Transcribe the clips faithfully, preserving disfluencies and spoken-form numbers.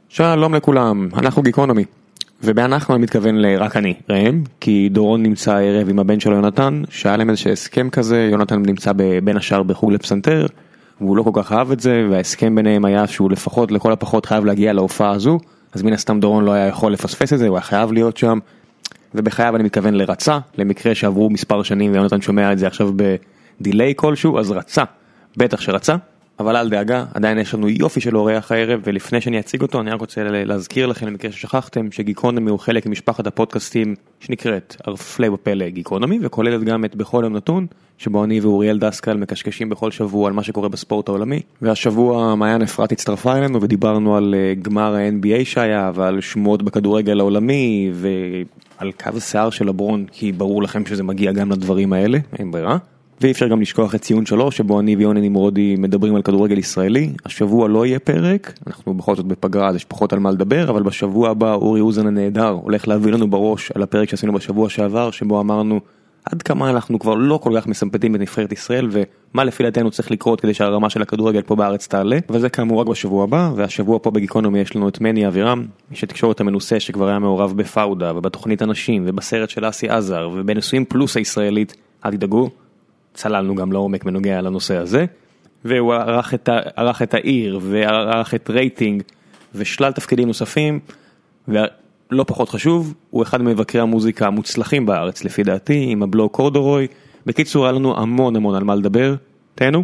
שלום לכולם, אנחנו גיקונומי, ובאנחנו אני מתכוון לרק אני, ראם, כי דורון נמצא הערב עם הבן שלו יונתן, שהיה להם איזה הסכם כזה, יונתן נמצא בין השאר בחוג לפסנתר, והוא לא כל כך אהב את זה, וההסכם ביניהם היה שהוא לפחות, לכל הפחות חייב להגיע להופעה הזו, אז מן הסתם דורון לא היה יכול לפספס את זה, הוא היה חייב להיות שם, ובחייו אני מתכוון לרצה, למקרה שעברו מספר שנים, ויונתן שומע את זה עכשיו בדיליי כלשהו, אז רצה, בטח שרצה. אבל אל דאגה, עדיין יש לנו יופי של אורח הערב, ולפני שאני אציג אותו, אני רק רוצה להזכיר לכם, למקרה ששכחתם, שגיקונומי הוא חלק ממשפחת הפודקאסטים שנקראת ארפלי בפלא גיקונומי, וכוללת גם את בכל יום נתון, שבו אני ואוריאל דסקל מקשקשים בכל שבוע על מה שקורה בספורט העולמי, והשבוע מעיין אפרת הצטרפה אלינו, ודיברנו על גמר ה-אן בי איי שהיה, ועל שמועות בכדורגל העולמי, ועל קו השיער של לברון, כי ברור לכם שזה מגיע גם לדברים האלה, אין ברירה. ואי אפשר גם לשכוח את ציון שלוש, שבו אני ויוני נמרודי מדברים על כדורגל ישראלי. השבוע לא יהיה פרק, אנחנו בכל זאת בפגרה, אז יש פחות על מה לדבר, אבל בשבוע הבא אורי אוזן הנהדר הולך להביא לנו בראש על הפרק שעשינו בשבוע שעבר, שבו אמרנו עד כמה אנחנו כבר לא כל כך מסמפטים את נבחרת ישראל, ומה לפי דעתנו צריך לקרות כדי שהרמה של הכדורגל פה בארץ תעלה, וזה כאמור רק בשבוע הבא, והשבוע פה בגיקונומי יש לנו את מני אבירם, איש התקשורת המנוסה שכבר היה מעורב בפאודה, ובתוכנית אנשים, ובסרט של אסי עזר, ובניסויים פלוס הישראלית, אל תדאגו. צללנו גם לעומק בנוגע לנושא הזה, והוא ערך את, ערך את העיר, וערך את רייטינג, ושלל תפקידים נוספים, ולא פחות חשוב, הוא אחד ממבקרי המוזיקה המוצלחים בארץ, לפי דעתי, עם הבלוג קורדורוי. בקיצור, היה לנו המון המון על מה לדבר. תהנו.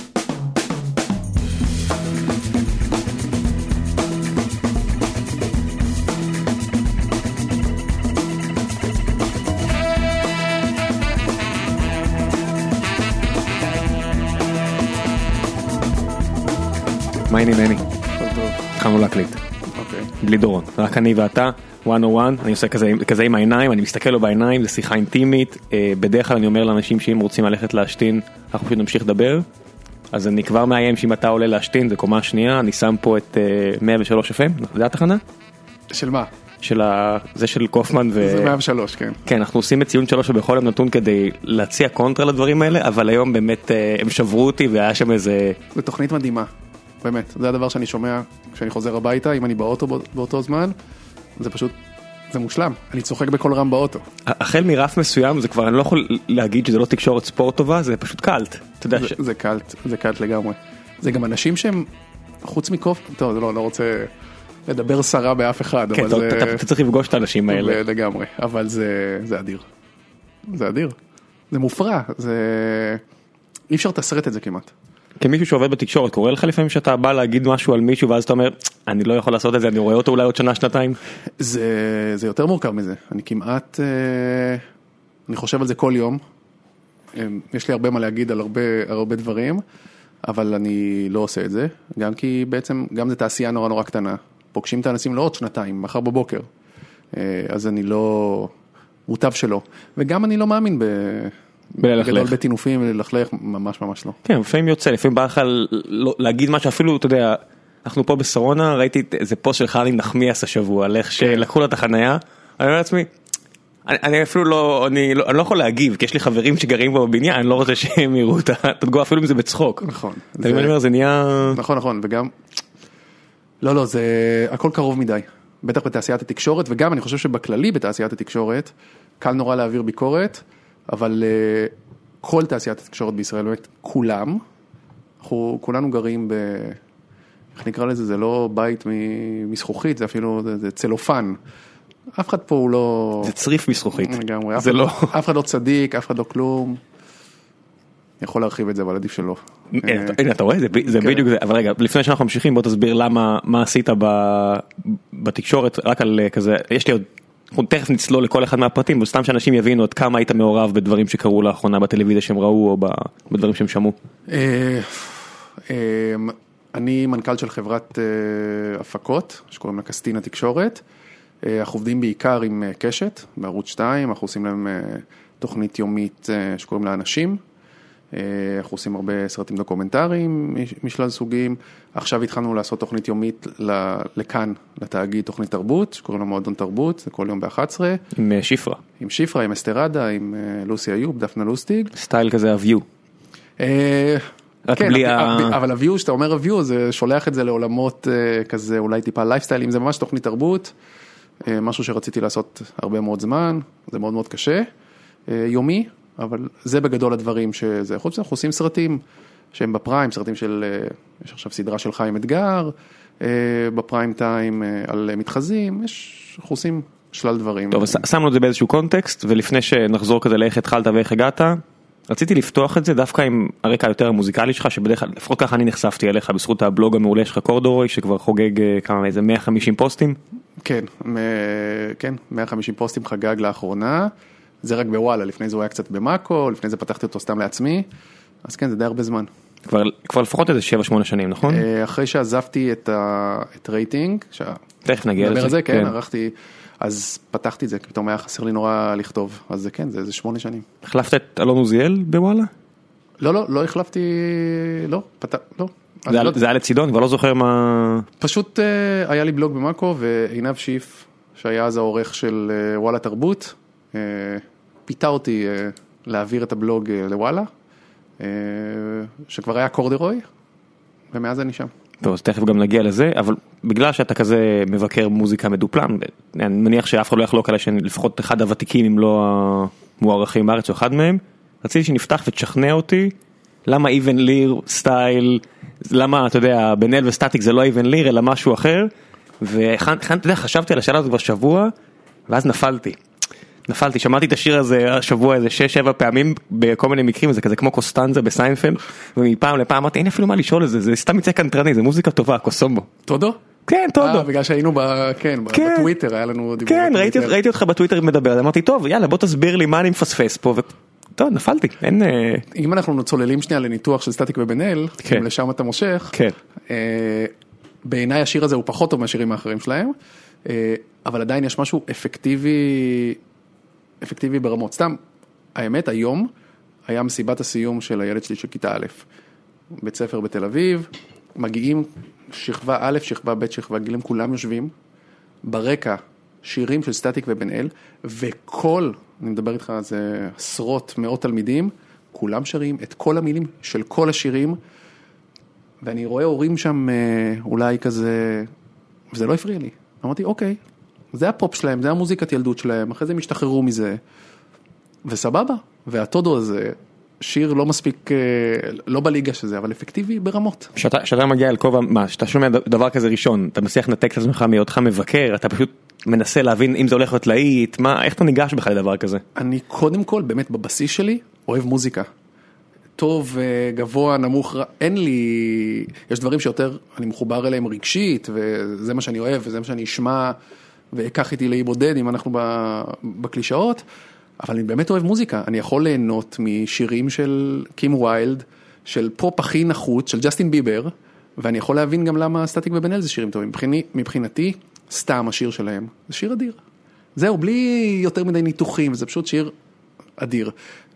מה העניינים מני? התחלנו להקליט. בלי דורון, רק אני ואתה, מאה ואחת, אני עושה כזה, כזה עם העיניים, אני מסתכל לו בעיניים, זה שיחה אינטימית, בדרך כלל אני אומר לאנשים שאם רוצים ללכת להשתין, אנחנו פשוט נמשיך לדבר, אז אני כבר מאיים שאם אתה עולה להשתין, זה קומה שנייה, אני שם פה את מאה ושלוש אף אם, זה התחנה? של מה? של ה... זה של קופמן ו... זה מאה ושלוש, כן. כן, אנחנו עושים את ציון שלוש ובכל יום נתון כדי להציע קונטרה לדברים האלה, אבל היום באמת הם שברו אותי והיה שם איזה... זו תוכנית מדהימה. באמת, זה הדבר שאני שומע כשאני חוזר הביתה, אם אני באוטו באותו זמן, זה פשוט, זה מושלם. אני צוחק בכל רם באוטו. החל מרף מסוים, זה כבר, אני לא יכול להגיד שזה לא תקשורת ספורט טובה, זה פשוט קלט. אתה יודע זה, ש... זה קלט, זה קלט לגמרי. זה גם אנשים שהם, חוץ מקוף, טוב, לא, לא רוצה לדבר שרה באף אחד, כן, אבל טוב, זה... אתה, אתה צריך לפגוש את האנשים האלה. לגמרי, אבל זה, זה אדיר. זה אדיר. זה מופרע, זה... אי אפשר תסרט את זה כמעט. כמישהו שעובד בתקשורת, קורא לך לפעמים שאתה בא להגיד משהו על מישהו, ואז אתה אומר, אני לא יכול לעשות את זה, אני רואה אותו אולי עוד שנה, שנתיים? זה, זה יותר מורכב מזה. אני כמעט, אה, אני חושב על זה כל יום. יש לי הרבה מה להגיד על הרבה, הרבה דברים, אבל אני לא עושה את זה. גם כי בעצם, גם זה תעשייה נורא נורא קטנה. פוגשים את האנשים לא עוד שנתיים, מחר בבוקר. אז אני לא, מוטב שלא. וגם אני לא מאמין ב... בגדול בתינופים וללכלך, ממש ממש לא. כן, לפעמים יוצא, לפעמים בא לך להגיד משהו, אפילו, אתה יודע, אנחנו פה בסרונה, ראיתי איזה פוסט של חני נחמיאס השבוע, על איך שלקחו לה את החנייה, אני אומר לעצמי, אני אפילו לא, אני לא יכול להגיב, כי יש לי חברים שגרים פה בבניין, אני לא רוצה שהם יראו את התגובה, אפילו אם זה בצחוק. נכון. אתה אומר, זה נהיה... נכון, נכון, וגם, לא, לא, זה הכל קרוב מדי, בטח בתעשיית התקשורת, וגם אני חושב שבכללי בתעשיית התקשורת, קל נורא להעביר ביקורת, אבל uh, כל תעשיית התקשורת בישראל, באמת כולם, אנחנו כולנו גרים ב... איך נקרא לזה? זה לא בית מזכוכית, זה אפילו, זה, זה צלופן. אף אחד פה הוא לא... זה צריף מזכוכית. לגמרי. זה אף, לא... אף אחד לא צדיק, אף אחד לא כלום. יכול להרחיב את זה, אבל עדיף שלא. הנה, אתה רואה? זה בדיוק זה. אבל רגע, לפני שאנחנו ממשיכים, בוא תסביר למה, מה עשית בתקשורת, רק על כזה, יש לי עוד... אנחנו תכף נצלול לכל אחד מהפרטים, וסתם שאנשים יבינו עד כמה היית מעורב בדברים שקרו לאחרונה בטלוויזיה שהם ראו, או בדברים שהם שמעו. אני מנכ"ל של חברת הפקות, שקוראים לה קסטינה תקשורת. אנחנו עובדים בעיקר עם קשת, בערוץ שתיים, אנחנו עושים להם תוכנית יומית שקוראים לה אנשים. אנחנו עושים הרבה סרטים דוקומנטריים משלל סוגים. עכשיו התחלנו לעשות תוכנית יומית לכאן, לתאגיד תוכנית תרבות, שקוראים לה מועדון תרבות, זה כל יום ב-אחת עשרה. עם שפרה. עם שפרה, עם אסתרדה, עם לוסי איוב, דפנה לוסטיג. סטייל כזה הוויו. רק כן, בלי ה... אבל הוויו, שאתה אומר הוויו, זה שולח את זה לעולמות כזה, אולי טיפה לייפסטיילים, זה ממש תוכנית תרבות, משהו שרציתי לעשות הרבה מאוד זמן, זה מאוד מאוד קשה, יומי, אבל זה בגדול הדברים שזה, חוץ אנחנו עושים סרטים שהם בפריים, סרטים של, יש עכשיו סדרה של חיים אתגר, בפריים טיים על מתחזים, יש, אנחנו עושים שלל דברים. טוב, שמנו את זה באיזשהו קונטקסט, ולפני שנחזור כזה לאיך התחלת ואיך הגעת, רציתי לפתוח את זה דווקא עם הרקע היותר המוזיקלי שלך, שבדרך כלל, לפחות ככה אני נחשפתי אליך, בזכות הבלוג המעולה שלך קורדורוי, שכבר חוגג כמה, איזה מאה וחמישים פוסטים. כן, כן, מאה וחמישים פוסטים חגג לאחרונה, זה רק בוואלה, לפני זה הוא היה קצת במאקו, לפני זה פתחתי אותו סתם לעצמי, אז כן, זה די הרבה זמן. כבר, כבר לפחות איזה שבע שמונה שנים, נכון? אחרי שעזבתי את, ה, את רייטינג, ש... תכף נגיע לזה. לזה, כן, ערכתי, אז פתחתי את זה, פתאום היה חסר לי נורא לכתוב, אז זה כן, זה איזה שמונה שנים. החלפת את אלון עוזיאל בוואלה? לא, לא, לא החלפתי, לא, פת... לא. זה, לא... זה היה לצידון, כבר לא זוכר מה... פשוט uh, היה לי בלוג במאקו, ועינב שיף, שהיה אז העורך של uh, וואלה תרבות, uh, פיתה אותי uh, להעביר את הבלוג uh, לוואלה, uh, שכבר היה קורדרוי, ומאז אני שם. טוב, אז תכף גם נגיע לזה, אבל בגלל שאתה כזה מבקר מוזיקה מדופלם, אני מניח שאף אחד לא יחלוק עליי שלפחות אחד הוותיקים, אם לא המוערכים בארץ או אחד מהם, רציתי שנפתח ותשכנע אותי, למה איבן ליר סטייל, למה, אתה יודע, בן אל וסטטיק זה לא איבן ליר, אלא משהו אחר, וחשבתי על השאלה הזאת כבר שבוע, ואז נפלתי. נפלתי, שמעתי את השיר הזה השבוע איזה שש שבע פעמים בכל מיני מקרים, זה כזה כמו קוסטנזה בסיינפלד, ומפעם לפעם אמרתי, אין אפילו מה לשאול את זה, זה סתם יצא קנטרני, זה מוזיקה טובה, קוסומבו. תודו? כן, תודו. בגלל שהיינו בטוויטר, היה לנו דיבור. כן, ראיתי אותך בטוויטר מדבר, אמרתי, טוב, יאללה, בוא תסביר לי מה אני מפספס פה, טוב, נפלתי, אין... אם אנחנו צוללים שנייה לניתוח של סטטיק ובן אל, אם לשם אתה מושך, בעיניי השיר הזה הוא פחות טוב מהשירים האחרים שלהם, אבל עדיין יש משהו אפקטיבי, אפקטיבי ברמות. סתם, האמת, היום היה מסיבת הסיום של הילד שלי של כיתה א', בית ספר בתל אביב, מגיעים שכבה א', שכבה ב', שכבה ג', כולם יושבים, ברקע שירים של סטטיק ובן אל, וכל, אני מדבר איתך, זה עשרות, מאות תלמידים, כולם שרים את כל המילים של כל השירים, ואני רואה הורים שם אולי כזה, וזה לא הפריע לי. אמרתי, אוקיי, זה הפופ שלהם, זה המוזיקת ילדות שלהם, אחרי זה הם השתחררו מזה, וסבבה, והטודו הזה, שיר לא מספיק, לא בליגה שזה, אבל אפקטיבי ברמות. שאתה מגיע אל כובע, מה, שאתה שומע דבר כזה ראשון, אתה מצליח לנתק את עצמך מהיותך מבקר, אתה פשוט מנסה להבין אם זה הולך להיות להיט, מה, איך אתה ניגש בכלל לדבר כזה? אני קודם כל, באמת בבסיס שלי, אוהב מוזיקה. טוב, גבוה, נמוך, אין לי, יש דברים שיותר, אני מחובר אליהם רגשית, וזה מה שאני אוהב, וזה מה שאני אשמע, ואקח איתי לאי בודד, אם אנחנו בקלישאות, אבל אני באמת אוהב מוזיקה, אני יכול ליהנות משירים של קים ויילד, של פופ הכי נחות, של ג'סטין ביבר, ואני יכול להבין גם למה סטטיק ובן אל זה שירים טובים. מבחינתי, סתם השיר שלהם, זה שיר אדיר. זהו, בלי יותר מדי ניתוחים, זה פשוט שיר אדיר.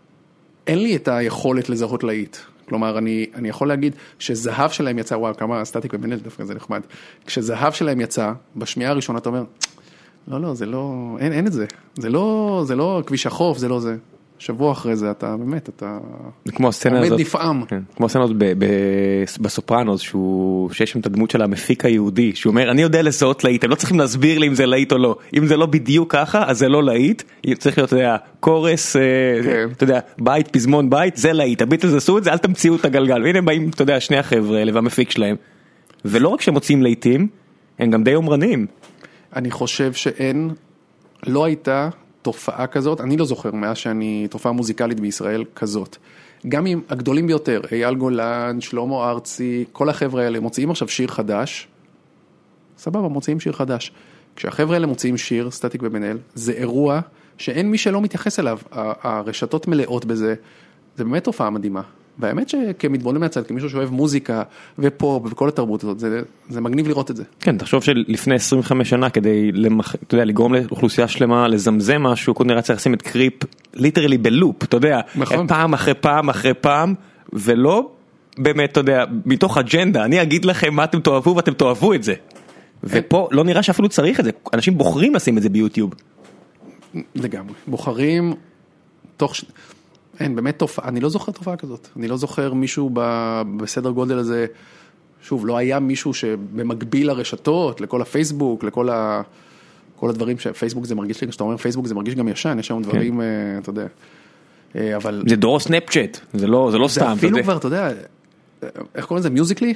אין לי את היכולת לזהות להיט. כלומר, אני, אני יכול להגיד שזהב שלהם יצא, וואו, כמה סטטיק ובן אל דווקא זה נחמד. כשזהב שלהם יצא, בשמיעה הראשונה אתה אומר, לא, לא, זה לא, אין, אין את זה. זה לא, זה לא כביש החוף, זה לא זה. שבוע אחרי זה אתה, באמת, אתה עומד נפעם. כן, כמו הסצנות בסופרנוס, שהוא, שיש שם את הדמות של המפיק היהודי, שהוא אומר, אני יודע לזהות להיט, הם לא צריכים להסביר לי אם זה להיט או לא. אם זה לא בדיוק ככה, אז זה לא להיט. צריך להיות, אתה יודע, קורס, אתה יודע, בית, פזמון בית, זה להיט. הביטלס עשו את זה, אל תמציאו את הגלגל. והנה באים, אתה יודע, שני החבר'ה האלה והמפיק שלהם. ולא רק שהם מוצאים להיטים, הם גם די אומרנים. אני חושב שאין, לא הייתה תופעה כזאת, אני לא זוכר מאז שאני, תופעה מוזיקלית בישראל כזאת. גם עם הגדולים ביותר, אייל גולן, שלמה ארצי, כל החבר'ה האלה מוציאים עכשיו שיר חדש, סבבה, מוציאים שיר חדש. כשהחבר'ה האלה מוציאים שיר, סטטיק ובן אל, זה אירוע שאין מי שלא מתייחס אליו, הרשתות מלאות בזה, זה באמת תופעה מדהימה. והאמת שכמתבונן מהצד, כמישהו שאוהב מוזיקה ופופ וכל התרבות הזאת, זה, זה מגניב לראות את זה. כן, תחשוב שלפני עשרים וחמש שנה, כדי למח... אתה יודע, לגרום לאוכלוסייה שלמה, לזמזם משהו, כל נראה צריך לשים את קריפ, ליטרלי בלופ, אתה יודע, נכון. פעם אחרי פעם אחרי פעם, ולא באמת, אתה יודע, מתוך אג'נדה, אני אגיד לכם מה אתם תאהבו ואתם תאהבו את זה. ופה לא נראה שאפילו צריך את זה, אנשים בוחרים לשים את זה ביוטיוב. לגמרי, בוחרים תוך... אין, באמת תופעה, אני לא זוכר תופעה כזאת, אני לא זוכר מישהו בסדר גודל הזה, שוב, לא היה מישהו שבמקביל לרשתות, לכל הפייסבוק, לכל ה... כל הדברים שפייסבוק זה מרגיש לי, כשאתה אומר פייסבוק זה מרגיש גם ישן, יש שם דברים, אתה יודע, אבל... זה דור סנאפצ'אט, זה לא, זה לא סתם. זה אפילו כבר, אתה יודע, איך קוראים לזה, מיוזיקלי?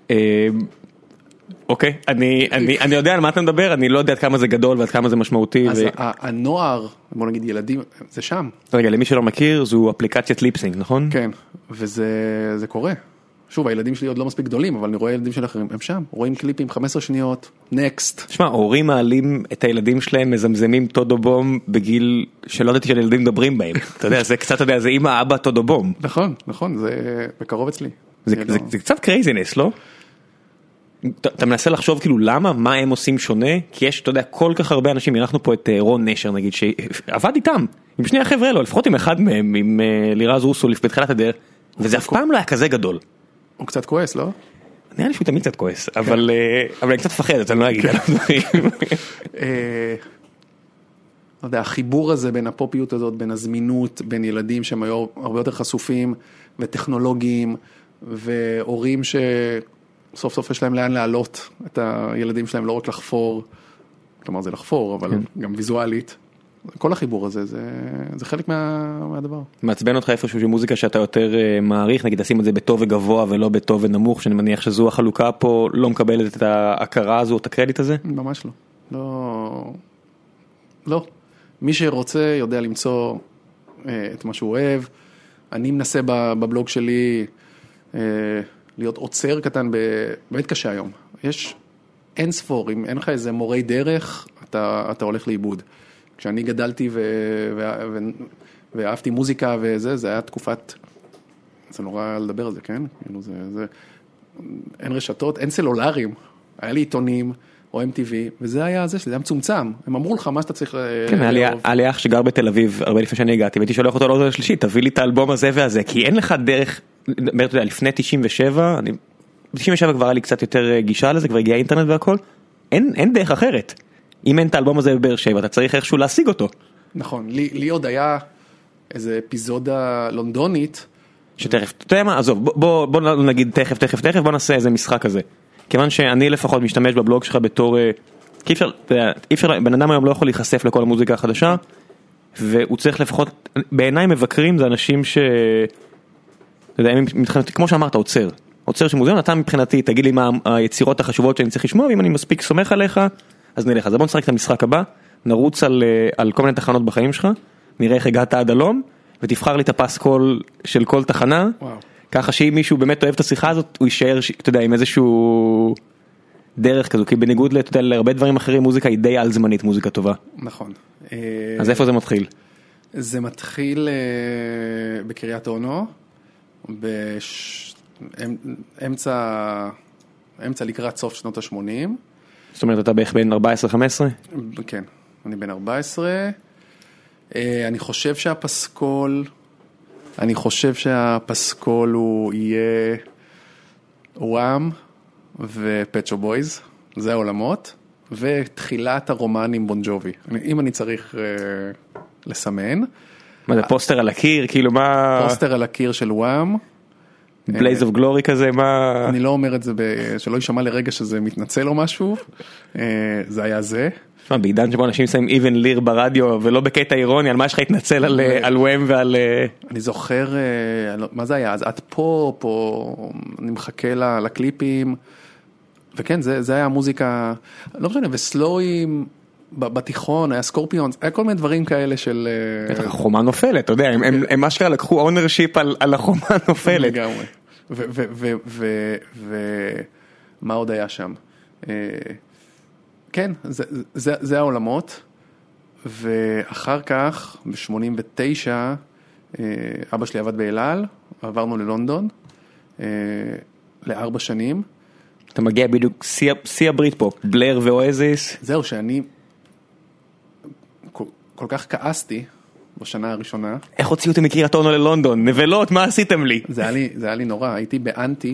אוקיי, אני, אני, אני יודע על מה אתה מדבר, אני לא יודע עד כמה זה גדול ועד כמה זה משמעותי. אז הנוער, בוא נגיד ילדים, זה שם. רגע, למי שלא מכיר, זו אפליקציית ליפסינג, נכון? כן, וזה זה קורה. שוב, הילדים שלי עוד לא מספיק גדולים, אבל אני רואה ילדים של אחרים, הם שם, רואים קליפים חמש עשרה שניות, נקסט. תשמע, הורים מעלים את הילדים שלהם, מזמזמים טודובום בגיל שלא ידעתי שהילדים מדברים בהם. אתה יודע, זה קצת, אתה יודע, זה אמא, אבא, טודובום. נכון, נכון, זה בקרוב אצלי. זה, זה, זה קצת קרייזינס, לא? אתה, אתה מנסה לחשוב כאילו למה, מה הם עושים שונה, כי יש, אתה יודע, כל כך הרבה אנשים, אנחנו פה את רון נשר נגיד, שעבד איתם, עם שני החבר'ה האלו, לפחות עם אחד מהם, עם לירז רוסוליף בתחילת הדרך, וזה אף פעם לא היה כזה גדול. הוא קצת כועס, לא? נראה לי שהוא תמיד קצת כועס, אבל אני קצת פחד, אז אני לא אגיד על הדברים. לא יודע, החיבור הזה בין הפופיות הזאת, בין הזמינות, בין ילדים שהם היו הרבה יותר חשופים וטכנולוגיים, והורים שסוף סוף יש להם לאן לעלות את הילדים שלהם, לא רק לחפור, כלומר זה לחפור, אבל גם ויזואלית. כל החיבור הזה, זה, זה חלק מה, מהדבר. מעצבן אותך איפשהו שמוזיקה שאתה יותר uh, מעריך, נגיד תשים את זה בטוב וגבוה ולא בטוב ונמוך, שאני מניח שזו החלוקה פה, לא מקבלת את ההכרה הזו, את הקרדיט הזה? ממש לא. לא, לא. מי שרוצה יודע למצוא uh, את מה שהוא אוהב. אני מנסה בבלוג שלי uh, להיות עוצר קטן, באמת קשה היום. יש אין ספור, אם אין לך איזה מורי דרך, אתה, אתה הולך לאיבוד. כשאני גדלתי ו... ו... ו... ואהבתי מוזיקה וזה, זה היה תקופת, זה נורא לדבר על זה, כן? כאילו זה, זה... אין רשתות, אין סלולרים, היה לי עיתונים, או אם טי וי, וזה היה זה, שזה היה מצומצם, הם אמרו לך מה שאתה צריך כן, לאהוב. היה לי אח שגר בתל אביב, הרבה לפני שאני הגעתי, והייתי שולח אותו לאוזן השלישית, תביא לי את האלבום הזה והזה, כי אין לך דרך, אתה יודע, לפני תשעים ושבע, אני... ב-תשעים ושבע כבר היה לי קצת יותר גישה לזה, כבר הגיע אינטרנט והכל, אין, אין דרך אחרת. אם אין את האלבום הזה בבאר שבע, אתה צריך איכשהו להשיג אותו. נכון, לי, לי עוד היה איזה אפיזודה לונדונית. שתכף, אתה יודע מה, עזוב, בוא, בוא, בוא נגיד תכף, תכף, תכף, בוא נעשה איזה משחק כזה. כיוון שאני לפחות משתמש בבלוג שלך בתור, כי אפשר, אתה יודע, אפשר, בן אדם היום לא יכול להיחשף לכל המוזיקה החדשה, והוא צריך לפחות, בעיניי מבקרים זה אנשים ש, אתה יודע, כמו שאמרת, עוצר. עוצר שמוזיאון, אתה מבחינתי, תגיד לי מה היצירות החשובות שאני צריך לשמוע, ואם אני מספיק סומך עליך, אז נלך. אז בוא נשחק את המשחק הבא, נרוץ על, על כל מיני תחנות בחיים שלך, נראה איך הגעת עד הלום, ותבחר לי את הפסקול של כל תחנה, וואו. ככה שאם מישהו באמת אוהב את השיחה הזאת, הוא יישאר, אתה יודע, עם איזשהו דרך כזו, כי בניגוד אתה יודע, להרבה דברים אחרים, מוזיקה היא די על זמנית, מוזיקה טובה. נכון. אז איפה זה מתחיל? זה מתחיל בקריית אונו, באמצע, אמצע לקראת סוף שנות ה-שמונים. זאת אומרת, אתה בערך בין ארבע עשרה חמש עשרה? כן, אני בין ארבע עשרה. אני חושב שהפסקול, אני חושב שהפסקול הוא יהיה וואם ופצ'ו בויז, זה העולמות, ותחילת הרומן עם בון ג'ובי. אם אני צריך לסמן. מה זה, פוסטר על הקיר? כאילו מה... פוסטר על הקיר של וואם. בלייז אוף גלורי כזה, מה... אני לא אומר את זה, שלא יישמע לרגע שזה מתנצל או משהו, זה היה זה. תשמע, בעידן שבו אנשים שמים איבן ליר ברדיו, ולא בקטע אירוני, על מה יש לך התנצל על וואם ועל... אני זוכר, מה זה היה? אז את פה, פה, אני מחכה לקליפים, וכן, זה היה המוזיקה, לא משנה, וסלואים, בתיכון, היה סקורפיונס, היה כל מיני דברים כאלה של... בטח, החומה נופלת, אתה יודע, הם מה שקרה, לקחו אונרשיפ על החומה נופלת. לגמרי. ומה עוד היה שם? כן, זה העולמות, ואחר כך, ב-שמונים ותשע, אבא שלי עבד באלעל, עברנו ללונדון, לארבע שנים. אתה מגיע בדיוק, שיא הברית פה, בלר ואואזיס. זהו, שאני כל, כל כך כעסתי בשנה הראשונה. איך הוציאו אותי מקריית אונו ללונדון? נבלות, מה עשיתם לי? זה היה לי, זה היה לי נורא, הייתי באנטי,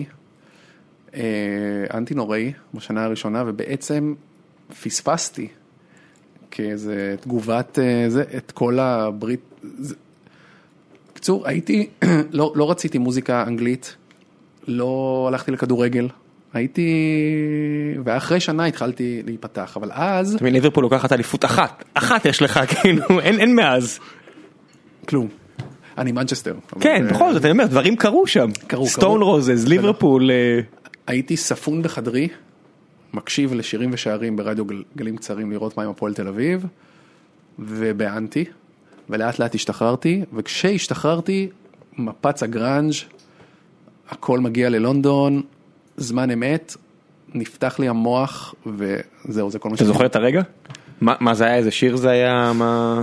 אנטי נוראי בשנה הראשונה, ובעצם פספסתי כאיזה תגובת, זה, את כל הברית, זה, קצור, הייתי, לא, לא רציתי מוזיקה אנגלית, לא הלכתי לכדורגל, הייתי, ואחרי שנה התחלתי להיפתח, אבל אז... אתה מבין, ליברפול לוקחת אליפות אחת, אחת יש לך, כאילו, אין, אין מאז. כלום. אני מנצ'סטר. כן, בכל זאת, אני אומר, דברים קרו שם. קרו, סטון קרו. רוזס, ליברפול. הייתי ספון בחדרי, מקשיב לשירים ושערים ברדיו גלים קצרים לראות מה עם הפועל תל אביב, ובאנטי, ולאט לאט השתחררתי, וכשהשתחררתי, מפץ הגרנג', הכל מגיע ללונדון, זמן אמת, נפתח לי המוח, וזהו, זה כל מה אתה זוכר את הרגע? מה, מה זה היה, איזה שיר זה היה, מה...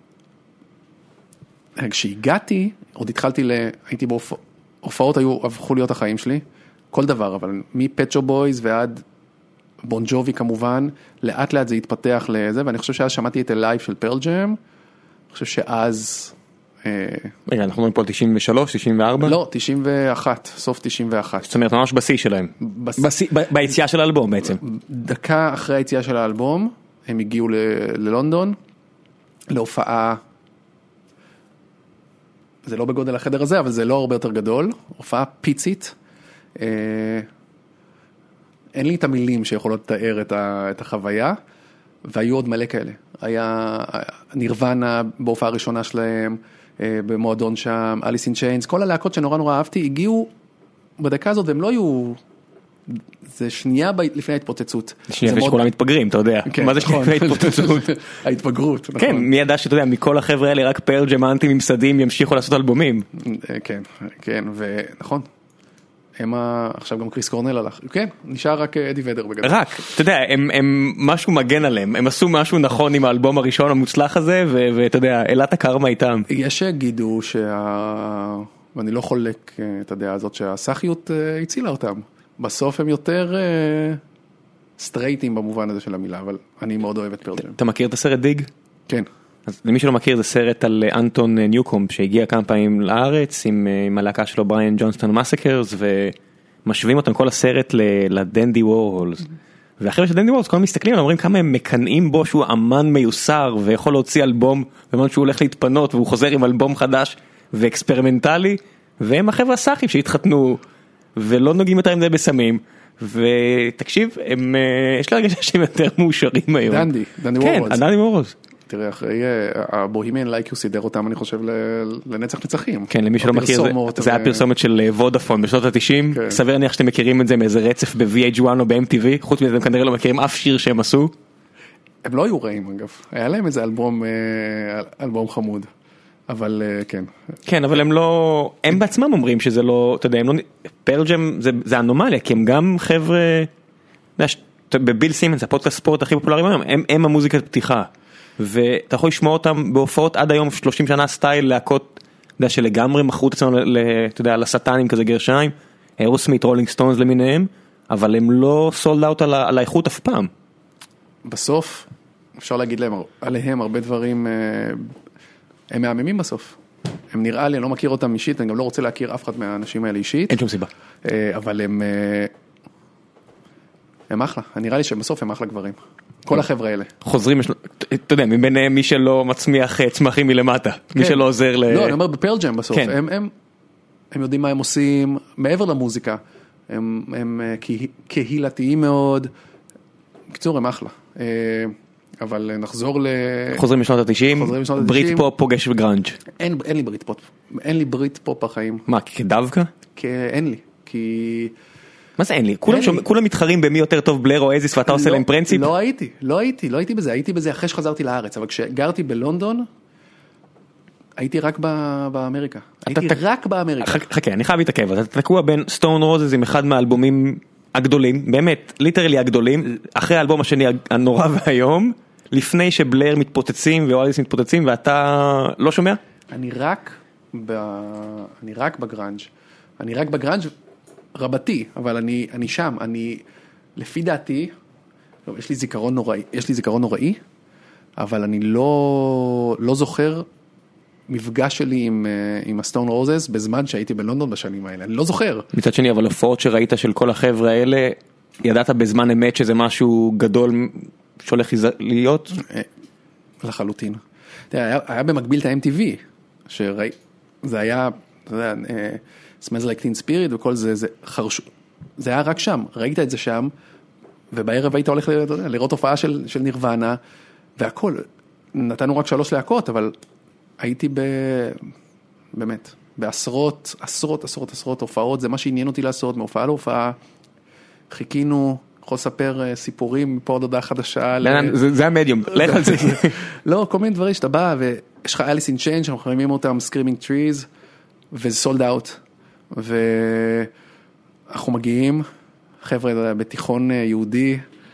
כשהגעתי, עוד התחלתי ל... הייתי בהופעות, היו, הפכו להיות החיים שלי, כל דבר, אבל מפצ'ו בויז ועד בון ג'ובי כמובן, לאט לאט זה התפתח לזה, ואני חושב שאז שמעתי את הלייב של פרל ג'ם, אני חושב שאז... רגע, אנחנו אומרים פה תשעים ושלוש, תשעים וארבע? לא, תשעים ואחת, סוף תשעים ואחת. זאת אומרת, ממש בשיא שלהם. ביציאה של האלבום בעצם. דקה אחרי היציאה של האלבום, הם הגיעו ללונדון, להופעה, זה לא בגודל החדר הזה, אבל זה לא הרבה יותר גדול, הופעה פיצית, אין לי את המילים שיכולות לתאר את החוויה, והיו עוד מלא כאלה. היה נירוונה בהופעה הראשונה שלהם, במועדון שם, אליס אין צ'יינס, כל הלהקות שנורא נורא אהבתי, הגיעו בדקה הזאת, והם לא היו, זה שנייה לפני ההתפוצצות. שנייה לפני שכולם מתפגרים, אתה יודע. מה זה שנייה לפני ההתפוצצות? ההתפגרות. כן, מי ידע שאתה יודע, מכל החבר'ה האלה, רק פרל ג'ם האנטי ממסדים ימשיכו לעשות אלבומים. כן, כן, ונכון. הם עכשיו גם קריס קורנל הלך, כן, נשאר רק אדי ודר בגדול. רק, אתה יודע, הם משהו מגן עליהם, הם עשו משהו נכון עם האלבום הראשון המוצלח הזה, ואתה יודע, אלת הקרמה איתם. יש שיגידו ואני לא חולק את הדעה הזאת, שהסחיות הצילה אותם. בסוף הם יותר סטרייטים במובן הזה של המילה, אבל אני מאוד אוהב את פרל ג'ם. אתה מכיר את הסרט דיג? כן. אז למי שלא מכיר, זה סרט על אנטון ניוקומב, שהגיע כמה פעמים לארץ עם, עם הלהקה שלו, בריאן ג'ונסטון מסקרס, ומשווים אותם כל הסרט לדנדי וורהולס. ואחרי שדנדי וורהולס, כולם מסתכלים, אומרים כמה הם מקנאים בו שהוא אמן מיוסר, ויכול להוציא אלבום, ואומרים שהוא הולך להתפנות, והוא חוזר עם אלבום חדש ואקספרימנטלי, והם החבר'ה הסאחים שהתחתנו, ולא נוגעים יותר עם זה בסמים, ותקשיב, הם, יש לה הרגשה שהם יותר מאושרים היום. דנדי, דנדי וורהולס. כן, דנדי וורהולס. תראה, אחרי הבוהימיאן לייק יו סידר אותם, אני חושב, לנצח נצחים. כן, למי שלא מכיר, זה היה פרסומת של וודאפון בשנות ה-תשעים, סביר להניח שאתם מכירים את זה מאיזה רצף ב-וי אייץ' וואן או ב-אם טי וי, חוץ מזה, אתם כנראה לא מכירים אף שיר שהם עשו. הם לא היו רעים, אגב. היה להם איזה אלבום, אלבום חמוד. אבל כן. כן, אבל הם לא, הם בעצמם אומרים שזה לא, אתה יודע, פרל ג'ם זה אנומליה, כי הם גם חבר'ה, בביל סימנס, הפודקאסט ספורט הכי פופולרי היום, הם המוזיקת פתיחה. ואתה יכול לשמוע אותם בהופעות עד היום שלושים שנה סטייל להקות, אתה יודע, שלגמרי מכרו את עצמם, אתה יודע, לסטנים כזה גרשיים, אירוסמית, רולינג סטונס למיניהם, אבל הם לא סולד אאוט על, על האיכות אף פעם. בסוף, אפשר להגיד להם, עליהם הרבה דברים, הם מהממים בסוף. הם נראה לי, אני לא מכיר אותם אישית, אני גם לא רוצה להכיר אף אחד מהאנשים האלה אישית. אין שום סיבה. אבל הם, הם אחלה. נראה לי שבסוף הם אחלה גברים. כל החבר'ה האלה. חוזרים, אתה יודע, מביניהם מי שלא מצמיח צמחים מלמטה, מי שלא עוזר ל... לא, אני אומר בפרל ג'ם בסוף, הם יודעים מה הם עושים, מעבר למוזיקה, הם קהילתיים מאוד, בקיצור הם אחלה, אבל נחזור ל... חוזרים משנות ה-תשעים, ברית פופ פוגש וגרנג'. אין לי ברית פופ, אין לי ברית פופ בחיים. מה, כדווקא? אין לי, כי... מה זה אין לי? כולם מתחרים במי יותר טוב בלר או איזיס ואתה עושה להם פרינציפ? לא הייתי, לא הייתי, לא הייתי בזה, הייתי בזה אחרי שחזרתי לארץ, אבל כשגרתי בלונדון, הייתי רק באמריקה. הייתי רק באמריקה. חכה, אני חייב להתעכב, אתה תקוע בין סטון רוזס עם אחד מהאלבומים הגדולים, באמת, ליטרלי הגדולים, אחרי האלבום השני הנורא והיום, לפני שבלר מתפוצצים ואוהליס מתפוצצים, ואתה לא שומע? אני רק אני רק בגרנג' אני רק בגרנג' רבתי, אבל אני, אני שם, אני, לפי דעתי, לא, יש לי זיכרון נוראי, יש לי זיכרון נוראי, אבל אני לא, לא זוכר מפגש שלי עם, עם הסטון רוזס בזמן שהייתי בלונדון בשנים האלה, אני לא זוכר. מצד שני, אבל הופעות שראית של כל החבר'ה האלה, ידעת בזמן אמת שזה משהו גדול שהולך להיות? לחלוטין. תראה, היה, היה במקביל את ה-אם טי וי, שראי, זה היה, אתה יודע, Smells Like Teen Spirit וכל זה, זה חרש... זה היה רק שם, ראית את זה שם, ובערב היית הולך לראות הופעה של, של נירוונה, והכל, נתנו רק שלוש להקות, אבל הייתי ב... באמת, בעשרות, עשרות, עשרות, עשרות הופעות, זה מה שעניין אותי לעשות, מהופעה להופעה, חיכינו, יכול לספר סיפורים מפה עוד הודעה חדשה. זה המדיום, לך על זה. לא, כל מיני דברים שאתה בא, ויש לך Alice in Chains, שאנחנו חיימים אותם, Screaming Trees, וזה sold out, ואנחנו מגיעים, חבר'ה בתיכון יהודי,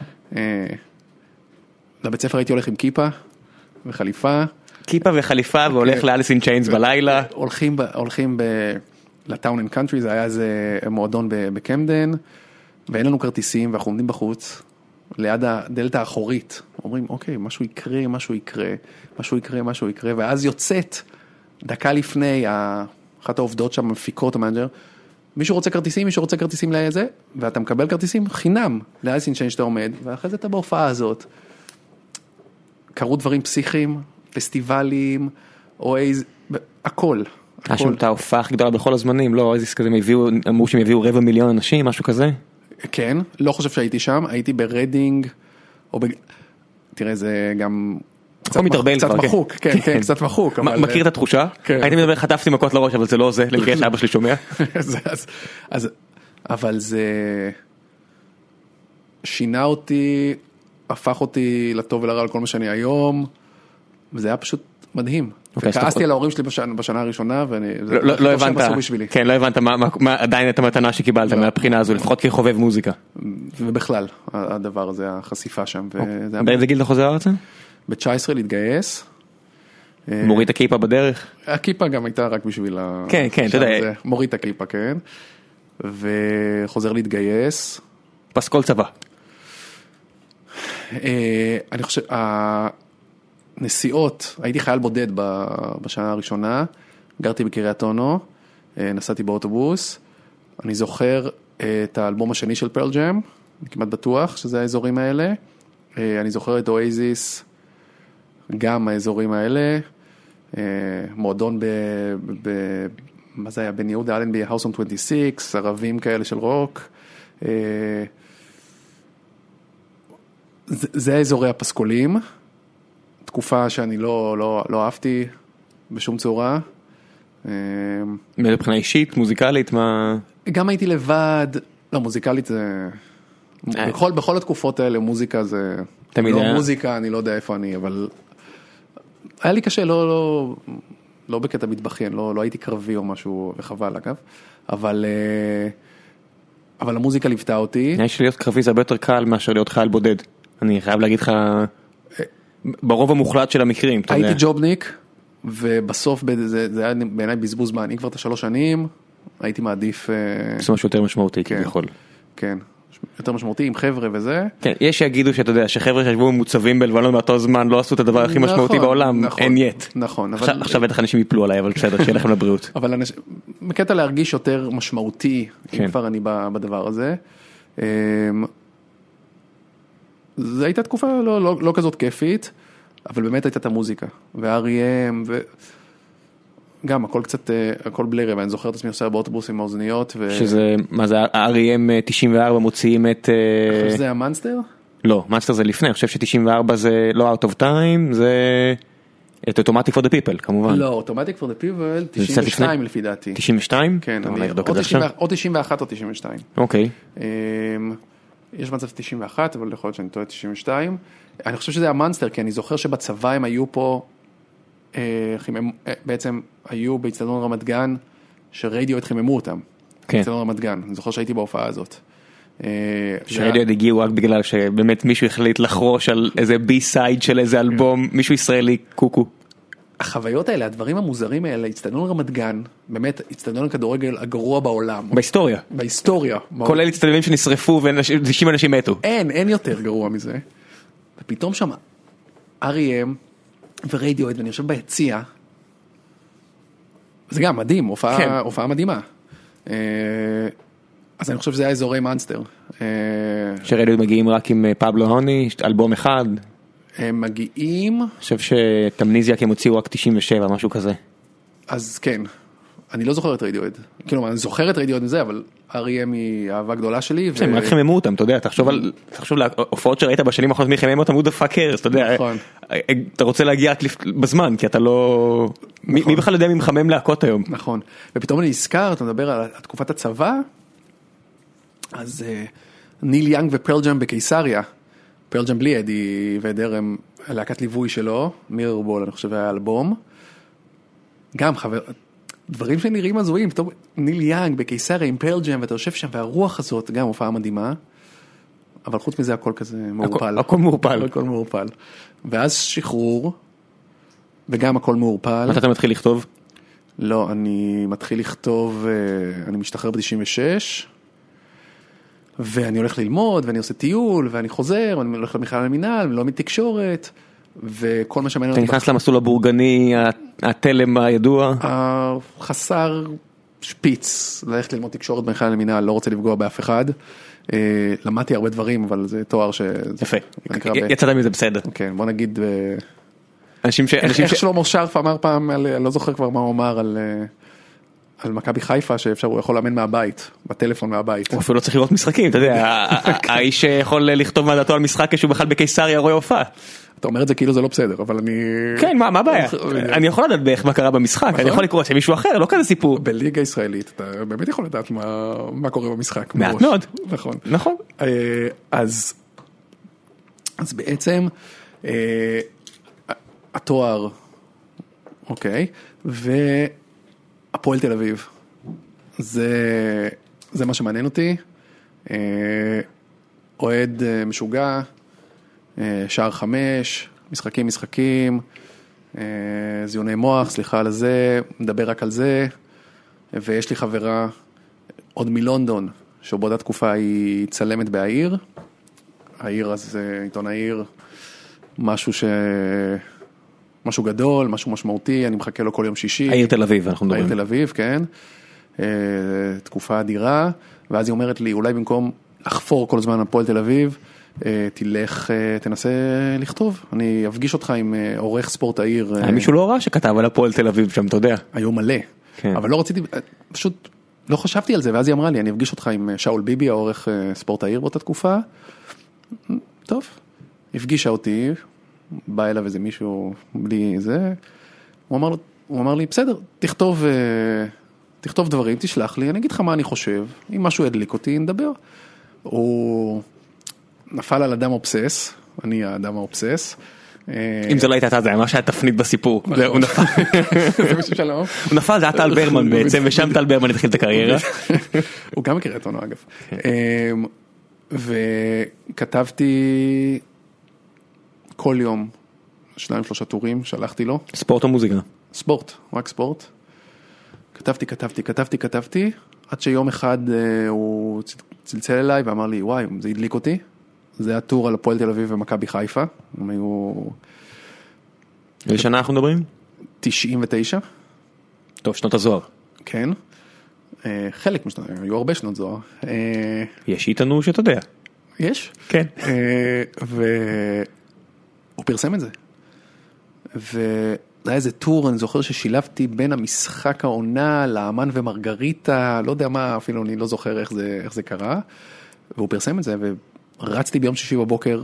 לבית ספר הייתי הולך עם כיפה וחליפה. כיפה וחליפה והולך לאליס אין צ'יינס בלילה. הולכים, הולכים לטאון אנד קאנטרי, זה היה איזה מועדון בקמדן, ואין לנו כרטיסים, ואנחנו עומדים בחוץ, ליד הדלת האחורית, אומרים, אוקיי, משהו יקרה, משהו יקרה, משהו יקרה, משהו יקרה, ואז יוצאת, דקה לפני, אחת העובדות שם, מפיקות המנג'ר, מישהו רוצה כרטיסים, מישהו רוצה כרטיסים לזה, ואתה מקבל כרטיסים חינם, לאליס אין צ'יינס שאתה עומד, ואחרי זה אתה בהופעה הזאת, קרו דברים פסיכיים, פסטיבלים, או איזה, הכל. היה שם את ההופעה הכי גדולה בכל הזמנים, לא, איזה כזה, אמרו שהם הביאו רבע מיליון אנשים, משהו כזה? כן, לא חושב שהייתי שם, הייתי ברדינג, או ב... תראה, זה גם... קצת מחוק, כן, כן, קצת מחוק. מכיר את התחושה? הייתי מדבר, חטפתי מכות לראש, אבל זה לא זה, למקרה שאבא שלי שומע. אבל זה שינה אותי, הפך אותי לטוב ולרע על כל מה שאני היום, וזה היה פשוט מדהים. וכעסתי על ההורים שלי בשנה הראשונה, לא הבנת, כן, לא הבנת מה עדיין את המתנה שקיבלת מהבחינה הזו, לפחות כחובב מוזיקה. ובכלל, הדבר הזה, החשיפה שם. באיזה גיל אתה חוזר ארצה? ב-תשע עשרה להתגייס. מוריד את הכיפה בדרך? הכיפה גם הייתה רק בשביל... כן, כן, אתה יודע. מוריד את הכיפה, כן. וחוזר להתגייס. פסקול צבא. אני חושב, הנסיעות, הייתי חייל בודד בשנה הראשונה, גרתי בקריית אונו, נסעתי באוטובוס, אני זוכר את האלבום השני של פרל ג'ם, אני כמעט בטוח שזה האזורים האלה, אני זוכר את אוייזיס, גם האזורים האלה, מועדון ב... ב מה זה היה? בן יהודה אלנבי, האוס און עשרים ושש, ערבים כאלה של רוק, זה, זה אזורי הפסקולים, תקופה שאני לא, לא, לא אהבתי בשום צורה. מבחינה אישית, מוזיקלית, מה... גם הייתי לבד, לא, מוזיקלית זה... בכל, בכל התקופות האלה, מוזיקה זה... תמיד לא היה... מוזיקה, אני לא יודע איפה אני, אבל... היה לי קשה, לא, לא, לא בקטע מתבכיין, לא, לא הייתי קרבי או משהו, וחבל אגב, אבל... אבל המוזיקה ליוותה אותי. יש להיות קרבי זה הרבה יותר קל מאשר להיות חייל בודד. אני חייב להגיד לך, ברוב המוחלט של המקרים. הייתי ג'ובניק, ובסוף זה, זה היה בעיניי בזבוז זמן. אני כבר את השלוש שנים, הייתי מעדיף... זה משהו יותר משמעותי, כן, כביכול. כן, יותר משמעותי עם חבר'ה וזה. כן, יש שיגידו שאתה יודע, שחבר'ה שישבו מוצבים בלבנון באותו זמן, לא עשו את הדבר הכי משמעותי בעולם, אין יט. נכון. עכשיו בטח אנשים יפלו עליי, אבל בסדר, שיהיה לכם לבריאות. אבל בקטע להרגיש יותר משמעותי, אם כבר אני בדבר הזה. זו הייתה תקופה לא, לא, לא כזאת כיפית, אבל באמת הייתה את המוזיקה, ו-אר אי אם, וגם הכל קצת, הכל בלי רבע, אני זוכר את עצמי עושה באוטובוס עם האוזניות. ו... שזה, מה זה, אר אי אם תשעים וארבע מוציאים את... אני חושב שזה המאנסטר? לא, מאנסטר זה לפני, אני חושב ש-תשעים וארבע זה לא Out of Time, זה את Automatic for the People, כמובן. לא, Automatic for the People, תשעים ושתיים לפי דעתי. תשעים ושתיים? כן, אני, או תשעים ואחת או תשעים ושתיים. אוקיי. יש מצב תשעים ואחת, אבל יכול להיות שאני טועה תשעים ושתיים. אני חושב שזה המאנסטר, כי אני זוכר שבצבא הם היו פה, הם בעצם היו באצטדיון רמת גן, שרדיו התחיממו אותם. כן. באצטדיון רמת גן. אני זוכר שהייתי בהופעה הזאת. שרדיו הגיעו רק בגלל שבאמת מישהו החליט לחרוש על איזה בי סייד של איזה אלבום, מישהו ישראלי, קוקו. החוויות האלה, הדברים המוזרים האלה, אצטדיון רמת גן, באמת אצטדיון הכדורגל הגרוע בעולם. בהיסטוריה. בהיסטוריה. כולל אצטדיונים שנשרפו ו-תשעים אנשים מתו. אין, אין יותר גרוע מזה. ופתאום שם, אר אי אם ורדיואד, ואני חושב ביציע, זה גם מדהים, הופעה, הופעה מדהימה. אז אני חושב שזה היה אזורי מאנסטר. שרדיואד מגיעים רק עם פבלו הוני, אלבום אחד. הם מגיעים... אני חושב שתמניזיאק הם הוציאו רק תשעים ושבע, משהו כזה. אז כן, אני לא זוכר את רדיואד, כאילו אני זוכר את רדיואד מזה, אבל אר אי אם היא אהבה גדולה שלי. הם רק חממו אותם, אתה יודע, תחשוב על, תחשוב להופעות שראית בשנים האחרונות, מי חמם אותם, הוא דפק קרס, אתה יודע, אתה רוצה להגיע בזמן, כי אתה לא, מי בכלל יודע מי מחמם להקות היום. נכון, ופתאום אני נזכר, אתה מדבר על תקופת הצבא, אז ניל יאנג ופרל ג'ם בקיסריה, פרל ג'ם בלי אדי ודר הם להקת ליווי שלו, מירר בול, אני חושב היה אלבום, גם חבר, דברים שנראים הזויים, פתאום ניל יאנג בקיסריה עם פרל ג'ם, ואתה יושב שם, והרוח הזאת, גם הופעה מדהימה, אבל חוץ מזה הכל כזה מעורפל. הכל מעורפל. הכל מעורפל. ואז שחרור, וגם הכל מעורפל. מתי אתה מתחיל לכתוב? לא, אני מתחיל לכתוב, אני משתחרר ב-תשעים ושש, ואני הולך ללמוד, ואני עושה טיול, ואני חוזר, ואני הולך למכללה למינהל, ולא מתקשורת, וכל מה שמעניין... אתה נכנס למסלול הבורגני, התלם הידוע? חסר שפיץ, ללכת ללמוד תקשורת במכללה למינהל, לא רוצה לפגוע באף אחד. למדתי הרבה דברים, אבל זה תואר ש... יפה, יצאת מזה בסדר. כן, בוא נגיד... אנשים ש... איך שלמה שרף אמר פעם, אני לא זוכר כבר מה הוא אמר על... על מכבי חיפה, שאפשר, הוא יכול לאמן מהבית, בטלפון מהבית. הוא אפילו לא צריך לראות משחקים, אתה יודע, האיש יכול לכתוב מה דעתו על משחק, כשהוא בכלל בקיסריה רואה הופעה. אתה אומר את זה כאילו זה לא בסדר, אבל אני... כן, מה הבעיה? אני יכול לדעת באיך מה קרה במשחק, אני יכול לקרוא שמישהו אחר, לא כזה סיפור. בליגה ישראלית, אתה באמת יכול לדעת מה קורה במשחק. מעט מאוד. נכון. נכון. אז בעצם, התואר, אוקיי, ו... הפועל תל אביב, זה, זה מה שמעניין אותי, אוהד משוגע, שער חמש, משחקים משחקים, זיוני מוח, סליחה על זה, מדבר רק על זה, ויש לי חברה עוד מלונדון, שבאותה תקופה היא צלמת בעיר, העיר אז עיתון העיר, משהו ש... משהו גדול, משהו משמעותי, אני מחכה לו כל יום שישי. העיר תל אביב, אנחנו מדברים. העיר תל אביב, כן. תקופה אדירה, ואז היא אומרת לי, אולי במקום לחפור כל זמן הפועל תל אביב, תלך, תנסה לכתוב. אני אפגיש אותך עם עורך ספורט העיר. מישהו לא רע שכתב על הפועל תל אביב שם, אתה יודע. היו מלא. אבל לא רציתי, פשוט לא חשבתי על זה, ואז היא אמרה לי, אני אפגיש אותך עם שאול ביבי, העורך ספורט העיר באותה תקופה. טוב, הפגישה אותי, בא אליו איזה מישהו בלי זה, הוא אמר, הוא אמר לי, בסדר, תכתוב, תכתוב דברים, תשלח לי, אני אגיד לך מה אני חושב, אם משהו ידליק אותי, נדבר. הוא נפל על אדם אובסס, אני האדם האובסס. אם זה לא הייתה אתה, זה היה מה שהיה תפנית בסיפור. הוא נפל. זה משהו שלום. הוא נפל, זה היה טל ברמן בעצם, ושם טל ברמן התחיל את הקריירה. הוא גם מכיר את עונו אגב. וכתבתי כל יום, שניים שלושה טורים, שלחתי לו. ספורט או מוזיקה? ספורט, רק ספורט. כתבתי, כתבתי, כתבתי, כתבתי, עד שיום אחד הוא צלצל אליי ואמר לי, וואי, זה הדליק אותי. זה היה טור על הפועל תל אביב ומכבי חיפה. הם היו... איזה שנה אנחנו מדברים? תשעים ותשע. טוב, שנות הזוהר. כן. חלק משנות, היו הרבה שנות זוהר. יש איתנו שאתה יודע. יש? כן. והוא פרסם את זה. וזה היה איזה טור, אני זוכר ששילבתי בין המשחק העונה, לאמן ומרגריטה, לא יודע מה, אפילו אני לא זוכר איך זה, איך זה קרה. והוא פרסם את זה, ורצתי ביום שישי בבוקר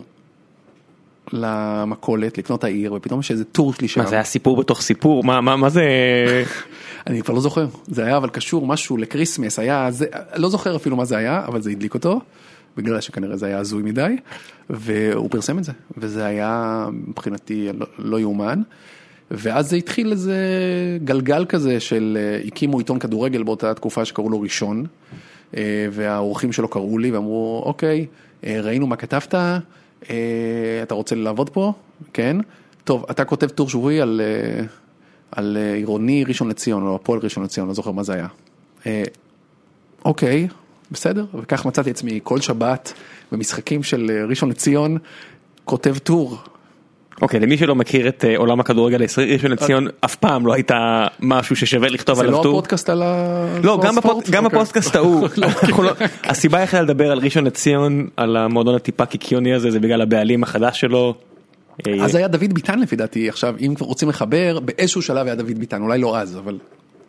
למקולת, לקנות העיר, ופתאום יש איזה טור שלי שם. מה, זה היה סיפור בתוך סיפור? מה, מה, מה זה? אני כבר לא זוכר. זה היה אבל קשור משהו לקריסמס, היה, זה, לא זוכר אפילו מה זה היה, אבל זה הדליק אותו, בגלל שכנראה זה היה הזוי מדי, והוא פרסם את זה, וזה היה מבחינתי לא, לא יאומן, ואז זה התחיל איזה גלגל כזה של, הקימו עיתון כדורגל באותה תקופה שקראו לו ראשון, והאורחים שלו קראו לי ואמרו, אוקיי, ראינו מה כתבת, אתה רוצה לעבוד פה? כן. טוב, אתה כותב טור שבועי על, על עירוני ראשון לציון, או הפועל ראשון לציון, לא זוכר מה זה היה. אוקיי, בסדר, וכך מצאתי עצמי כל שבת במשחקים של ראשון לציון, כותב טור. אוקיי, למי שלא מכיר את עולם הכדורגל הישראלי, ראשון לציון אף פעם לא הייתה משהו ששווה לכתוב עליו טור. זה לא הפודקאסט על הספורט? לא, גם הפודקאסט ההוא. הסיבה היחידה לדבר על ראשון לציון, על המועדון הטיפה קיקיוני הזה, זה בגלל הבעלים החדש שלו. אז היה דוד ביטן לפי דעתי, עכשיו אם כבר רוצים לחבר, באיזשהו שלב היה דוד ביטן, אולי לא אז, אבל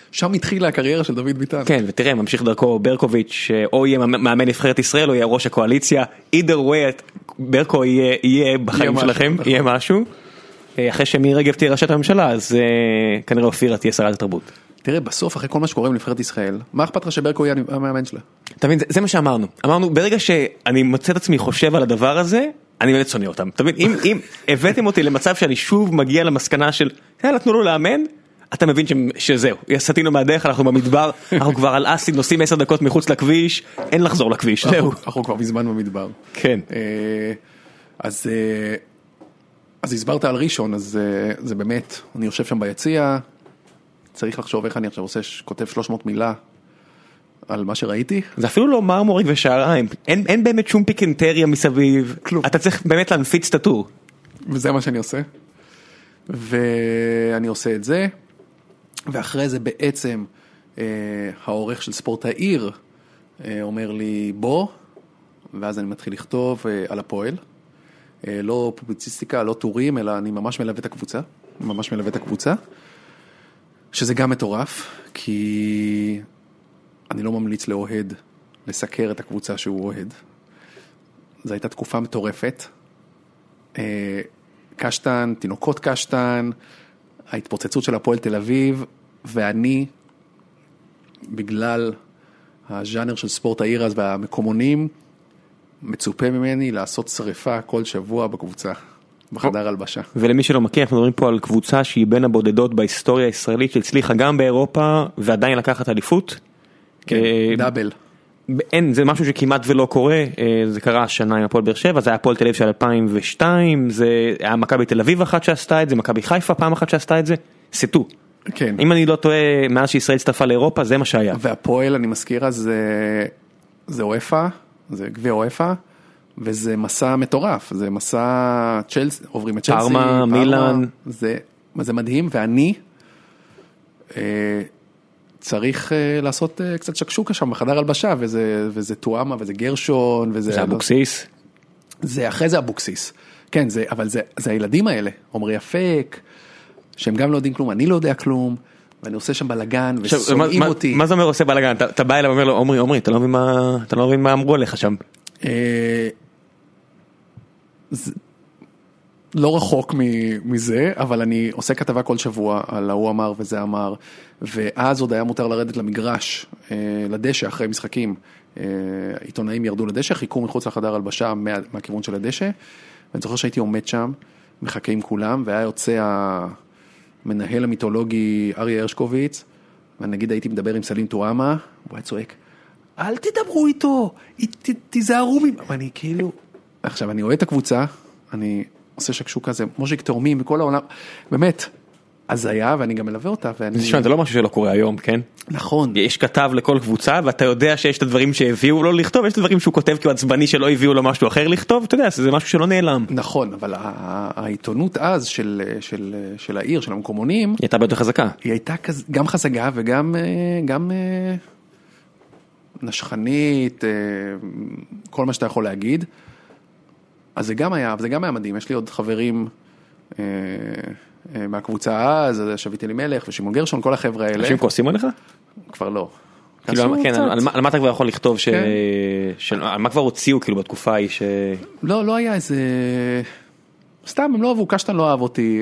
שם התחילה הקריירה של דוד ביטן. כן, ותראה, ממשיך דרכו ברקוביץ', או יהיה מאמן נבחרת ישראל, או יהיה ראש הקואליציה, either way, ברקו יהיה, יהיה בחיים יהיה שלכם, משהו, יהיה משהו. אחרי שמירי רגב תהיה ראשת הממשלה, אז כנראה אופירה תהיה שרת התרבות. תראה, בסוף, אחרי כל מה שקורה עם נבחרת ישראל, מה אכפת לך שברקו יהיה המאמן שלה? אתה מבין, זה, זה מה שאמרנו. אמרנו, ברגע שאני מוצא את עצמי חושב על הדבר הזה, אני באמת שונא אותם. אתה מבין, אם, אם הבאתם אותי למצב שאני שוב מגיע למסקנה של, יאללה, תנו לו לאמן, אתה מבין ש, שזהו, סטינו מהדרך, אנחנו במדבר, אנחנו כבר על אסיד, נוסעים עשר דקות מחוץ לכביש, אין לחזור לכביש, זהו. אנחנו כבר מזמן במדבר. כן. אז, אז הסברת על ראשון, אז זה באמת, אני יושב שם ביציע, צריך לחשוב איך אני עכשיו עושה, כותב שלוש מאות מילה על מה שראיתי. זה אפילו לא מרמורק ושעריים, אין, אין באמת שום פיקנטריה מסביב, כלום. אתה צריך באמת להנפיץ את הטור. וזה מה שאני עושה. ואני עושה את זה, ואחרי זה בעצם אה, העורך של ספורט העיר אה, אומר לי בוא, ואז אני מתחיל לכתוב אה, על הפועל, אה, לא פובליציסטיקה, לא טורים, אלא אני ממש מלווה את הקבוצה, ממש מלווה את הקבוצה, שזה גם מטורף, כי אני לא ממליץ לאוהד לסקר את הקבוצה שהוא אוהד. זו הייתה תקופה מטורפת. אה, קשטן, תינוקות קשטן, ההתפוצצות של הפועל תל אביב, ואני, בגלל הז'אנר של ספורט העיר אז והמקומונים, מצופה ממני לעשות שריפה כל שבוע בקבוצה, בחדר הלבשה. ולמי שלא מכיר, אנחנו מדברים פה על קבוצה שהיא בין הבודדות בהיסטוריה הישראלית, שהצליחה גם באירופה, ועדיין לקחת אליפות. כן, דאבל. אין, זה משהו שכמעט ולא קורה, זה קרה השנה עם הפועל באר שבע, זה היה הפועל תל אביב של אלפיים ושתיים, זה היה מכבי תל אביב אחת שעשתה את זה, מכבי חיפה פעם אחת שעשתה את זה, סטו. כן. אם אני לא טועה, מאז שישראל הצטרפה לאירופה, זה מה שהיה. והפועל, אני מזכיר, אז זה אופה, זה גביע אופה, וזה מסע מטורף, זה מסע צ'לסי, עוברים את צ'לסי, פארמה, מילאן. זה, זה מדהים, ואני צריך לעשות קצת שקשוקה שם בחדר הלבשה, וזה, וזה טועמה, וזה גרשון, וזה... זה אבוקסיס. זה אחרי זה אבוקסיס. כן, זה, אבל זה, זה הילדים האלה, עומרי אפק, שהם גם לא יודעים כלום, אני לא יודע כלום, ואני עושה שם בלגן, ושומעים אותי. מה זה אומר עושה בלגן? אתה, אתה בא אליו ואומר לו, עומרי, עומרי, אתה לא מבין מה, אתה לא מבין מה אמרו עליך שם. זה, לא רחוק מזה, אבל אני עושה כתבה כל שבוע על ההוא אמר וזה אמר, ואז עוד היה מותר לרדת למגרש, לדשא אחרי משחקים. עיתונאים ירדו לדשא, חיכו מחוץ לחדר הלבשה מה, מהכיוון של הדשא, ואני זוכר שהייתי עומד שם, מחכה עם כולם, והיה יוצא המנהל המיתולוגי אריה הרשקוביץ, ונגיד הייתי מדבר עם סלים טועמה, הוא היה צועק, אל תדברו איתו, ת, תיזהרו ממנו, ואני כאילו, עכשיו אני רואה את הקבוצה, אני עושה שקשוק כזה, מושיק תאומים בכל העולם, באמת, אז היה, ואני גם מלווה אותה, ואני... זה, זה לא משהו שלא קורה היום, כן? נכון. יש כתב לכל קבוצה, ואתה יודע שיש את הדברים שהביאו לו לכתוב, יש את הדברים שהוא כותב כי הוא עצבני שלא הביאו לו משהו אחר לכתוב, אתה יודע, זה משהו שלא נעלם. נכון, אבל העיתונות אז של, של, של העיר, של המקומונים... היא הייתה ביותר חזקה. היא הייתה גם חזקה וגם גם נשכנית, כל מה שאתה יכול להגיד. אז זה גם היה, וזה גם היה מדהים, יש לי עוד חברים... מהקבוצה אז, שביט אלימלך ושמעון גרשון, כל החבר'ה האלה. אנשים כועסים עליך? כבר לא. כאילו, כן, על מה אתה כבר יכול לכתוב, על מה כבר הוציאו כאילו בתקופה ההיא ש... לא, לא היה איזה... סתם, הם לא אהבו, קשטן לא אהב אותי,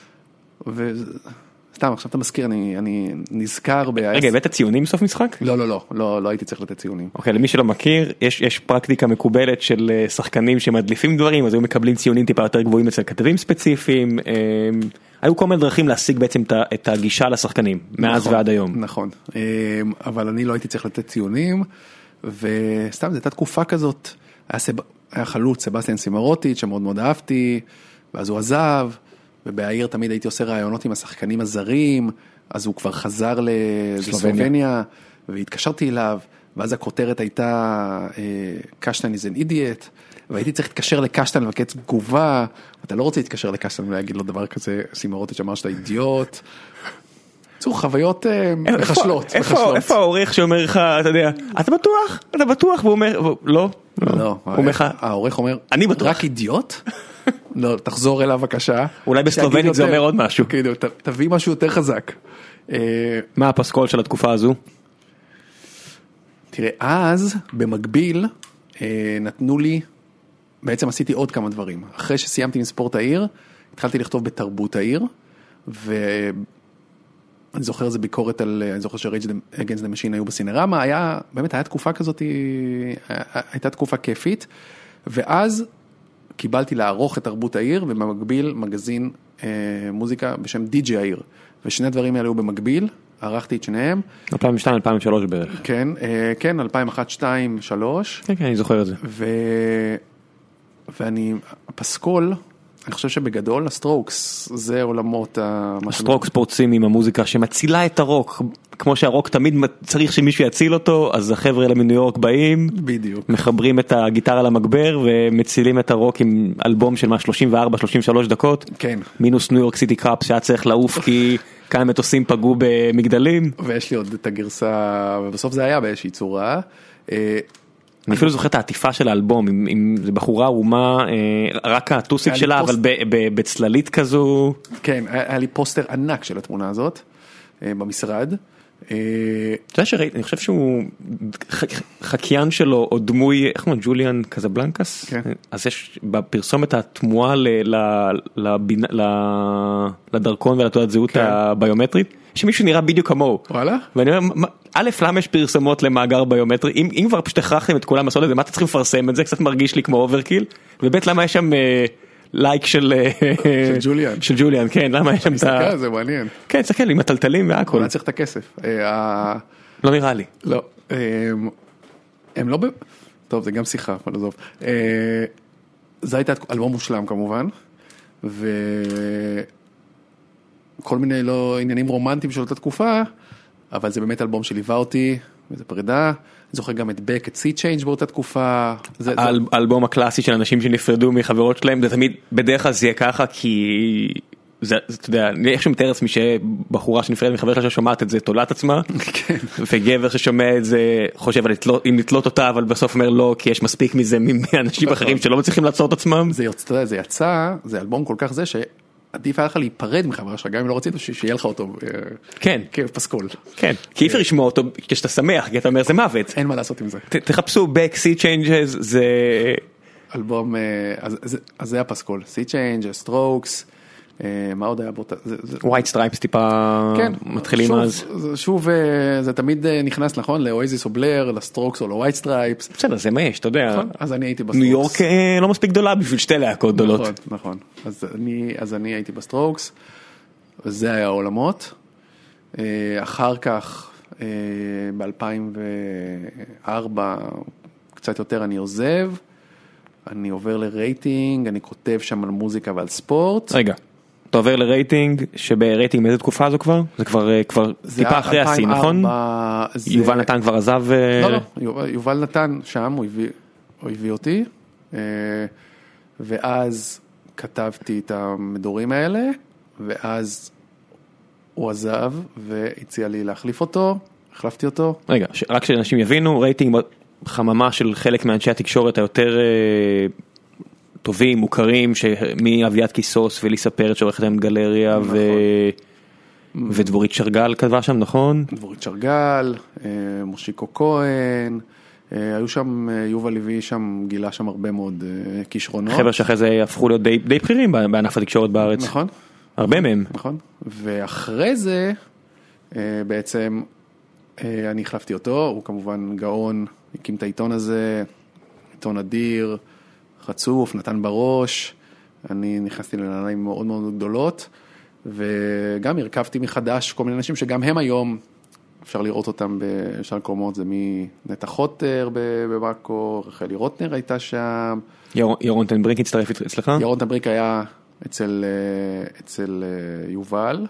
סתם, עכשיו אתה מזכיר, אני נזכר... רגע, הבאת ציונים בסוף משחק? לא, לא, לא, לא הייתי צריך לתת ציונים. אוקיי, למי שלא מכיר, יש פרקטיקה מקובלת של שחקנים שמדליפים דברים, אז היו מקבלים ציונים טיפה יותר גבוהים אצל כתבים ספציפיים, היו כל מיני דרכים להשיג בעצם את הגישה לשחקנים, מאז ועד היום. נכון, אבל אני לא הייתי צריך לתת ציונים, וסתם, זו הייתה תקופה כזאת, היה חלוץ, סבסטיאן סימרוטיץ', שמאוד מאוד אהבתי, ואז הוא עזב, ובעיר תמיד הייתי עושה רעיונות עם השחקנים הזרים, אז הוא כבר חזר לסלובניה, והתקשרתי אליו, ואז הכותרת הייתה, קשטן is an idiot, והייתי צריך להתקשר לקשטן לבקש תגובה, אתה לא רוצה להתקשר לקשטן ולהגיד לו דבר כזה, סימרוטיץ' אמר שאתה אידיוט, זו חוויות מחשלות. איפה העורך שאומר לך, אתה יודע, אתה בטוח? אתה בטוח? והוא אומר, לא, לא, העורך אומר, רק אידיוט? לא, תחזור אליו בבקשה. אולי בסלובנית זה אומר עוד משהו. כאילו, תביא משהו יותר חזק. מה הפסקול של התקופה הזו? תראה, אז במקביל נתנו לי, בעצם עשיתי עוד כמה דברים. אחרי שסיימתי עם ספורט העיר, התחלתי לכתוב בתרבות העיר, ואני זוכר איזה ביקורת על, אני זוכר ש-Rage Against the Machine היו בסינרמה, היה, באמת הייתה תקופה כזאת, הייתה תקופה כיפית, ואז קיבלתי לערוך את תרבות העיר, ובמקביל מגזין אה, מוזיקה בשם די-ג'יי העיר, ושני הדברים האלה היו במקביל, ערכתי את שניהם. אלפיים ושתיים אלפיים ושלוש בערך. כן, אה, כן, אלפיים ואחת, שתיים, שלוש. כן, כן, אני זוכר את זה. ו... ואני, הפסקול, אני חושב שבגדול, הסטרוקס, זה עולמות ה... הסטרוקס פורצים עם המוזיקה שמצילה את הרוק, כמו שהרוק תמיד צריך שמישהו יציל אותו, אז החבר'ה האלה מניו יורק באים, בדיוק. מחברים את הגיטרה למגבר, ומצילים את הרוק עם אלבום של מה, שלושים וארבע שלושים ושלוש דקות, כן. מינוס ניו יורק סיטי קראפ, שהיה צריך לעוף כי כמה מטוסים פגעו במגדלים. ויש לי עוד את הגרסה, ובסוף זה היה באיזושהי צורה, אני אפילו זוכר את העטיפה של האלבום, עם בחורה ערומה, רק הטוסיק שלה, אבל בצללית כזו. כן, היה לי פוסטר ענק של התמונה הזאת, במשרד. אתה יודע שראיתי, אני חושב שהוא חקיין שלו, או דמוי, איך אומרים, ג'וליאן קזבלנקס? אז יש בפרסומת התמועה לדרכון ולתעודת זהות הביומטרית, שמישהו נראה בדיוק כמוהו. וואלה? ואני אומר, א', למה יש פרסומות למאגר ביומטרי? אם, אם כבר פשוט הכרחתם את כולם לעשות את זה, מה אתה צריכים לפרסם את זה? קצת מרגיש לי כמו אוברקיל. וב', למה יש שם לייק של של ג'וליאן. של ג'וליאן, כן, למה יש שם את ה... זה מעניין. כן, תסתכל, עם הטלטלים והכל. אולי צריך את הכסף. לא נראה לי. לא. הם לא... טוב, זה גם שיחה, אבל עזוב. זה הייתה אלבום מושלם כמובן, ו... כל מיני לא עניינים רומנטיים של אותה תקופה, אבל זה באמת אלבום שליווה אותי, וזה פרידה. אני זוכר גם את בק, את סי צ'יינג' באותה תקופה. זה, האל, זה... האלבום הקלאסי של אנשים שנפרדו מחברות שלהם, זה תמיד, בדרך כלל זה יהיה ככה, כי זה, זה, אתה יודע, איך שמתאר עצמי שבחורה שנפרדת מחברת שלה שומעת את זה, תולעת עצמה, כן. וגבר ששומע את זה, חושב על לתלות, אם לתלות אותה, אבל בסוף אומר לא, כי יש מספיק מזה מאנשים אחרים שלא מצליחים לעצור את עצמם. זה יוצא, זה יצא, זה אלבום כל כך זה ש... עדיף היה לך להיפרד מחברה שלך, גם אם לא רצית שיהיה לך אותו. כן. כפסקול. כן, כי אי אפשר לשמוע אותו כשאתה שמח, כי אתה אומר זה מוות. אין מה לעשות עם זה. תחפשו back sea changes, זה... אלבום, אז זה הפסקול. sea changes, strokes, מה עוד היה באותה... white stripes טיפה מתחילים אז. שוב, זה תמיד נכנס, נכון, לאויזיס או בלר, לסטרוקס או לווייט סטרייפס. בסדר, זה מה יש, אתה יודע. אז אני הייתי בסטרוקס. ניו יורק לא מספיק גדולה בשביל שתי להקות גדולות. נכון, נכון. אז אני הייתי בסטרוקס, וזה היה העולמות. אחר כך, ב-אלפיים וארבע, קצת יותר אני עוזב, אני עובר לרייטינג, אני כותב שם על מוזיקה ועל ספורט. רגע. אתה עובר לרייטינג, שברייטינג מאיזה תקופה זו כבר? זה כבר, כבר טיפה אחרי השיא, נכון? זה... יובל נתן כבר עזב... לא, לא, יובל נתן שם, הוא הביא, הוא הביא אותי, ואז כתבתי את המדורים האלה, ואז הוא עזב, והציע לי להחליף אותו, החלפתי אותו. רגע, רק שאנשים יבינו, רייטינג חממה של חלק מאנשי התקשורת היותר... טובים, מוכרים, מאביעד כיסוס וליסה פרץ שעורכת להם גלריה, נכון. ו... ודבורית שרגל כתבה שם, נכון? דבורית שרגל, מושיקו כהן, היו שם, יובל לוי שם, גילה שם הרבה מאוד כישרונות. חבר'ה שאחרי זה הפכו להיות די, די בכירים בענף התקשורת בארץ. נכון. הרבה מהם. נכון. ואחרי זה, בעצם, אני החלפתי אותו, הוא כמובן גאון, הקים את העיתון הזה, עיתון אדיר, חצוף, נתן בראש, אני נכנסתי לנעליים מאוד מאוד גדולות, וגם הרכבתי מחדש כל מיני אנשים שגם הם היום, אפשר לראות אותם בשאר קומות, זה מנטע חוטר בבאקו, רחלי רוטנר הייתה שם. ירון טנבריק הצטרף אצלך? ירון טנבריק היה אצל, אצל יובל,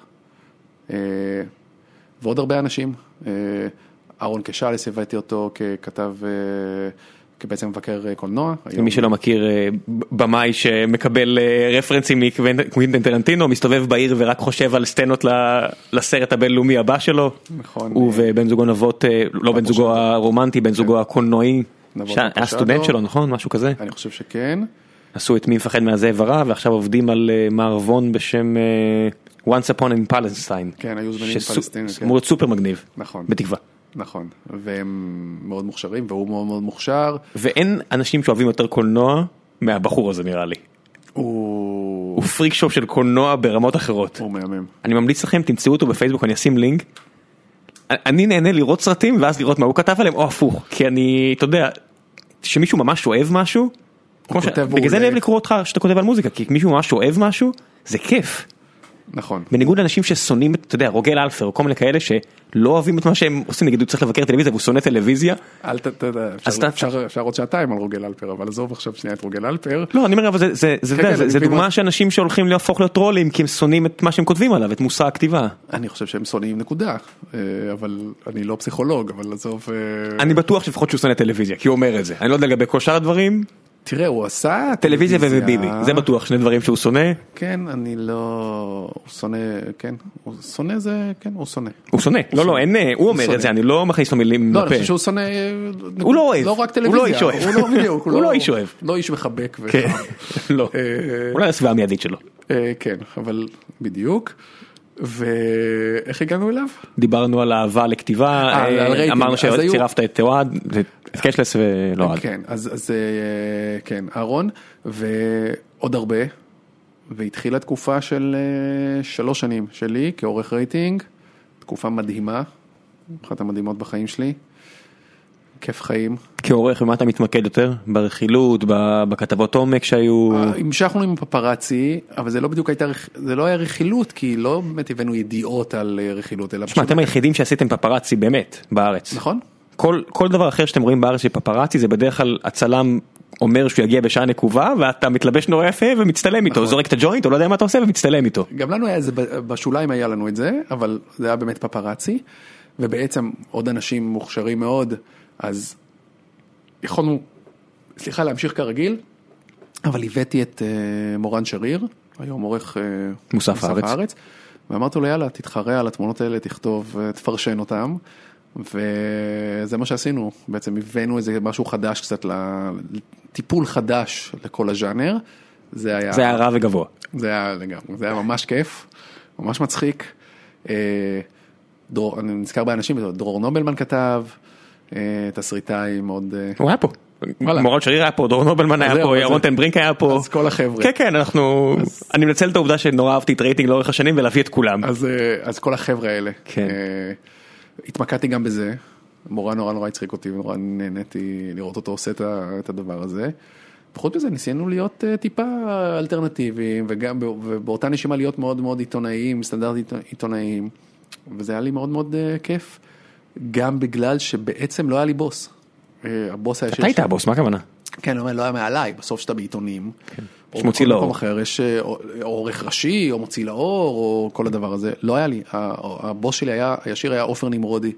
ועוד הרבה אנשים. אהרון קשלס הבאתי אותו ככתב... בעצם מבקר קולנוע. מי שלא מכיר, במאי שמקבל רפרנסים מקווינטין טרנטינו, מסתובב בעיר ורק חושב על סצנות לסרט הבינלאומי הבא שלו. נכון. הוא ובן זוגו נבות, לא בן זוגו הרומנטי, בן זוגו הקולנועי, היה סטודנט שלו, נכון? משהו כזה? אני חושב שכן. עשו את מי מפחד מהזאב הרע, ועכשיו עובדים על מערבון בשם Once Upon in Palestine. כן, היו זמנים פלסטין. אמור להיות סופר מגניב. נכון. בתקווה. נכון, והם מאוד מוכשרים, והוא מאוד מאוד מוכשר. ואין אנשים שאוהבים יותר קולנוע מהבחור הזה נראה לי. הוא... הוא פריק שואו של קולנוע ברמות אחרות. הוא מהמם. אני ממליץ לכם, תמצאו אותו בפייסבוק, אני אשים לינק. אני נהנה לראות סרטים, ואז לראות מה הוא כתב עליהם, או הפוך. כי אני, אתה יודע, שמישהו ממש אוהב משהו, בגלל זה אני אוהב לקרוא אותך שאתה כותב על מוזיקה, כי מישהו ממש אוהב משהו, זה כיף. נכון. בניגוד לאנשים ששונאים, אתה יודע, רוגל אלפר, או כל מיני כאלה שלא אוהבים את מה שהם עושים, נגיד הוא צריך לבקר טלוויזיה, והוא שונא טלוויזיה. אל ת, אפשר עוד שעתיים על רוגל אלפר, אבל עזוב עכשיו שנייה את רוגל אלפר. לא, אני אומר, אבל זה דוגמה שאנשים שהולכים להפוך להיות טרולים, כי הם שונאים את מה שהם כותבים עליו, את מושא הכתיבה. אני חושב שהם שונאים נקודה, אבל אני לא פסיכולוג, אבל עזוב. אני בטוח שלפחות שהוא שונא טלוויזיה, כי הוא אומר את זה. אני לא יודע לגבי כל שאר הדברים. תראה, הוא עשה טלוויזיה וביבי, זה בטוח, שני דברים שהוא שונא. כן, אני לא, הוא שונא, כן, הוא שונא זה, כן, הוא שונא. הוא שונא, לא, לא, אין, הוא אומר את זה, אני לא מכניס לו מילים לפה. לא, אני חושב שהוא שונא, הוא לא אוהב, לא רק טלוויזיה, הוא לא איש אוהב, הוא לא איש אוהב. לא איש מחבק. כן, לא, אולי הסביבה המיידית שלו. כן, אבל בדיוק. ואיך הגענו אליו? דיברנו על אהבה לכתיבה, אמרנו שצירפת את אוהד, את קשלס ולא אוהד. כן, אז כן, אהרון, ועוד הרבה, והתחילה תקופה של שלוש שנים שלי כעורך רייטינג, תקופה מדהימה, אחת המדהימות בחיים שלי, כיף חיים. כעורך, ומה אתה מתמקד יותר? ברכילות, בכתבות עומק שהיו? המשכנו עם פפרצי, אבל זה לא בדיוק הייתה, זה לא היה רכילות, כי לא באמת הבאנו ידיעות על רכילות, אלא... תשמע, אתם היחידים שעשיתם פפרצי באמת בארץ. נכון. כל, כל דבר אחר שאתם רואים בארץ של פפרצי, זה בדרך כלל הצלם אומר שהוא יגיע בשעה נקובה, ואתה מתלבש נורא יפה ומצטלם איתו, זורק את הג'וינט, או לא יודע מה אתה עושה, ומצטלם איתו. גם לנו היה זה, בשוליים היה לנו את זה, אבל זה היה באמת פפרצי, ובעצם עוד אנשים מוכשרים מאוד, אז יכולנו, סליחה, להמשיך כרגיל, אבל הבאתי את uh, מורן שריר, היום עורך uh, מוסף הארץ. הארץ, ואמרתי לו, יאללה, תתחרה על התמונות האלה, תכתוב, תפרשן אותם, וזה מה שעשינו, בעצם הבאנו איזה משהו חדש קצת, לטיפול חדש לכל הז'אנר, זה היה... זה היה רע וגבוה. זה היה לגמרי, זה היה ממש כיף, ממש מצחיק, דרור, אני נזכר באנשים, דרור נובלמן כתב, תסריטאי מאוד... הוא היה פה, מורן שריר היה פה, דרור נובלמן היה פה, ירון טנברינק היה פה. אז כל החבר'ה. כן, כן, אנחנו... אני מנצל את העובדה שנורא אהבתי את רייטינג לאורך השנים, ולהביא את כולם. אז כל החבר'ה האלה. כן. התמקדתי גם בזה, מורן נורא נורא הצחיק אותי, ונורא נהניתי לראות אותו עושה את הדבר הזה. פחות בזה, ניסינו להיות טיפה אלטרנטיביים, וגם באותה נשימה להיות מאוד מאוד עיתונאיים, סטנדרט עיתונאיים, וזה היה לי מאוד מאוד כיף, גם בגלל שבעצם לא היה לי בוס. הבוס היה... אתה היית הבוס, מה הכוונה? כן, לא היה מעליי, בסוף שאתה בעיתונים, יש מוציא לאור. אחר, יש עורך ראשי, או מוציא לאור, או כל הדבר הזה. לא היה לי. הבוס שלי היה, הישיר היה עופר נמרודי.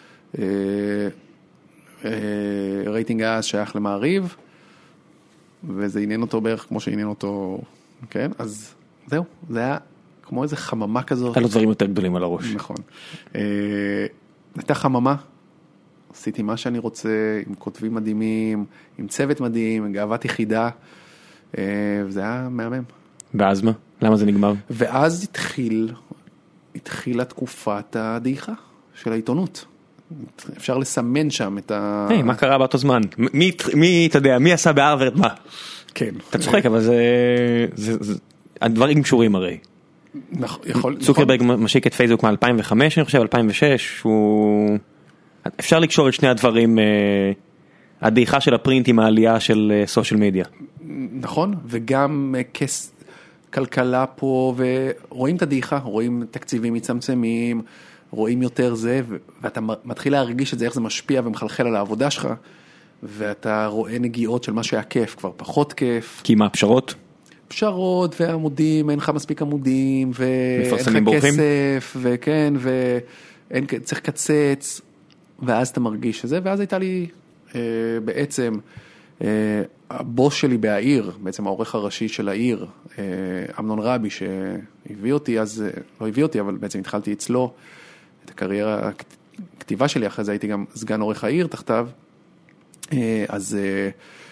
רייטינג היה שייך למעריב, וזה עניין אותו בערך כמו שעניין אותו, כן? אז זהו, זה היה כמו איזה חממה כזאת. הייתה לו דברים יותר גדולים על הראש. נכון. הייתה חממה, עשיתי מה שאני רוצה, עם כותבים מדהימים, עם צוות מדהים, עם גאוות יחידה, וזה היה מהמם. ואז מה? למה זה נגמר? ואז התחיל, התחילה תקופת הדעיכה של העיתונות. אפשר לסמן שם את ה... היי, מה קרה באותו זמן? מי, מי, אתה יודע, מי עשה בהרווארד מה? כן. אתה צוחק, אבל זה... זה הדברים קשורים הרי. נכון. צוקרברג משיק את פייסבוק מ-אלפיים וחמש, אני חושב, אלפיים ושש, הוא... אפשר לקשור את שני הדברים, הדעיכה של הפרינט עם העלייה של סושיאל מדיה. נכון, וגם כס כלכלה פה, ורואים את הדעיכה, רואים תקציבים מצמצמים, רואים יותר זה, ואתה מתחיל להרגיש את זה, איך זה משפיע ומחלחל על העבודה שלך, ואתה רואה נגיעות של מה שהיה כיף, כבר פחות כיף. כי מה, פשרות? פשרות ועמודים, אין לך מספיק עמודים, ואין לך כסף, וכן, וצריך קצץ, ואז אתה מרגיש שזה, ואז הייתה לי אה, בעצם, אה, הבוס שלי בעיר, בעצם העורך הראשי של העיר, אה, אמנון רבי, שהביא אותי, אז לא הביא אותי, אבל בעצם התחלתי אצלו את הקריירה, הכתיבה שלי, אחרי זה הייתי גם סגן עורך העיר תחתיו, אה, אז אה,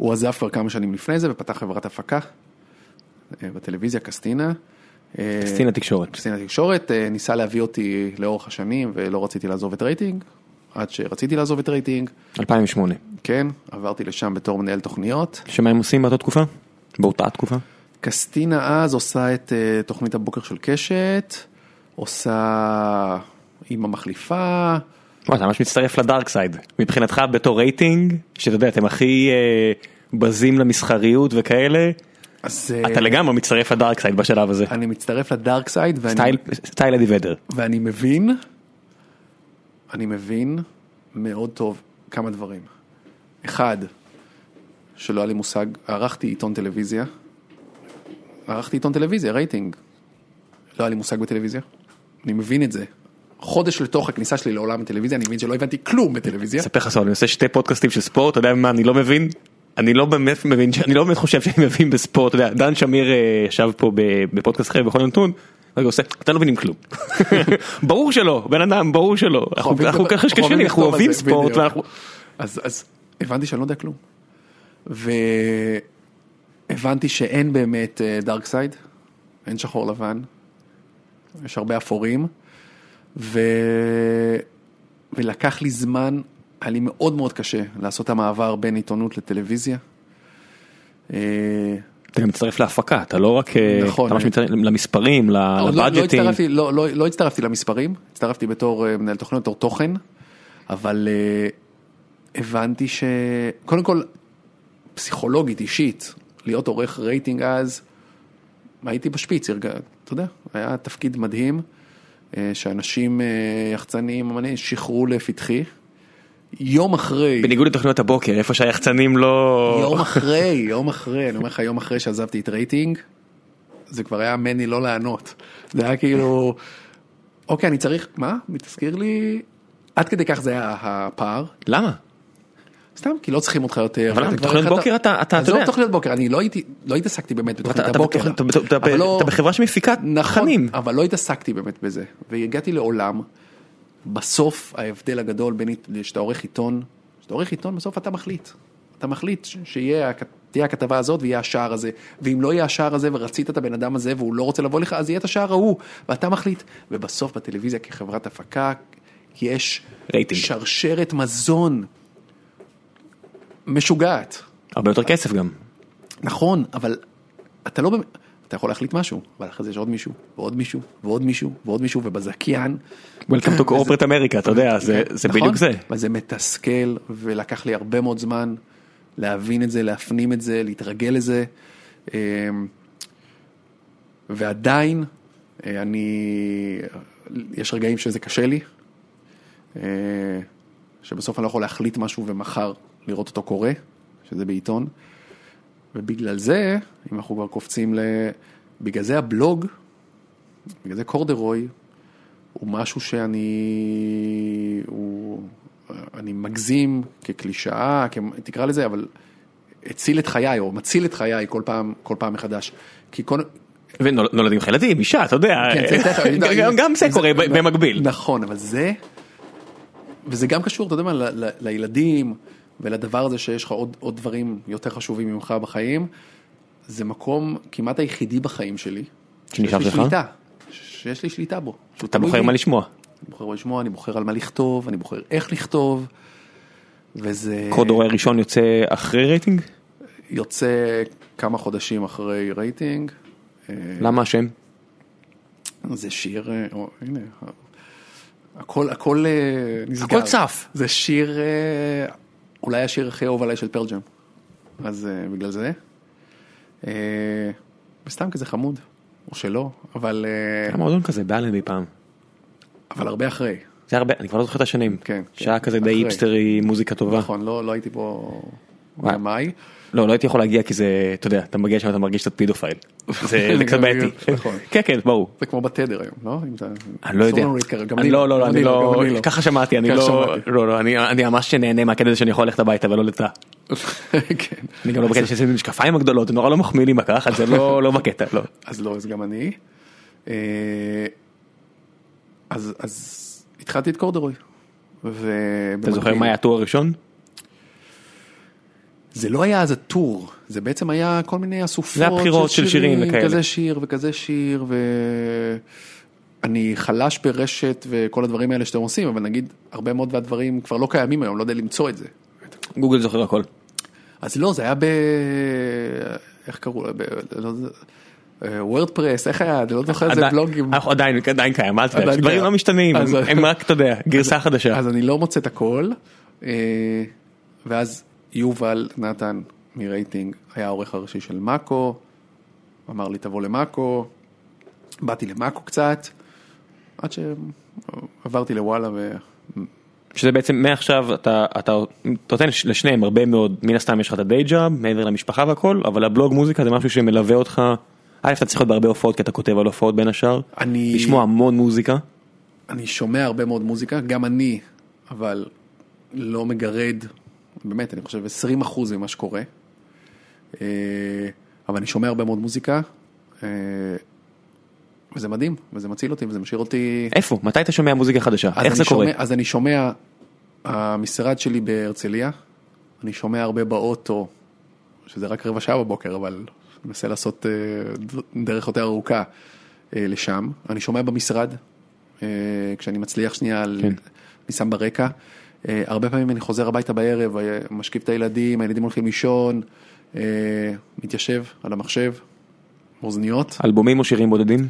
הוא עזב כבר כמה שנים לפני זה, ופתח חברת הפקה, בטלוויזיה, קסטינה. קסטינה תקשורת. קסטינה תקשורת, ניסה להביא אותי לאורך השנים, ולא רציתי לעזוב את רייטינג, עד שרציתי לעזוב את רייטינג. אלפיים ושמונה. כן, עברתי לשם בתור מנהל תוכניות. שמה הם עושים באותה תקופה? באותה תקופה? קסטינה אז עושה את uh, תוכנית הבוקר של קשת, עושה אמא מחליפה. וואי, אתה ממש מצטרף לדארק סייד. מבחינתך בתור רייטינג, שאתה יודע, אתם הכי uh, בזים למסחריות וכאלה, אז, אתה uh, לגמרי מצטרף לדארק סייד בשלב הזה. אני מצטרף לדארק סייד, ואני, סטייל, סטייל אדי ודר. ואני מבין, אני מבין מאוד טוב כמה דברים. אחד, שלא היה לי מושג, ערכתי עיתון טלוויזיה, ערכתי עיתון טלוויזיה, רייטינג, לא היה לי מושג בטלוויזיה, אני מבין את זה. חודש לתוך הכניסה שלי לעולם הטלוויזיה, אני מבין שלא הבנתי כלום בטלוויזיה. ספר חסון, אני עושה שתי פודקאסטים של ספורט, אתה יודע מה, אני לא מבין, אני לא באמת מבין, אני לא באמת חושב שאני מבין בספורט, אתה יודע, דן שמיר ישב פה בפודקאסט אחר בכל נתון, ואני עושה, אתה לא מבינים כלום. ברור שלא, בן אדם, ברור שלא, אנחנו ככה שקשרים, אנחנו אוהבים ספורט, אז הבנתי שאני לא יודע כלום. והבנתי שאין באמת דארק סייד, אין שחור לבן, יש הרבה אפורים, ו... ולקח לי זמן, היה לי מאוד מאוד קשה לעשות המעבר בין עיתונות לטלוויזיה. אתה גם מצטרף להפקה, אתה לא רק, נכון, אתה ממש מצטרף למספרים, לבאג'טים. לא, לא, לא, לא הצטרפתי למספרים, הצטרפתי בתור מנהל תוכניות, בתור תוכן, אבל הבנתי ש... קודם כל, פסיכולוגית, אישית, להיות עורך רייטינג אז, הייתי בשפיץ, אתה יודע, היה תפקיד מדהים, שאנשים יחצנים, שחררו לפתחי, יום אחרי... בניגוד לתוכניות הבוקר, איפה שהיחצנים לא... יום אחרי, יום אחרי, אני אומר לך, יום אחרי שעזבתי את רייטינג, זה כבר היה מני לא לענות. זה היה כאילו, אוקיי, אני צריך, מה? מתזכיר לי, עד כדי כך זה היה הפער. למה? סתם, כי לא צריכים אותך יותר. אבל בתוכניות בוקר אתה, אתה יודע. לא בתוכניות בוקר, אני לא התעסקתי באמת בתוכניות הבוקר. אתה בחברה שמפיקה תכנים. אבל לא התעסקתי באמת בזה. והגעתי לעולם, בסוף ההבדל הגדול בין שאתה עורך עיתון, שאתה עורך עיתון, בסוף אתה מחליט. אתה מחליט שיהיה הכתבה הזאת ויהיה השער הזה. ואם לא יהיה השער הזה ורצית את הבן אדם הזה והוא לא רוצה לבוא לך, אז יהיה את השער ההוא. ואתה מחליט. ובסוף בטלוויזיה כחברת הפקה, יש שרשרת מזון משוגעת. הרבה יותר כסף גם. נכון, אבל אתה לא, אתה יכול להחליט משהו, אבל אחרי זה יש עוד מישהו, ועוד מישהו, ועוד מישהו, ועוד מישהו, ובזקיין. Welcome to corporate America, אתה יודע, זה בדיוק זה. וזה מתסכל, ולקח לי הרבה מאוד זמן להבין את זה, להפנים את זה, להתרגל לזה. ועדיין, אני, יש רגעים שזה קשה לי, שבסוף אני לא יכול להחליט משהו ומחר לראות אותו קורה, שזה בעיתון, ובגלל זה, אם אנחנו כבר קופצים ל... בגלל זה הבלוג, בגלל זה קורדרוי, הוא משהו שאני... הוא... אני מגזים כקלישאה, כ... תקרא לזה, אבל הציל את חיי, או מציל את חיי כל פעם, כל פעם מחדש. כי כל... ונולדים חילדים, אישה, אתה יודע, גם זה קורה במקביל. נכון, אבל זה... וזה גם קשור, אתה יודע מה, ל... לילדים... ולדבר הזה שיש לך עוד, עוד דברים יותר חשובים ממך בחיים, זה מקום כמעט היחידי בחיים שלי. שנשאר לך? שליטה, שיש לי שליטה בו. אתה בוחר מה לשמוע. אני בוחר מה לשמוע, אני בוחר על מה לכתוב, אני בוחר איך לכתוב, וזה... קורדרוי הראשון יוצא אחרי רייטינג? יוצא כמה חודשים אחרי רייטינג. למה השם? זה שיר, או, הנה, הכל, הכל נסגר. הכל צף. זה שיר... אולי השיר הכי אהוב עליי של פרל ג'ם. אז uh, בגלל זה. Uh, וסתם כזה חמוד, או שלא, אבל... היה מועדון כזה, באלנבי פעם. אבל הרבה אחרי. זה הרבה, אני כבר לא זוכר את השנים. כן. שעה כזה די היפסטרי, מוזיקה טובה. נכון, לא, לא הייתי פה במאי. לא, לא הייתי יכול להגיע כי זה, אתה יודע, אתה מגיע שם, אתה מרגיש קצת פידופייל. זה קצת בעייתי. כן, כן, ברור. זה כמו בתדר היום, לא? אני לא יודע. לא, לא, אני לא, ככה שמעתי, אני לא, לא, לא, אני ממש נהנה מהקטע הזה שאני יכול ללכת הביתה ולא לתא. אני גם לא בקטע שיש לי משקפיים הגדולות, זה נורא לא מחמיא לי בכך, זה לא בקטע, לא. אז לא, אז גם אני. אז התחלתי את קורדרוי. אתה זוכר מה היה הטור הראשון? זה לא היה אז הטור, זה בעצם היה כל מיני אסופות. זה הבחירות של שירים וכאלה. כזה שיר וכזה שיר, ואני חלש ברשת וכל הדברים האלה שאתם עושים, אבל נגיד, הרבה מאוד מהדברים כבר לא קיימים היום, לא יודע למצוא את זה. גוגל זוכר הכל. אז לא, זה היה ב... איך קראו? וורדפרס, איך היה? אני לא זוכר איזה בלוגים. עדיין, עדיין קיים, אל תדע, דברים לא משתנים, הם רק, אתה יודע, גרסה חדשה. אז אני לא מוצא את הכל, ואז יובל נתן מרייטינג היה העורך הראשי של מאקו, אמר לי תבוא למאקו, באתי למאקו קצת, עד שעברתי לוואלה ו... שזה בעצם מעכשיו אתה, אתה נותן לשניהם הרבה מאוד, מן הסתם יש לך את הדיי ג'אב, מעבר למשפחה והכל, אבל הבלוג מוזיקה זה משהו שמלווה אותך, א' אתה צריך להיות בהרבה הופעות, כי אתה כותב על הופעות בין השאר, אני... לשמוע המון מוזיקה. אני שומע הרבה מאוד מוזיקה, גם אני, אבל לא מגרד, באמת, אני חושב עשרים אחוז ממה שקורה, אבל אני שומע הרבה מאוד מוזיקה, וזה מדהים, וזה מציל אותי, וזה משאיר אותי... איפה? מתי אתה שומע מוזיקה חדשה? איך זה קורה? אז אני שומע, המשרד שלי בהרצליה, אני שומע הרבה באוטו, שזה רק רבע שעה בבוקר, אבל אני מנסה לעשות דרך יותר ארוכה לשם. אני שומע במשרד, כשאני מצליח שנייה, אני שם ברקע. הרבה פעמים אני חוזר הביתה בערב, משקיף את הילדים, הילדים הולכים לישון, מתיישב על המחשב, אוזניות. אלבומים או שירים בודדים?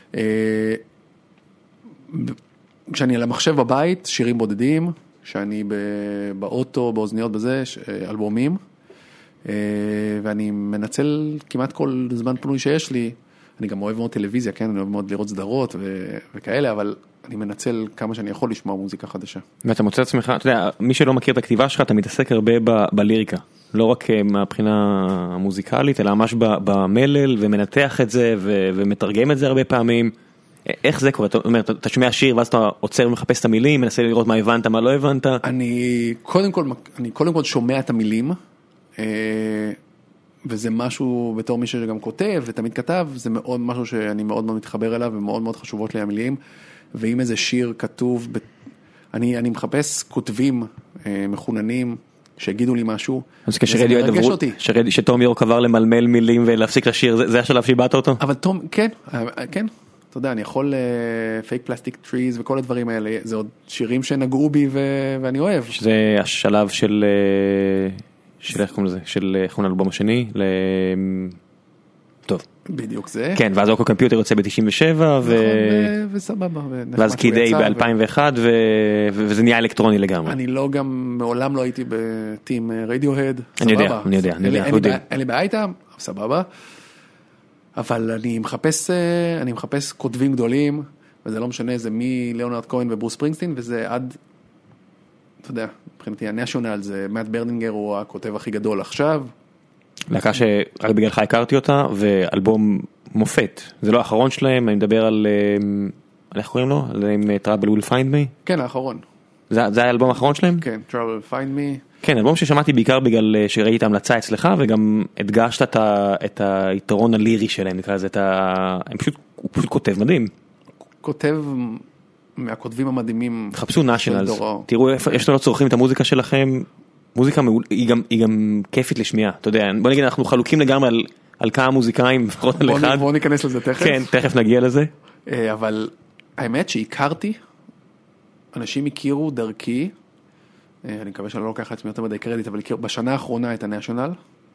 כשאני על המחשב בבית, שירים בודדים, כשאני באוטו, באוזניות בזה, אלבומים, ואני מנצל כמעט כל זמן פנוי שיש לי, אני גם אוהב מאוד טלוויזיה, כן, אני אוהב מאוד לראות סדרות וכאלה, אבל אני מנצל כמה שאני יכול לשמוע מוזיקה חדשה. ואתה מוצא עצמך, אתה יודע, מי שלא מכיר את הכתיבה שלך, אתה מתעסק הרבה ב- בליריקה, לא רק מהבחינה המוזיקלית, אלא ממש במלל, ומנתח את זה, ו- ומתרגם את זה הרבה פעמים. איך זה קורה? אתה אומר, אתה שומע שיר, ואז אתה עוצר ומחפש את המילים, מנסה לראות מה הבנת, מה לא הבנת? אני קודם כל, אני קודם כל שומע את המילים, וזה משהו, בתור מי שגם כותב, ותמיד כתב, זה מאוד משהו שאני מאוד מאוד מתחבר אליו, ומאוד מאוד חשובות לי המילים, ואם איזה שיר כתוב, אני, אני מחפש כותבים מחוננים, שיגידו לי משהו, וזה מרגש אותי. שתום יורק עבר למלמל מילים ולהפסיק לשיר, זה, זה השלב שאיבדת אותו? אבל תום, כן, כן, אתה יודע, אני יכול פייק פלסטיק טריז וכל הדברים האלה, זה עוד שירים שנגעו בי ו, ואני אוהב. שזה השלב של, של איך קוראים לזה, של איך קוראים לאלבום השני, ל... טוב. בדיוק זה. כן, ואז אוקו קומפיוטר יוצא ב-תשעים ושבע, נכון, וסבבה. ואז קידי ב-אלפיים ואחת, וזה נהיה אלקטרוני לגמרי. אני לא גם, מעולם לא הייתי בטים רדיוהד, אני יודע, אני יודע, אני יודע. אין לי בעיה איתם, סבבה. אבל אני מחפש, אני מחפש כותבים גדולים, וזה לא משנה, זה מליאונרד כהן וברוס ספרינגסטין, וזה עד, אתה יודע, מבחינתי הנשיונל, זה מאט ברנינגר הוא הכותב הכי גדול עכשיו. להקה שרק בגללך הכרתי אותה, ואלבום מופת. זה לא האחרון שלהם, אני מדבר על, על איך קוראים לו? על Trouble Will Find Me? כן, האחרון. זה, זה היה האלבום האחרון שלהם? כן, Trouble Will Find Me. כן, אלבום ששמעתי בעיקר בגלל שראיתי את ההמלצה אצלך, וגם הדגשת את, ה, את היתרון הלירי שלהם, נקרא לזה, את ה... הם פשוט, הוא פשוט כותב מדהים. כותב מהכותבים המדהימים. חפשו נשיונלס, תראו איפה, יש לנו צורכים את המוזיקה שלכם, מוזיקה היא גם, היא גם כיפית לשמיעה, אתה יודע, בוא נגיד, אנחנו חלוקים לגמרי על, על כמה מוזיקאים, לפחות על אחד. בוא ניכנס לזה תכף. כן, תכף נגיע לזה. אבל האמת שהכרתי, אנשים הכירו דרכי, אני מקווה שאני לא לוקח לעצמי יותר מדי קרדיט, אבל הכירו בשנה האחרונה את הנשיונל,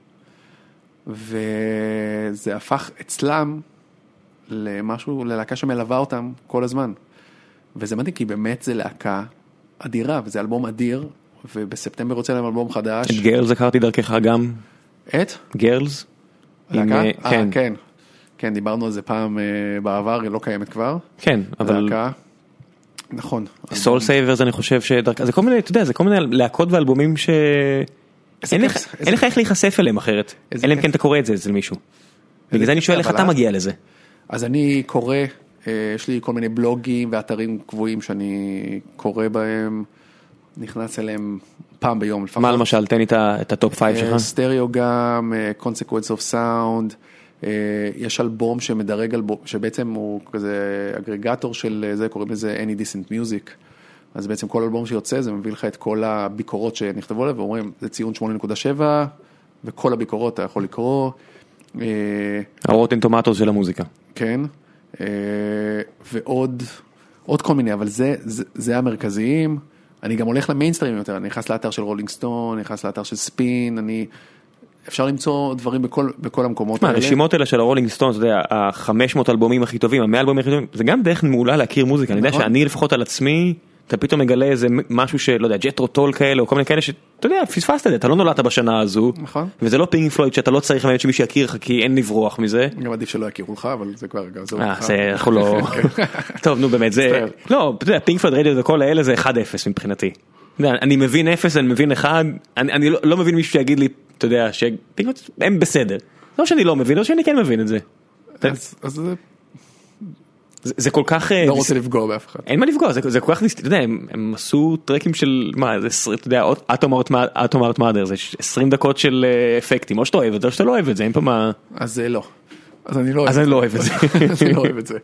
וזה הפך אצלם למשהו, ללהקה שמלווה אותם כל הזמן. וזה מדהים, כי באמת זה להקה אדירה, וזה אלבום אדיר, ובספטמבר רוצה להם אלבום חדש. את גרלס הכרתי דרכך גם. את? גרלס? להקה? אה, כן. כן, דיברנו על זה פעם בעבר, היא לא קיימת כבר. כן, אבל... להקה. נכון. סול סייברס אני חושב שדרכך, זה כל מיני, אתה יודע, זה כל מיני להקות ואלבומים ש... אין לך איך להיחשף אליהם אחרת. אלא אם כן אתה קורא את זה אצל מישהו. בגלל זה אני שואל איך אתה מגיע לזה. אז אני קורא, יש לי כל מיני בלוגים ואתרים קבועים שאני קורא בהם, נכנס אליהם פעם ביום. מה למשל, תן לי את הטופ פייב שלך. סטריאו גם, Consequence of Sound, יש אלבום שמדרג אלבום, שבעצם הוא כזה אגרגטור של זה, קוראים לזה Any Decent Music, אז בעצם כל אלבום שיוצא, זה מביא לך את כל הביקורות שנכתבו עליו, ואומרים, זה ציון שמונה נקודה שבע, וכל הביקורות אתה יכול לקרוא. הרוטן טומטוס של המוזיקה. כן, ועוד עוד כל מיני, אבל זה, זה, זה המרכזיים. אני גם הולך למיינסטרים יותר, אני נכנס לאתר של רולינג סטון, נכנס לאתר של ספין, אני... אפשר למצוא דברים בכל, בכל המקומות האלה. הרשימות האלה של הרולינג סטון, אתה יודע, ה-חמש מאות אלבומים הכי טובים, ה-מאה אלבומים הכי טובים, זה גם דרך מעולה להכיר מוזיקה. אני יודע שאני לפחות על עצמי, אתה פתאום מגלה איזה משהו שלא יודע, ג'טרו טול כאלה, או כל מיני כאלה שאתה יודע, פספסת את זה, אתה לא נולדת בשנה הזו, וזה לא פינק פלויד שאתה לא צריך באמת שמישהו יכיר לך, כי אין לברוח מזה. גם עדיף שלא יכירו לך, אבל זה כבר, גם זה לא לך. אה, זה לא... טוב, נו באמת, זה... לא, אתה יודע, פינק פלויד רדיו וכל האלה זה אחד אפס מבחינתי. אני מבין אפס, אני מבין אחד, אני לא מבין מישהו שיגיד לי, אתה יודע, שהם בסדר. לא שאני לא מבין, או שאני כן מבין את זה. אז זה... זה כל כך... לא רוצה לפגוע באף אחד. אין מה לפגוע, זה כל כך... אתה יודע, הם עשו טרקים של... מה, זה... אתה יודע, אטום ארט מאדר, זה עשרים דקות של אפקטים, או שאתה אוהב את זה, או שאתה לא אוהב את זה, אין פה מה... אז זה לא. אז אני לא אוהב את זה. אז אני לא אוהב את זה.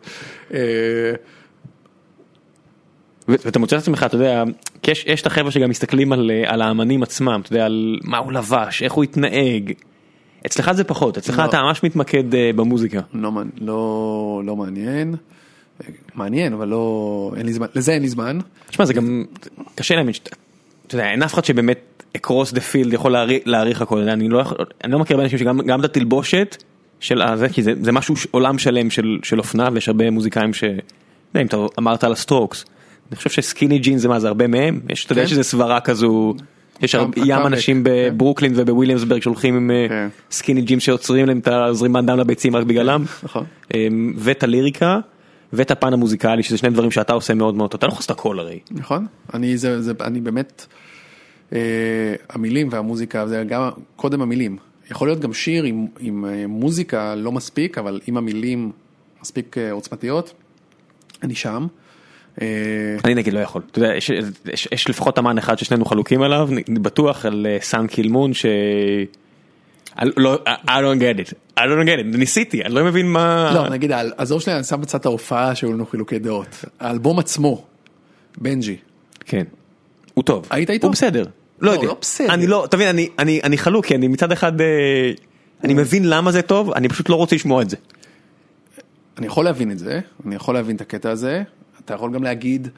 ואתה מוצא את עצמך, אתה יודע, יש את החבר'ה שגם מסתכלים על האמנים עצמם, אתה יודע, על מה הוא לבש, איך הוא התנהג. אצלך זה פחות, אצלך אתה ממש מתמקד במוזיקה. לא מעניין, מעניין, אבל לא, לזה אין לי זמן. תשמע, זה גם קשה להם, אתה יודע, אין אף אחד שבאמת across the field יכול להעריך הכל, אני לא מכיר באנשים שגם את התלבושת של זה, כי זה משהו, עולם שלם של אופנה, ויש הרבה מוזיקאים ש... אם אתה אמרת על הסטרוקס, אני חושב שסקיני ג'ין זה מה, זה הרבה מהם, יש, אתה יודע שזה סברה כזו, יש ים אנשים בברוקלין ובוויליאמסברג שהולכים עם סקיני ג'ים שעוצרים להם את הזרימת דם לביצים רק בגללם, ואת הליריקה, ואת הפן המוזיקלי, שזה שני דברים שאתה עושה מאוד מאוד, אתה לא חושב את הכל הרי. נכון, אני באמת, המילים והמוזיקה, זה גם קודם המילים, יכול להיות גם שיר עם מוזיקה לא מספיק, אבל עם המילים מספיק עוצמתיות, אני שם. אני נגיד לא יכול, אתה יודע, יש לפחות אמן אחד ששנינו חלוקים עליו, בטוח על סאן קילמון ש... I don't get it, I don't get it, ניסיתי, אני לא מבין מה... לא, נגיד, עזוב שלי, אני שם בצד ההופעה שהיו לנו חילוקי דעות, האלבום עצמו, בנג'י. כן, הוא טוב. היית איתו? הוא בסדר. לא יודע, אני לא, תבין, אני חלוק, כי אני מצד אחד, אני מבין למה זה טוב, אני פשוט לא רוצה לשמוע את זה. אני יכול להבין את זה, אני יכול להבין את הקטע הזה, אתה יכול גם להגיד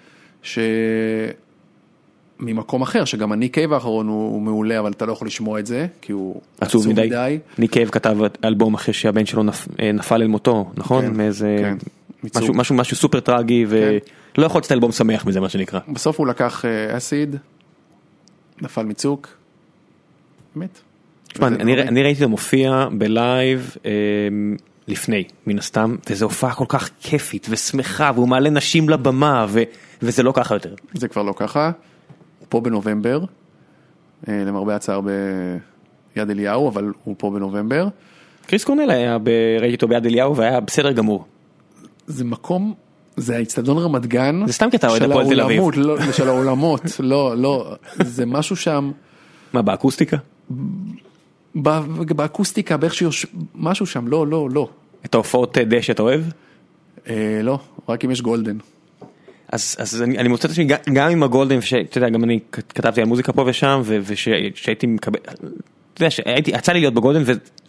שממקום אחר, שגם הניק קייב האחרון הוא מעולה, אבל אתה לא יכול לשמוע את זה, כי הוא עצוב מדי. ניק קייב כתב אלבום אחרי שהבן שלו נפל אל מותו, נכון? מאיזה משהו סופר טרגי, ולא יכול לצאת אלבום שמח מזה, מה שנקרא. בסוף הוא לקח אסיד, נפל מצוק, באמת. אני ראיתי אותו מופיע בלייב, לפני, מן הסתם, וזו הופעה כל כך כיפית ושמחה, והוא מעלה נשים לבמה, ו... וזה לא ככה יותר. זה כבר לא ככה. פה בנובמבר, למרבה הצער ביד אליהו, אבל הוא פה בנובמבר. קריס קורנל היה, ב... ראיתי אותו ביד אליהו, והיה בסדר גמור. זה מקום, זה האצטדיון רמת גן, זה סתם כי אתה אוהד הפועל תל אביב. לא, של העולמות, לא, לא, זה משהו שם. מה, באקוסטיקה? באקוסטיקה, באיך שיוש... משהו שם, לא, לא, לא. את ההופעות דשא אתה אוהב? אה, לא, רק אם יש גולדן. אז, אז אני, אני מוצא את עצמי, גם עם הגולדן, שאתה יודע, גם אני כתבתי על מוזיקה פה ושם, ושהייתי מקבל, אתה יודע, שהייתי, יצא לי להיות בגולדן,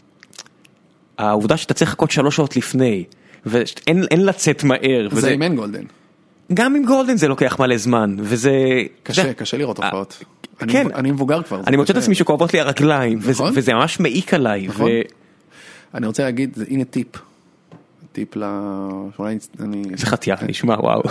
והעובדה שאתה צריך לחכות שלוש שעות לפני, ואין אין לצאת מהר. זה וזה... אם אין גולדן. גם עם גולדן זה לוקח מלא זמן, וזה... קשה, זה... קשה לראות הופעות. כן. אני, אני מבוגר כבר. אני מוצא את עצמי שכואבות לי הרגליים, נכון? וזה, וזה ממש מעיק עליי. נכון. ו... אני רוצה להגיד, הנה טיפ. טיפ ל... שאולי אני... זה חתייה, נשמע, וואו.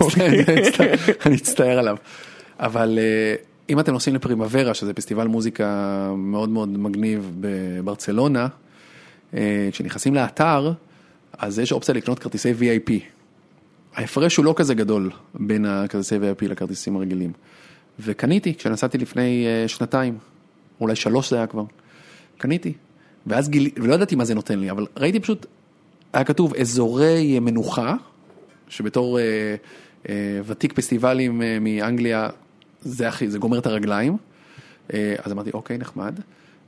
אני אצטער עליו. אבל אם אתם נוסעים לפרימוורה, שזה פסטיבל מוזיקה מאוד מאוד מגניב בברצלונה, כשנכנסים לאתר, אז יש אופציה לקנות כרטיסי וי איי פי. ההפרש הוא לא כזה גדול בין הכרטיסי וי איי פי לכרטיסים הרגילים. וקניתי, כשנסעתי לפני שנתיים, אולי שלוש זה היה כבר, קניתי. ואז גילי, ולא ידעתי מה זה נותן לי, אבל ראיתי פשוט, היה כתוב אזורי מנוחה, שבתור אה, אה, ותיק פסטיבלים אה, מאנגליה, זה הכי, זה גומר את הרגליים. אה, אז אמרתי, אוקיי, נחמד.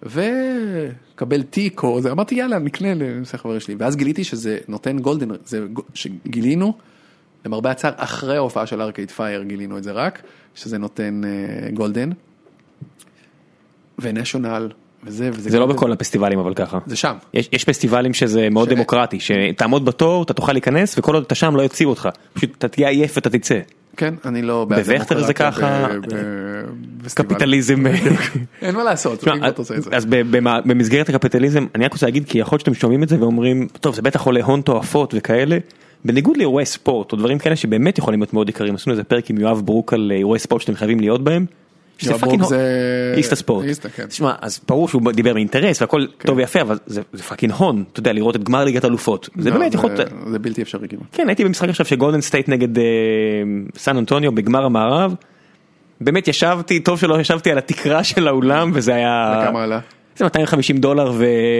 וקבל תיק, או זה, אמרתי, יאללה, נקנה לנושא חבר שלי. ואז גיליתי שזה נותן גולדן, זה שגילינו, למרבה הצער, אחרי ההופעה של ארקייד פייר, גילינו את זה רק, שזה נותן uh, גולדן. ונשיונל, וזה, וזה זה לא בכל הפסטיבלים אבל ככה. זה שם. יש, יש פסטיבלים שזה מאוד דמוקרטי, שתעמוד בתור, אתה תוכל להיכנס, וכל עוד אתה שם לא יוציאו אותך. פשוט אתה תהיה עייף ואתה תצא. כן, אני לא... בווכטר זה ככה, קפיטליזם. אין מה לעשות, אז במסגרת הקפיטליזם, אני רק רוצה להגיד, כי יכול להיות שאתם שומעים את זה ואומרים, טוב, זה בטח עולה הון תועפות וכאלה, בניגוד לאירועי ספורט, או דברים כאלה שבאמת יכולים להיות מאוד יקרים, עשינו איזה פרק עם יואב ברוק על אירועי ספורט שאתם חייבים להיות בהם, יואב ברוק זה... איסטה ספורט. תשמע, אז ברור שהוא דיבר מאינטרס והכל טוב ויפה, אבל זה פאקינג הון, אתה יודע, לראות את גמר ליגת אלופות. זה באמת יכול... זה בלתי אפשרי כמעט. כן, הייתי במשחק עכשיו של גולדן סטייט נגד סן אנטוניו בגמר המערב, באמת ישבתי, טוב שלא ישבתי על התקרה של האולם, וזה היה... וכמה עלה? זה מאתיים וחמישים דולר,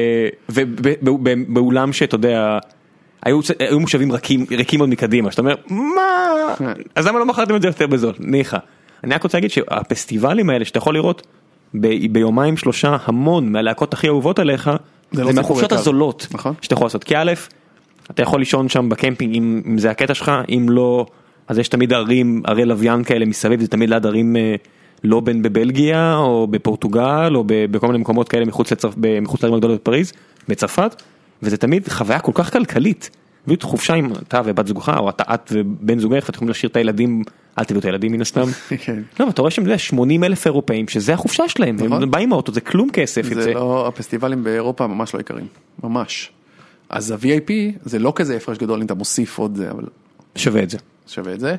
ובאולם שאתה יודע... היו מושבים ריקים עוד מקדימה, שאתה אומר, מה? אז למה לא מכרתם את זה יותר בזול? ניחא. אני רק רוצה להגיד שהפסטיבלים האלה שאתה יכול לראות ביומיים שלושה המון מהלהקות הכי אהובות עליך, זה מהחופשות הזולות שאתה יכול לעשות. כי א', אתה יכול לישון שם בקמפינג אם זה הקטע שלך, אם לא, אז יש תמיד ערים, ערי לוויין כאלה מסביב, זה תמיד ליד ערים לא בין בבלגיה או בפורטוגל או בכל מיני מקומות כאלה מחוץ לערים הגדולות בפריז, בצרפת, וזה תמיד חוויה כל כך כלכלית. ויהיו חופשה עם אתה ובת זוגך, או אתה את ובן זוגך, ואתם יכולים להשאיר את הילדים, אל תביאו את הילדים מן הסתם. לא, אתה רואה שהם שמונים אלף אירופאים, שזה החופשה שלהם, הם באים מהאוטו, זה כלום כסף. זה לא, הפסטיבלים באירופה ממש לא יקרים, ממש. אז ה-וי איי פי זה לא כזה הפרש גדול, אם אתה מוסיף עוד זה, אבל... שווה את זה. שווה את זה.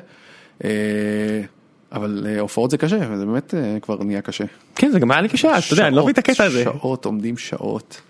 אבל הופעות זה קשה, וזה באמת כבר נהיה קשה. כן, זה גם היה לי קשה, אתה יודע, אני לא מבין את הקטע הזה. שעות, עומדים שעות.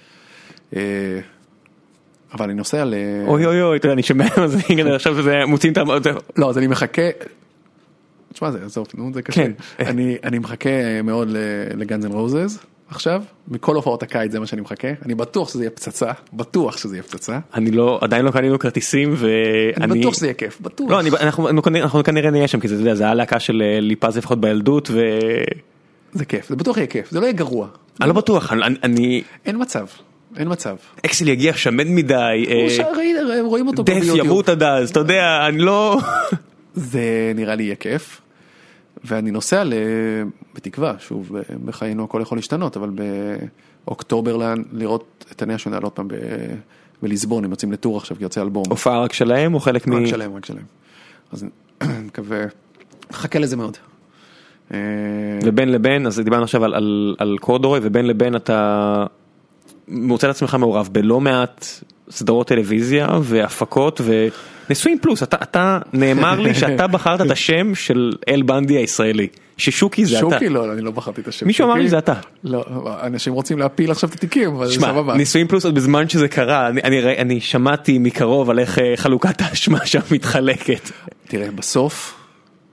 אבל אני נוסע ל... אוי אוי אוי, אתה יודע, אני שומע על זה, עכשיו שזה מוצאים את ה... לא, אז אני מחכה... תשמע, זה עזוב, נו, זה קשה. אני מחכה מאוד לגאנז אנד רוזז עכשיו, מכל הופעות הקיץ זה מה שאני מחכה, אני בטוח שזה יהיה פצצה, בטוח שזה יהיה פצצה. אני לא, עדיין לא קנינו כרטיסים, ואני... אני בטוח שזה יהיה כיף, בטוח. לא, אנחנו כנראה נהיה שם, כי זה, זה הלהקה של ליפז לפחות בילדות, ו... זה כיף, זה בטוח יהיה כיף, זה לא יהיה גרוע. אני לא בטוח, אני... אין מצב. אין מצב. אקסל יגיע שמן מדי. רואים אותו דף ימות עד אז, אתה יודע, אני לא... זה נראה לי יהיה כיף. ואני נוסע בתקווה, שוב, בחיינו הכל יכול להשתנות, אבל באוקטובר לראות את הנשיונל עוד פעם בליסבון, הם יוצאים לטור עכשיו, כי יוצא אלבום. הופעה רק שלהם או חלק מ... רק שלהם, רק שלהם. אז אני מקווה, חכה לזה מאוד. ובין לבין, אז דיברנו עכשיו על קורדורי, ובין לבין אתה... מוצא לעצמך מעורב בלא מעט סדרות טלוויזיה והפקות וניסויים פלוס, אתה, אתה נאמר לי שאתה בחרת את השם של אל בנדי הישראלי, ששוקי זה שוקי, אתה. שוקי לא, אני לא בחרתי את השם. מישהו אמר לי זה אתה. לא, אנשים רוצים להפיל עכשיו את התיקים, אבל שמה, סבבה. ניסויים פלוס עוד בזמן שזה קרה, אני, אני, אני שמעתי מקרוב על איך חלוקת האשמה שם מתחלקת. תראה, בסוף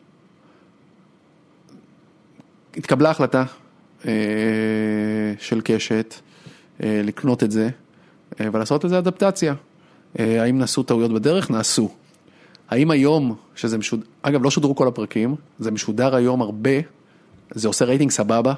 התקבלה החלטה אה, של קשת, לקנות את זה, ולעשות את זה אדפטציה. האם נעשו טעויות בדרך? נעשו. האם היום, שזה משודר, אגב, לא שודרו כל הפרקים, זה משודר היום הרבה, זה עושה רייטינג סבבה,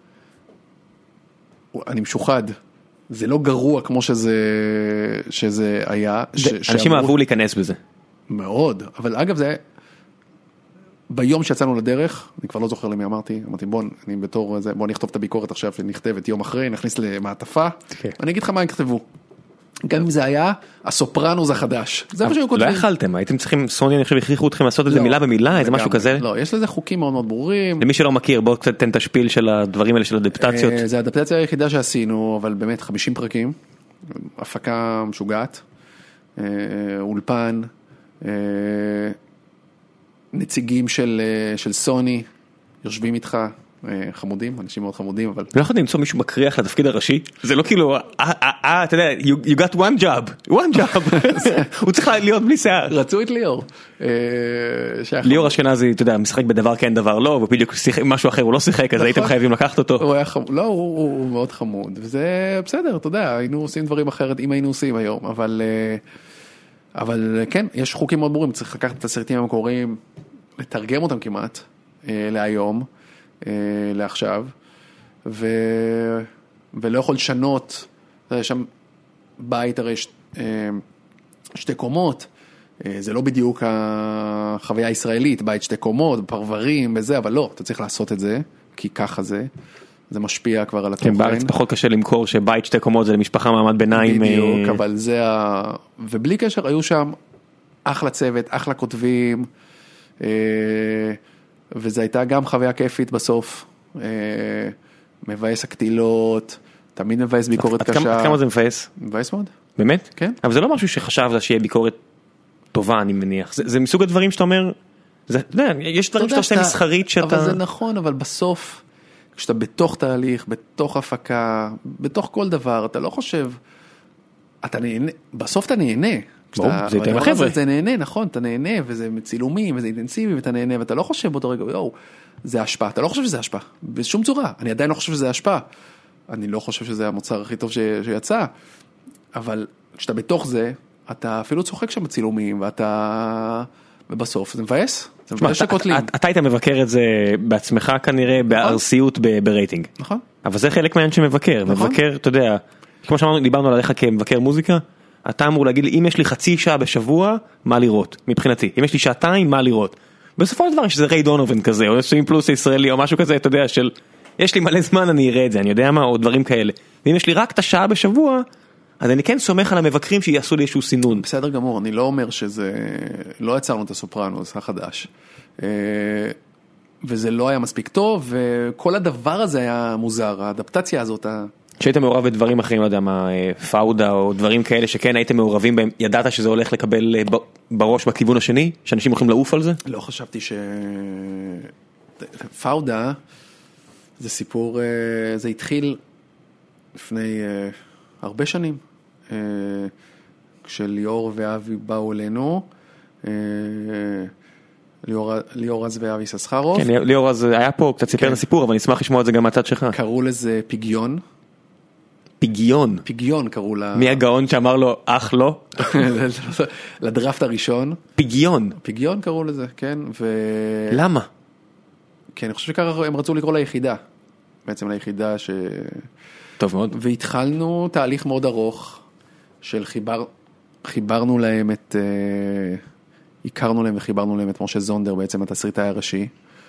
אני משוחד, זה לא גרוע כמו שזה, שזה היה. ש, אנשים שאמרו, אהבו להיכנס בזה. מאוד, אבל אגב זה, ביום שיצאנו לדרך, אני כבר לא זוכר למי אמרתי, אמרתי בוא, אני בתור זה, בוא נכתוב את הביקורת עכשיו, נכתבת יום אחרי, נכניס למעטפה, אני אגיד לך מה יכתבו. גם אם זה היה, הסופרנוס החדש. זה מה שהיו כותבים. לא יכלתם, הייתם צריכים, סוני אני חושב הכריחו אתכם לעשות את זה מילה במילה, איזה משהו כזה? לא, יש לזה חוקים מאוד מאוד ברורים. למי שלא מכיר, בואו קצת תן את השפיל של הדברים האלה של אדפטציות. זה האדפטציה היחידה שעשינו, אבל באמת חמישים פרקים, הפקה משוגעת, אולפן, נציגים של, של סוני, יושבים איתך, חמודים, אנשים מאוד חמודים, אבל... לא יכולת למצוא מישהו מקריח לתפקיד הראשי? זה לא כאילו, אה, אתה יודע, you got one job, one job, הוא צריך להיות בלי שיער. רצו את ליאור. ליאור אשכנזי, אתה יודע, משחק בדבר כן דבר לא, ובדיוק משהו אחר הוא לא שיחק, אז הייתם חייבים לקחת אותו. לא, הוא מאוד חמוד, וזה בסדר, אתה יודע, היינו עושים דברים אחרת, אם היינו עושים היום, אבל... אבל כן, יש חוקים מאוד ברורים, צריך לקחת את הסרטים המקוריים, לתרגם אותם כמעט, להיום, לעכשיו, ו... ולא יכול לשנות, יש שם בית הרי ש... שתי קומות, זה לא בדיוק החוויה הישראלית, בית שתי קומות, פרברים וזה, אבל לא, אתה צריך לעשות את זה, כי ככה זה, זה משפיע כבר על התוכן. כן, בארץ פחות קשה למכור שבית שתי קומות זה למשפחה מעמד ביניים. בדיוק, אבל זה ה... ובלי קשר היו שם אחלה צוות, אחלה כותבים, וזה הייתה גם חוויה כיפית בסוף, מבאס הקטילות, תמיד מבאס ביקורת קשה. עד כמה זה מבאס? מבאס מאוד. באמת? כן. אבל זה לא משהו שחשבת שיהיה ביקורת טובה, אני מניח. זה, זה מסוג הדברים שאתה אומר, זה, לא, יש דברים שאתה עושה מסחרית שאתה... אבל זה נכון, אבל בסוף, כשאתה בתוך תהליך, בתוך הפקה, בתוך כל דבר, אתה לא חושב, אתה נהנה, בסוף אתה נהנה. בוא, זה יותר לחבר'ה. זה נהנה, נכון, אתה נהנה, וזה מצילומים, וזה אינטנסיבי, ואתה נהנה, ואתה לא חושב באותו רגע, יואו, זה השפעה, אתה לא חושב שזה השפעה, בשום צורה, אני עדיין לא חושב שזה השפעה, אני לא חושב שזה המוצר הכי טוב ש... שיצא, אבל כשאתה בתוך זה, אתה אפילו צוחק שם בצילומים, ואתה, ובסוף זה מבאס, זה מבאס שקוטלים. אתה היית מבקר את זה בעצמך כנראה, בארסיות ברייטינג. נכון. אבל זה חלק מהעניין שמבקר, מבקר, אתה יודע, כמו שאמרנו, דיברנו עליך כמבקר מוזיקה, אתה אמור להגיד לי, אם יש לי חצי שעה בשבוע, מה לראות, מבחינתי. אם יש לי שעתיים, מה לראות. בסופו של דבר, שזה ריי דונובן כזה, או סווים פלוס ישראלי, או משהו כזה, אתה יודע, של, יש לי מלא זמן, אני אראה את זה, אני יודע מה, או דברים כאלה. ואם יש לי רק את השעה בשבוע, אז אני כן סומך על המבקרים שיעשו לי איזשהו סינון. בסדר גמור, אני לא אומר שזה, לא יצרנו את הסופרנוס החדש. וזה לא היה מספיק טוב, וכל הדבר הזה היה מוזר, האדפטציה הזאת, שהיית מעורב בדברים אחרים, לא יודע מה, פאודה או דברים כאלה שכן הייתם מעורבים בהם, ידעת שזה הולך לקבל בראש בכיוון השני? שאנשים הולכים לעוף על זה? לא חשבתי ש... פאודה, זה סיפור, זה התחיל לפני הרבה שנים, כשליאור ואבי באו אלינו, ליאור אז ואבי ססחרוף. כן, ליאור אז היה פה, קצת סיפר את הסיפור, אבל נשמח לשמוע את זה גם מהצד שלך. קראו לזה פיגיון. פיגיון. פיגיון קראו לה... מי הגאון שאמר לו, אך לא? לדרפט הראשון. פיגיון. פיגיון קראו לזה, כן. ו... למה? כן, אני חושב שככה הם רצו לקרוא ליחידה. בעצם ליחידה ש... טוב מאוד. והתחלנו תהליך מאוד ארוך של חיבר... חיברנו להם את... הכרנו להם וחיברנו להם את משה זונדר, בעצם התסריטאי הראשי.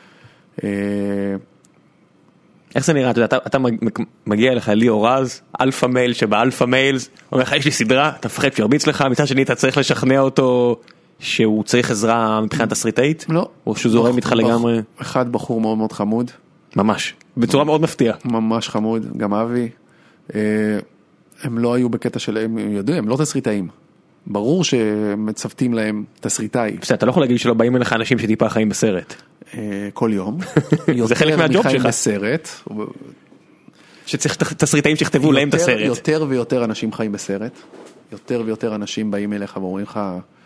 איך זה נראה? אתה, אתה, אתה מגיע אליך ליאור רז, אלפא מייל שבאלפא מיילס, אומר לך יש לי סדרה, אתה מפחד שירביץ לך, מצד שני אתה צריך לשכנע אותו שהוא צריך עזרה מבחינת תסריטאית? לא. או שהוא זורם איתך לגמרי? אחד בחור מאוד מאוד חמוד. ממש. בצורה מאוד מפתיעה. ממש חמוד, גם אבי. הם לא היו בקטע שלהם, הם יודעים, הם לא תסריטאים. ברור שמצוותים להם תסריטאי. אתה לא יכול להגיד שלא באים אליך אנשים שטיפה חיים בסרט. כל יום. זה חלק מהג'וב שלך. בסרט. שצריך תסריטאים שכתבו להם את הסרט. יותר ויותר אנשים חיים בסרט. יותר ויותר אנשים באים אליך ואומרים לך,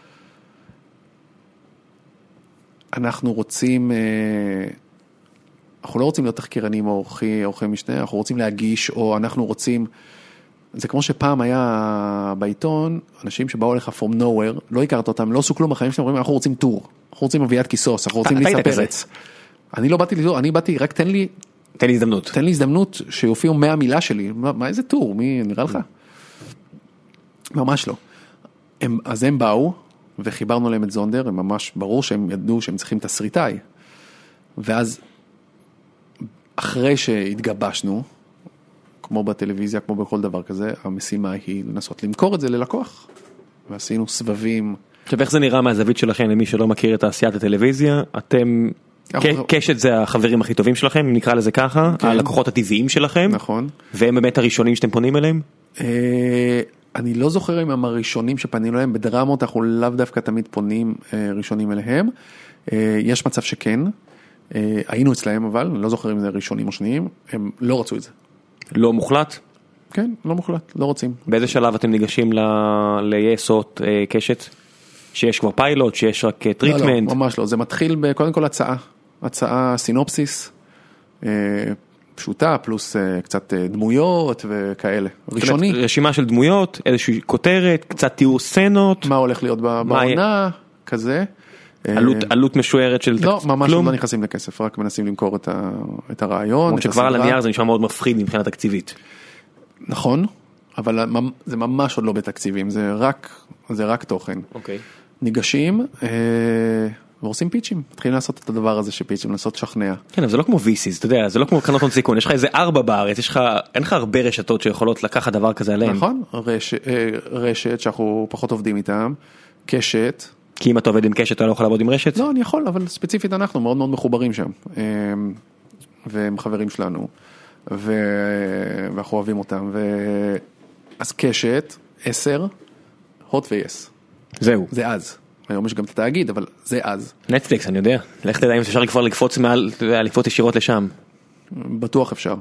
אנחנו רוצים, אנחנו לא רוצים להיות תחקירנים או עורכי משנה, אנחנו רוצים להגיש, או אנחנו רוצים, זה כמו שפעם היה בעיתון, אנשים שבאו אליך from nowhere, לא הכרת אותם, לא עשו כלום בחיים שאתם אומרים, אנחנו רוצים טור, אנחנו רוצים אביעד כיסוס, אנחנו רוצים ליסה פרץ. אני לא באתי לטור, אני באתי, רק תן לי, תן לי הזדמנות. תן לי הזדמנות שיופיעו מאה מילה שלי, מה, מה איזה טור, מי נראה לך? ממש לא. הם, אז הם באו, וחיברנו להם את זונדר, הם ממש ברור שהם ידעו שהם צריכים תסריטאי. ואז, אחרי שהתגבשנו, כמו בטלוויזיה, כמו בכל דבר כזה, המשימה היא לנסות למכור את זה ללקוח. ועשינו סבבים. עכשיו, איך זה נראה מהזווית שלכם, למי שלא מכיר את תעשיית הטלוויזיה, אתם, קשת זה החברים הכי טובים שלכם, אם נקרא לזה ככה, הלקוחות הטבעיים שלכם. נכון. והם באמת הראשונים שאתם פונים אליהם? אני לא זוכר אם הם הראשונים שפנינו אליהם, בדרמות אנחנו לאו דווקא תמיד פונים ראשונים אליהם. יש מצב שכן, היינו אצלהם אבל, אני לא זוכר אם זה ראשונים או שניים, הם לא רצו את זה. לא מוחלט? כן, לא מוחלט, לא רוצים. באיזה שלב אתם ניגשים ליסות קשת? שיש כבר פיילוט, שיש רק טריטמנט? לא, לא, ממש לא, זה מתחיל קודם כל הצעה, הצעה סינופסיס, פשוטה, פלוס קצת דמויות וכאלה, ראשוני. רשימה של דמויות, איזושהי כותרת, קצת תיאור סצנות. מה הולך להיות בעונה, כזה. עלות, עלות משוערת של... לא, ממש לא נכנסים לכסף, רק מנסים למכור את, ה, את הרעיון. כמו שכבר על הנייר זה נשמע מאוד מפחיד מבחינה תקציבית. נכון, אבל זה ממש עוד לא בתקציבים, זה רק, זה רק תוכן. אוקיי. ניגשים, ועושים פיצ'ים, מתחילים לעשות את הדבר הזה שפיצ'ים, לעשות שכנע. כן, אבל זה לא כמו וי סי'ס, אתה יודע, זה לא כמו קרנות הון סיכון, יש לך איזה ארבע בארץ, יש לך, אין לך הרבה רשתות שיכולות לקחת דבר כזה עליהם. נכון, רש, רשת שאנחנו פחות עובדים איתם, קשת. כי אם אתה עובד עם קשת, אתה לא יכול לעבוד עם רשת? לא, אני יכול, אבל ספציפית אנחנו מאוד מאוד מחוברים שם, והם חברים שלנו, ואנחנו אוהבים אותם, אז קשת, עשר, הוט ויס. זהו. זה אז. היום יש גם את התאגיד, אבל זה אז. נטפליקס, אני יודע. לך תדע אם אפשר כבר לקפוץ מעל, אתה יודע, לקפוץ ישירות לשם. בטוח אפשר.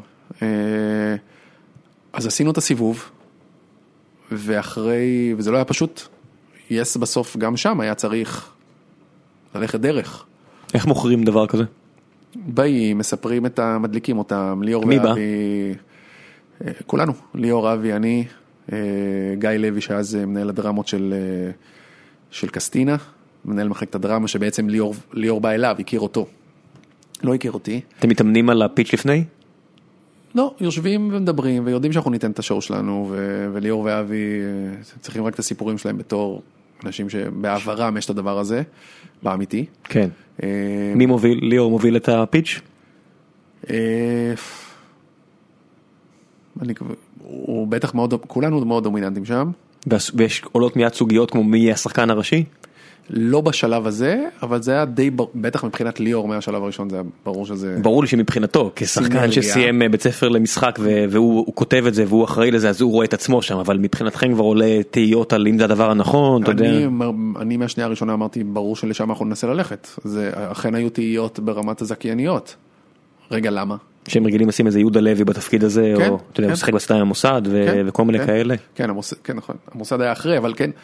אז עשינו את הסיבוב, ואחרי, וזה לא היה פשוט, יס בסוף גם שם היה צריך ללכת דרך. איך מוכרים דבר כזה? באים, מספרים את המדליקים אותם, ליאור ואבי. מי בא? כולנו, ליאור, אבי, אני, גיא לוי שאז מנהל הדרמות של, של קסטינה, מנהל מחלקת הדרמה שבעצם ליאור, ליאור בא אליו, הכיר אותו. לא הכיר אותי. אתם מתאמנים על הפיץ' לפני? לא, יושבים ומדברים ויודעים שאנחנו ניתן את השואו שלנו, ו- וליאור ואבי צריכים רק את הסיפורים שלהם בתור אנשים שבעברם יש את הדבר הזה, באמיתי. כן. מי מוביל? ליאור מוביל את הפיץ'? אני, הוא בטח מאוד, כולנו מאוד דומיננטים שם. ויש עולות מיד סוגיות כמו מי יהיה השחקן הראשי? לא בשלב הזה, אבל זה היה די, בטח מבחינת ליאור מהשלב הראשון, זה היה ברור שזה... ברור לי שמבחינתו, כשחקן שסיים בית ספר למשחק, והוא כותב את זה, והוא אחראי לזה, אז הוא רואה את עצמו שם, אבל מבחינתכם כבר עולה תהיות על אם זה הדבר הנכון, אתה יודע? אני מהשנייה הראשונה אמרתי, ברור שלשם אנחנו ננסה ללכת. זה אכן היו תהיות ברמת הזכייניות. רגע, למה? שהם רגילים לשים איזה יהודה לוי בתפקיד הזה, או אתה יודע, משחק בסטייל המוסד, וכל מיני כאלה. כן, נכון, המוסד היה אחרי, אבל כן.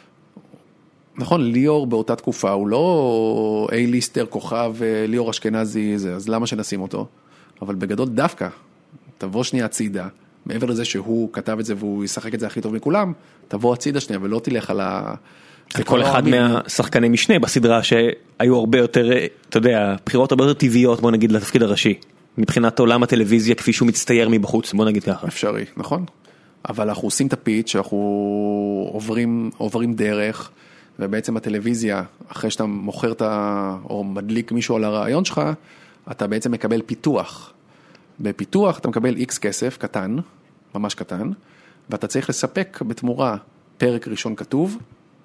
נכון, ליאור באותה תקופה, הוא לא איי-ליסטר, כוכב, ליאור אשכנזי, זה, אז למה שנשים אותו? אבל בגדול דווקא, תבוא שנייה הצידה, מעבר לזה שהוא כתב את זה והוא ישחק את זה הכי טוב מכולם, תבוא הצידה שנייה ולא תלך על ה... זה כל אחד מהשחקני משנה בסדרה שהיו הרבה יותר, אתה יודע, בחירות הרבה יותר טבעיות, בוא נגיד, לתפקיד הראשי, מבחינת עולם הטלוויזיה כפי שהוא מצטייר מבחוץ, בוא נגיד ככה. אפשרי, נכון? אבל אנחנו עושים את הפיץ', שאנחנו עוברים, עוברים דרך, ובעצם הטלוויזיה, אחרי שאתה מוכר את ה... או מדליק מישהו על הרעיון שלך, אתה בעצם מקבל פיתוח. בפיתוח אתה מקבל X כסף קטן, ממש קטן, ואתה צריך לספק בתמורה פרק ראשון כתוב,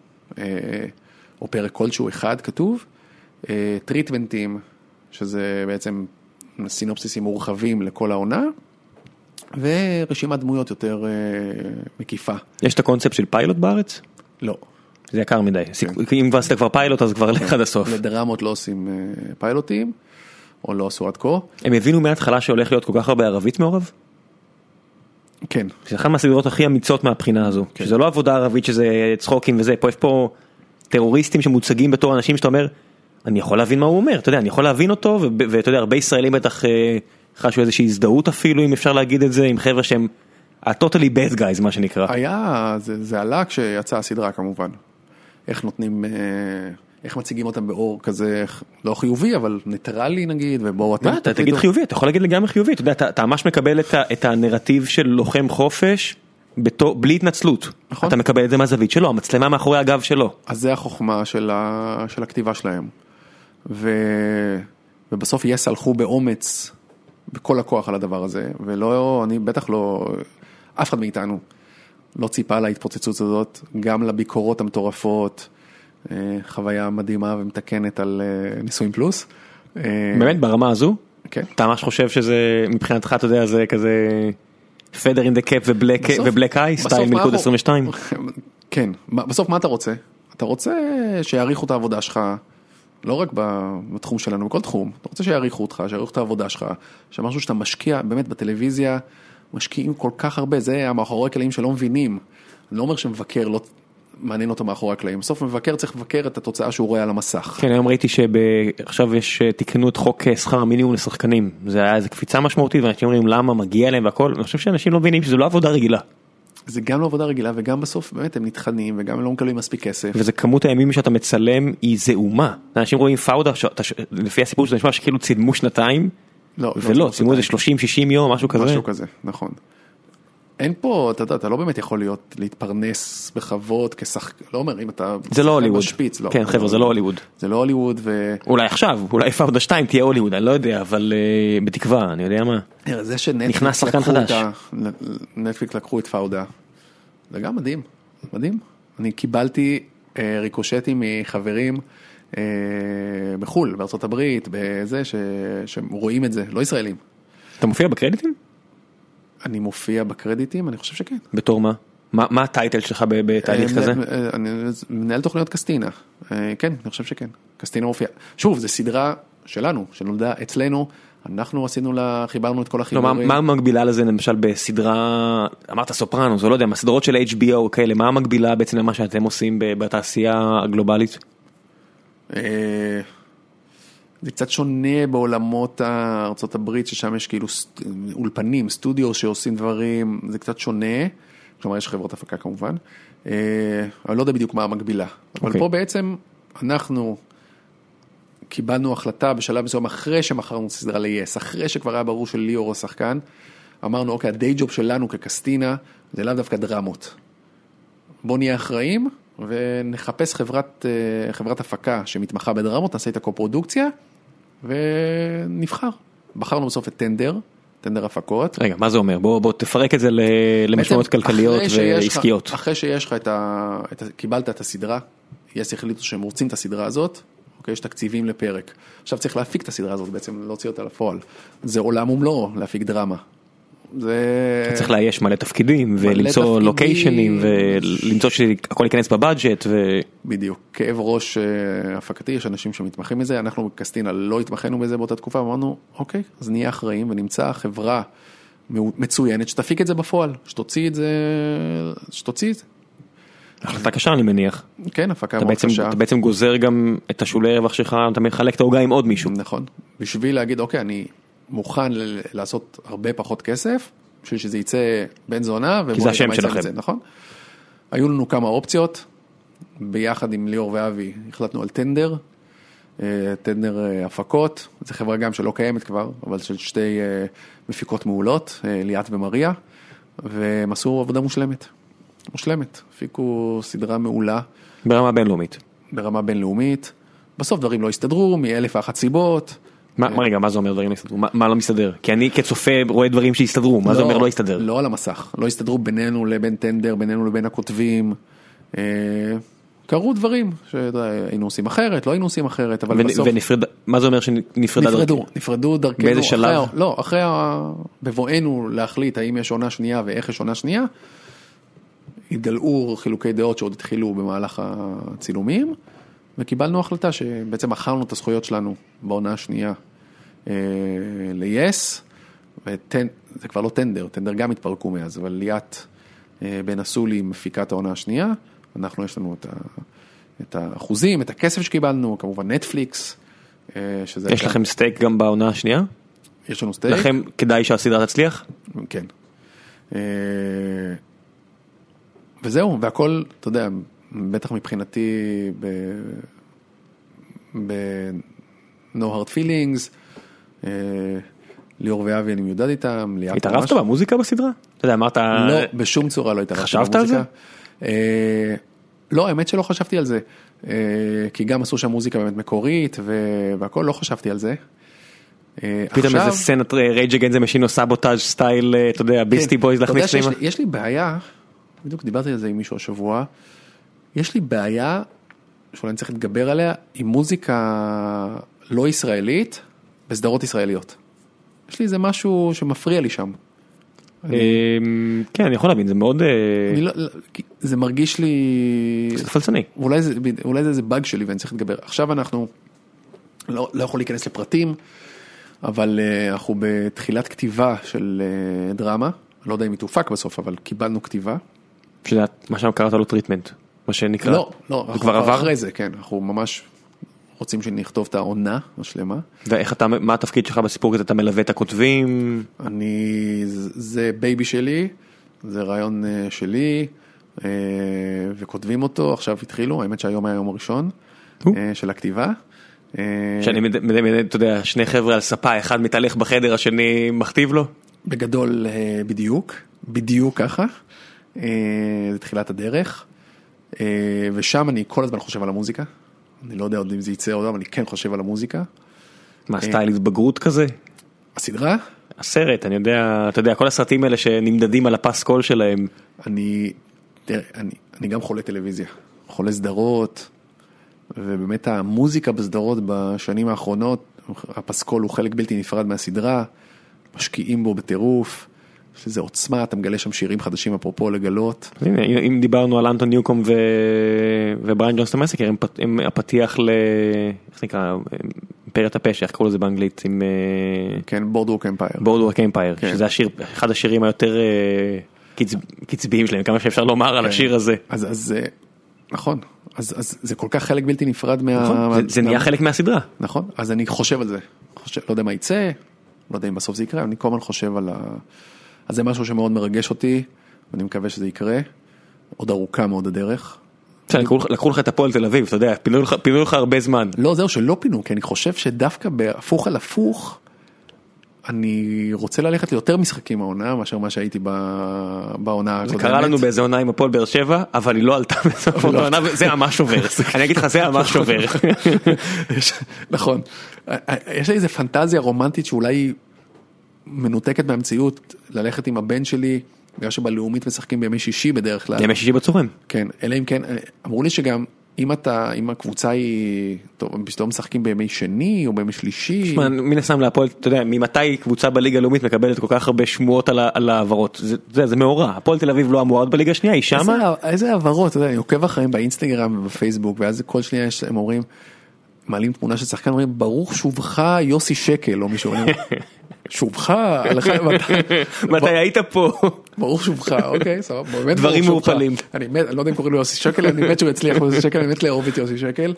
או פרק כלשהו אחד כתוב, טריטמנטים, שזה בעצם סינופסיסים מורחבים לכל העונה, ורשימת דמויות יותר מקיפה. יש את הקונספט של פיילוט בארץ? לא. זה יקר מדי. אם כבר עשית כבר פיילוט, אז כבר לך עד הסוף. לדרמות לא עושים פיילוטים, או לא עשו עד כה. הם הבינו מההתחלה שהולך להיות כל כך הרבה ערבית מעורב? כן. זה אחת מהסדרות הכי אמיצות מהבחינה הזו. שזה לא עבודה ערבית שזה צחוקים וזה, פה יש פה טרוריסטים שמוצגים בתור אנשים שאתה אומר, אני יכול להבין מה הוא אומר, אתה יודע, אני יכול להבין אותו, ואתה יודע, הרבה ישראלים בטח חשו איזושהי הזדהות אפילו, אם אפשר להגיד את זה, עם חבר'ה שהם ה-totally bad guys, מה שנקרא. היה, זה, זה עלה כשיצאה הסדרה כמובן. איך נותנים, איך מציגים אותם באור כזה, לא חיובי, אבל ניטרלי נגיד, ובואו אתם... מה, אתה תגיד חיובי, אתה יכול להגיד לגמרי חיובי, אתה יודע, אתה ממש מקבל את הנרטיב של לוחם חופש, בלי התנצלות. אתה מקבל את זה מהזווית שלו, המצלמה מאחורי הגב שלו. אז זה החוכמה של הכתיבה שלהם. ובסוף יס הלכו באומץ, בכל הכוח על הדבר הזה, ולא, אני בטח לא, אף אחד מאיתנו לא ציפה להתפוצצות הזאת, גם לביקורות המטורפות, חוויה מדהימה ומתקנת על ניסויים פלוס. באמת, ברמה הזו? כן. אתה ממש חושב שזה, מבחינתך, אתה יודע, זה כזה feather in the cap ובלק איי, סטייל מלכוד עשרים ושתיים? כן, בסוף מה אתה רוצה? אתה רוצה שיעריכו את העבודה שלך, לא רק בתחום שלנו, בכל תחום. אתה רוצה שיעריכו אותך, שיעריכו את העבודה שלך, שמשהו שאתה משקיע, באמת בטלוויזיה, משקיעים כל כך הרבה, זה המאחורי הקלעים שלא מבינים. אני לא אומר שמבקר לא מעניין אותו מאחורי הקלעים. בסוף מבקר צריך לבקר את התוצאה שהוא רואה על המסך. כן, היום ראיתי שעכשיו יש, תיקנו את חוק שכר המינימום לשחקנים. זה היה איזו קפיצה משמעותית, ואנשים אומרים למה מגיע להם והכל. אני חושב שאנשים לא מבינים שזו לא עבודה רגילה. זה גם לא עבודה רגילה, וגם בסוף באמת הם נתחנים, וגם הם לא מקבלים מספיק כסף. וזה כמות הימים שאתה מצלם היא זעומה. אנשים רואים פאודה, לפי הסיפור שזה נשמע שכאילו צילמו שנתיים, ולא, צילמו איזה שלושים שישים יום, משהו כזה. משהו כזה, נכון. אין פה, אתה יודע, אתה לא באמת יכול להיות, להתפרנס בכבוד כשחק... לא אומר, אם אתה... זה לא הוליווד. משפיץ, לא. כן, חבר'ה, זה לא הוליווד. זה לא הוליווד ו... אולי עכשיו, אולי פאודה שתיים תהיה הוליווד, אני לא יודע, אבל uh, בתקווה, אני יודע מה. זה שנטפליקס נכנס שחקן חדש. נטפליקס לקחו את פאודה. זה גם מדהים, מדהים. אני קיבלתי uh, ריקושטים מחברים uh, בחול, בארצות הברית, בזה ש... שרואים את זה, לא ישראלים. אתה מופיע בקרדיטים? אני מופיע בקרדיטים, אני חושב שכן. בתור מה? מה, מה הטייטל שלך בתהליך כזה? אני מנהל תוכניות קסטינה. כן, אני חושב שכן. קסטינה מופיע. שוב, זו סדרה שלנו, שנולדה אצלנו. אנחנו עשינו לה, חיברנו את כל החיבורים. מה המקבילה לזה, למשל, בסדרה, אמרת סופרנוס, או לא יודע, הסדרות של אייץ' בי או כאלה, מה המקבילה בעצם למה שאתם עושים בתעשייה הגלובלית? זה קצת שונה בעולמות ארצות הברית, ששם יש כאילו אולפנים, סטודיו שעושים דברים, זה קצת שונה, כלומר יש חברות הפקה כמובן, אבל לא יודע בדיוק מה המקבילה. אבל פה בעצם אנחנו קיבלנו החלטה בשלב מסוים, אחרי שמכרנו את הסדרה ל-יס, אחרי שכבר היה ברור של ליאור השחקן, אמרנו, אוקיי, הדיי ג'וב שלנו כקסטינה, זה לאו דווקא דרמות. בוא נהיה אחראים, ונחפש חברת, חברת הפקה שמתמחה בדרמות, נעשה את הקופרודוקציה, ונבחר. בחרנו בסוף את טנדר, טנדר הפקות. רגע, מה זה אומר? בוא, בוא תפרק את זה למשמעות כלכליות ועסקיות. אחרי שיש לך את ה... קיבלת את הסדרה, יש החליטו שהם רוצים את הסדרה הזאת, אוקיי, יש תקציבים לפרק. עכשיו צריך להפיק את הסדרה הזאת, בעצם להוציא אותה לפועל. זה עולם ומלואו, להפיק דרמה. זה... צריך לאייש מלא תפקידים, ולמצוא לוקיישנים, ולמצוא שהכל ייכנס בבאדג'ט. בדיוק, כאב ראש הפקתי, יש אנשים שמתמחים בזה, אנחנו בקסטינה לא התמחנו בזה באותה תקופה, אמרנו, אוקיי, אז נהיה אחראים, ונמצא חברה מצוינת, שתפיק את זה בפועל, שתוציא את זה, שתוציא את זה. החלטה קשה אני מניח. כן, הפקה מאוד קשה. אתה בעצם גוזר גם את השולי רווח שלך, אתה מחלק את העוגה עם עוד מישהו. נכון, בשביל להגיד, אוקיי, אני מוכן לעשות הרבה פחות כסף, בשביל שזה יצא בן זונה, כי זה השם שלכם. זה, נכון? היו לנו כמה אופציות, ביחד עם ליאור ואבי, החלטנו על טנדר, טנדר הפקות, זו חברה גם שלא קיימת כבר, אבל של שתי מפיקות מעולות, ליאת ומריה, והם עשו עבודה מושלמת, מושלמת, הפיקו סדרה מעולה. ברמה בינלאומית. ברמה בינלאומית, בסוף דברים לא הסתדרו, מאלף ואחת סיבות, מה, רגע, מה זה אומר דברים לא הסתדרו? מה, מה לא מסתדר? כי אני כצופה רואה דברים שהסתדרו, מה זה אומר לא הסתדר? לא על המסך, לא הסתדרו בינינו לבין טנדר, בינינו לבין הכותבים, אה, קרו דברים שהיינו עושים אחרת, לא היינו עושים אחרת, אבל בסוף... ונפרד, מה זה אומר שנפרדה נפרדו, דרכנו? נפרדו דרכנו. באיזה שלב? אחרי, לא, אחרי בבואנו להחליט האם יש עונה שנייה ואיך יש עונה שנייה, התגלעו חילוקי דעות שעוד התחילו במהלך הצילומים, וקיבלנו החלטה שבעצם מכרנו את הזכויות שלנו בעונה השנייה אה, ל-יס, וזה כבר לא טנדר, טנדר גם התפרקו מאז, אבל ליאת אה, בן אסולי מפיקה את העונה השנייה, אנחנו יש לנו את, ה, את האחוזים, את הכסף שקיבלנו, כמובן נטפליקס. אה, שזה יש לכם סטייק גם בעונה השנייה? יש לנו סטייק. לכם כדאי שהסדרה תצליח? כן. אה, וזהו, והכל, אתה יודע, בטח מבחינתי ב... ב... No Hard Feelings, ליאור ואבי אני מיודד איתם. התערבת במוזיקה בסדרה? אתה יודע, אמרת... לא, בשום צורה לא התערבתי במוזיקה. חשבת על זה? לא, האמת שלא חשבתי על זה, כי גם עשו שם מוזיקה באמת מקורית, והכל לא חשבתי על זה. פתאום איזה סצנת רייג' אגנס זה משין או סאבוטאז' סטייל, אתה יודע, ביסטי בויז להכניס פנימה. יש לי בעיה, בדיוק דיברתי על זה עם מישהו השבוע, יש לי בעיה, שאולי אני צריך להתגבר עליה, עם מוזיקה לא ישראלית, בסדרות ישראליות. יש לי איזה משהו שמפריע לי שם. כן, אני יכול להבין, זה מאוד... זה מרגיש לי... קצת פלצני. אולי זה איזה באג שלי ואני צריך להתגבר. עכשיו אנחנו לא יכול להיכנס לפרטים, אבל אנחנו בתחילת כתיבה של דרמה, לא יודע אם היא תופק בסוף, אבל קיבלנו כתיבה. שזה מה שם קראת לו טריטמנט, מה שנקרא. לא, לא, אנחנו כבר אחרי זה, כן, אנחנו ממש רוצים שנכתוב את העונה השלמה. ואיך אתה, מה התפקיד שלך בסיפור הזה? אתה מלווה את הכותבים? אני, זה בייבי שלי, זה רעיון שלי, וכותבים אותו, עכשיו התחילו, האמת שהיום היה היום הראשון של הכתיבה. שאני מדמיין, אתה יודע, שני חבר'ה על ספה, אחד מתהלך בחדר, השני מכתיב לו? בגדול בדיוק. בדיוק ככה, זה תחילת הדרך, ושם אני כל הזמן חושב על המוזיקה, אני לא יודע עוד אם זה יצא או לא, אבל אני כן חושב על המוזיקה. מה, סטייל התבגרות כזה? הסדרה? הסרט, אני יודע, אתה יודע, כל הסרטים האלה שנמדדים על הפס קול שלהם. אני, תראה, אני, אני גם חולה טלוויזיה, חולה סדרות, ובאמת המוזיקה בסדרות בשנים האחרונות, הפסקול הוא חלק בלתי נפרד מהסדרה, משקיעים בו בטירוף, שזה עוצמה, אתה מגלה שם שירים חדשים אפרופו לגלות. הנה, אם דיברנו על אנטון ניוקום ו... ובריין ג'ונסטון מסקר, הם, הם הפתיח ל... איך נקרא? אימפריית הפשע, איך קראו לזה באנגלית? עם... כן, בורדוורק אמפייר. בורדוורק אמפייר, שזה השיר, אחד השירים היותר קצ... קצביים שלהם, כמה שאפשר לומר על השיר הזה. אז, אז נכון, אז, אז זה כל כך חלק בלתי נפרד מה... נכון, זה, זה נהיה חלק מהסדרה. נכון, אז אני חושב על זה. חושב, לא יודע מה יצא, לא יודע אם בסוף זה יקרה, אני כל הזמן חושב על ה... אז זה משהו שמאוד מרגש אותי, ואני מקווה שזה יקרה. עוד ארוכה מאוד הדרך. לקחו לך את הפועל תל אביב, אתה יודע, פינו לך הרבה זמן. לא, זהו שלא פינו, כי אני חושב שדווקא בהפוך על הפוך, אני רוצה ללכת ליותר משחקים העונה, מאשר מה שהייתי בעונה הקודמת. זה קרה לנו באיזה עונה עם הפועל באר שבע, אבל היא לא עלתה בסוף העונה, וזה ממש שובר. אני אגיד לך, זה ממש שובר. נכון. יש לי איזו פנטזיה רומנטית שאולי מנותקת מהמציאות, ללכת עם הבן שלי, בגלל שבלאומית משחקים בימי שישי בדרך כלל. בימי שישי בצהריים. כן, אלא אם כן, אמרו לי שגם אם אתה, אם הקבוצה היא, טוב, פתאום משחקים בימי שני או בימי שלישי. תשמע, מן הסתם להפועל, אתה יודע, ממתי קבוצה בליגה הלאומית מקבלת כל כך הרבה שמועות על העברות? זה, זה, זה מאורע. הפועל תל אביב לא אמורה בליגה השנייה, היא שמה? איזה העברות, אתה יודע, אני עוקב אחריהם באינסטגרם ובפייסבוק, ואז כל שנייה הם אומרים, מעלים תמונה של שחקן, אומרים, ברוך שובך יוסי שקל, או מישהו, שובך, מתי היית פה? ברוך שובך, אוקיי, סבבה. דברים מעופלים. אני לא יודע אם קוראים לו יוסי שקל, אני מת שהוא יצליח יוסי שקל, אני מת לאהוב את יוסי שקל,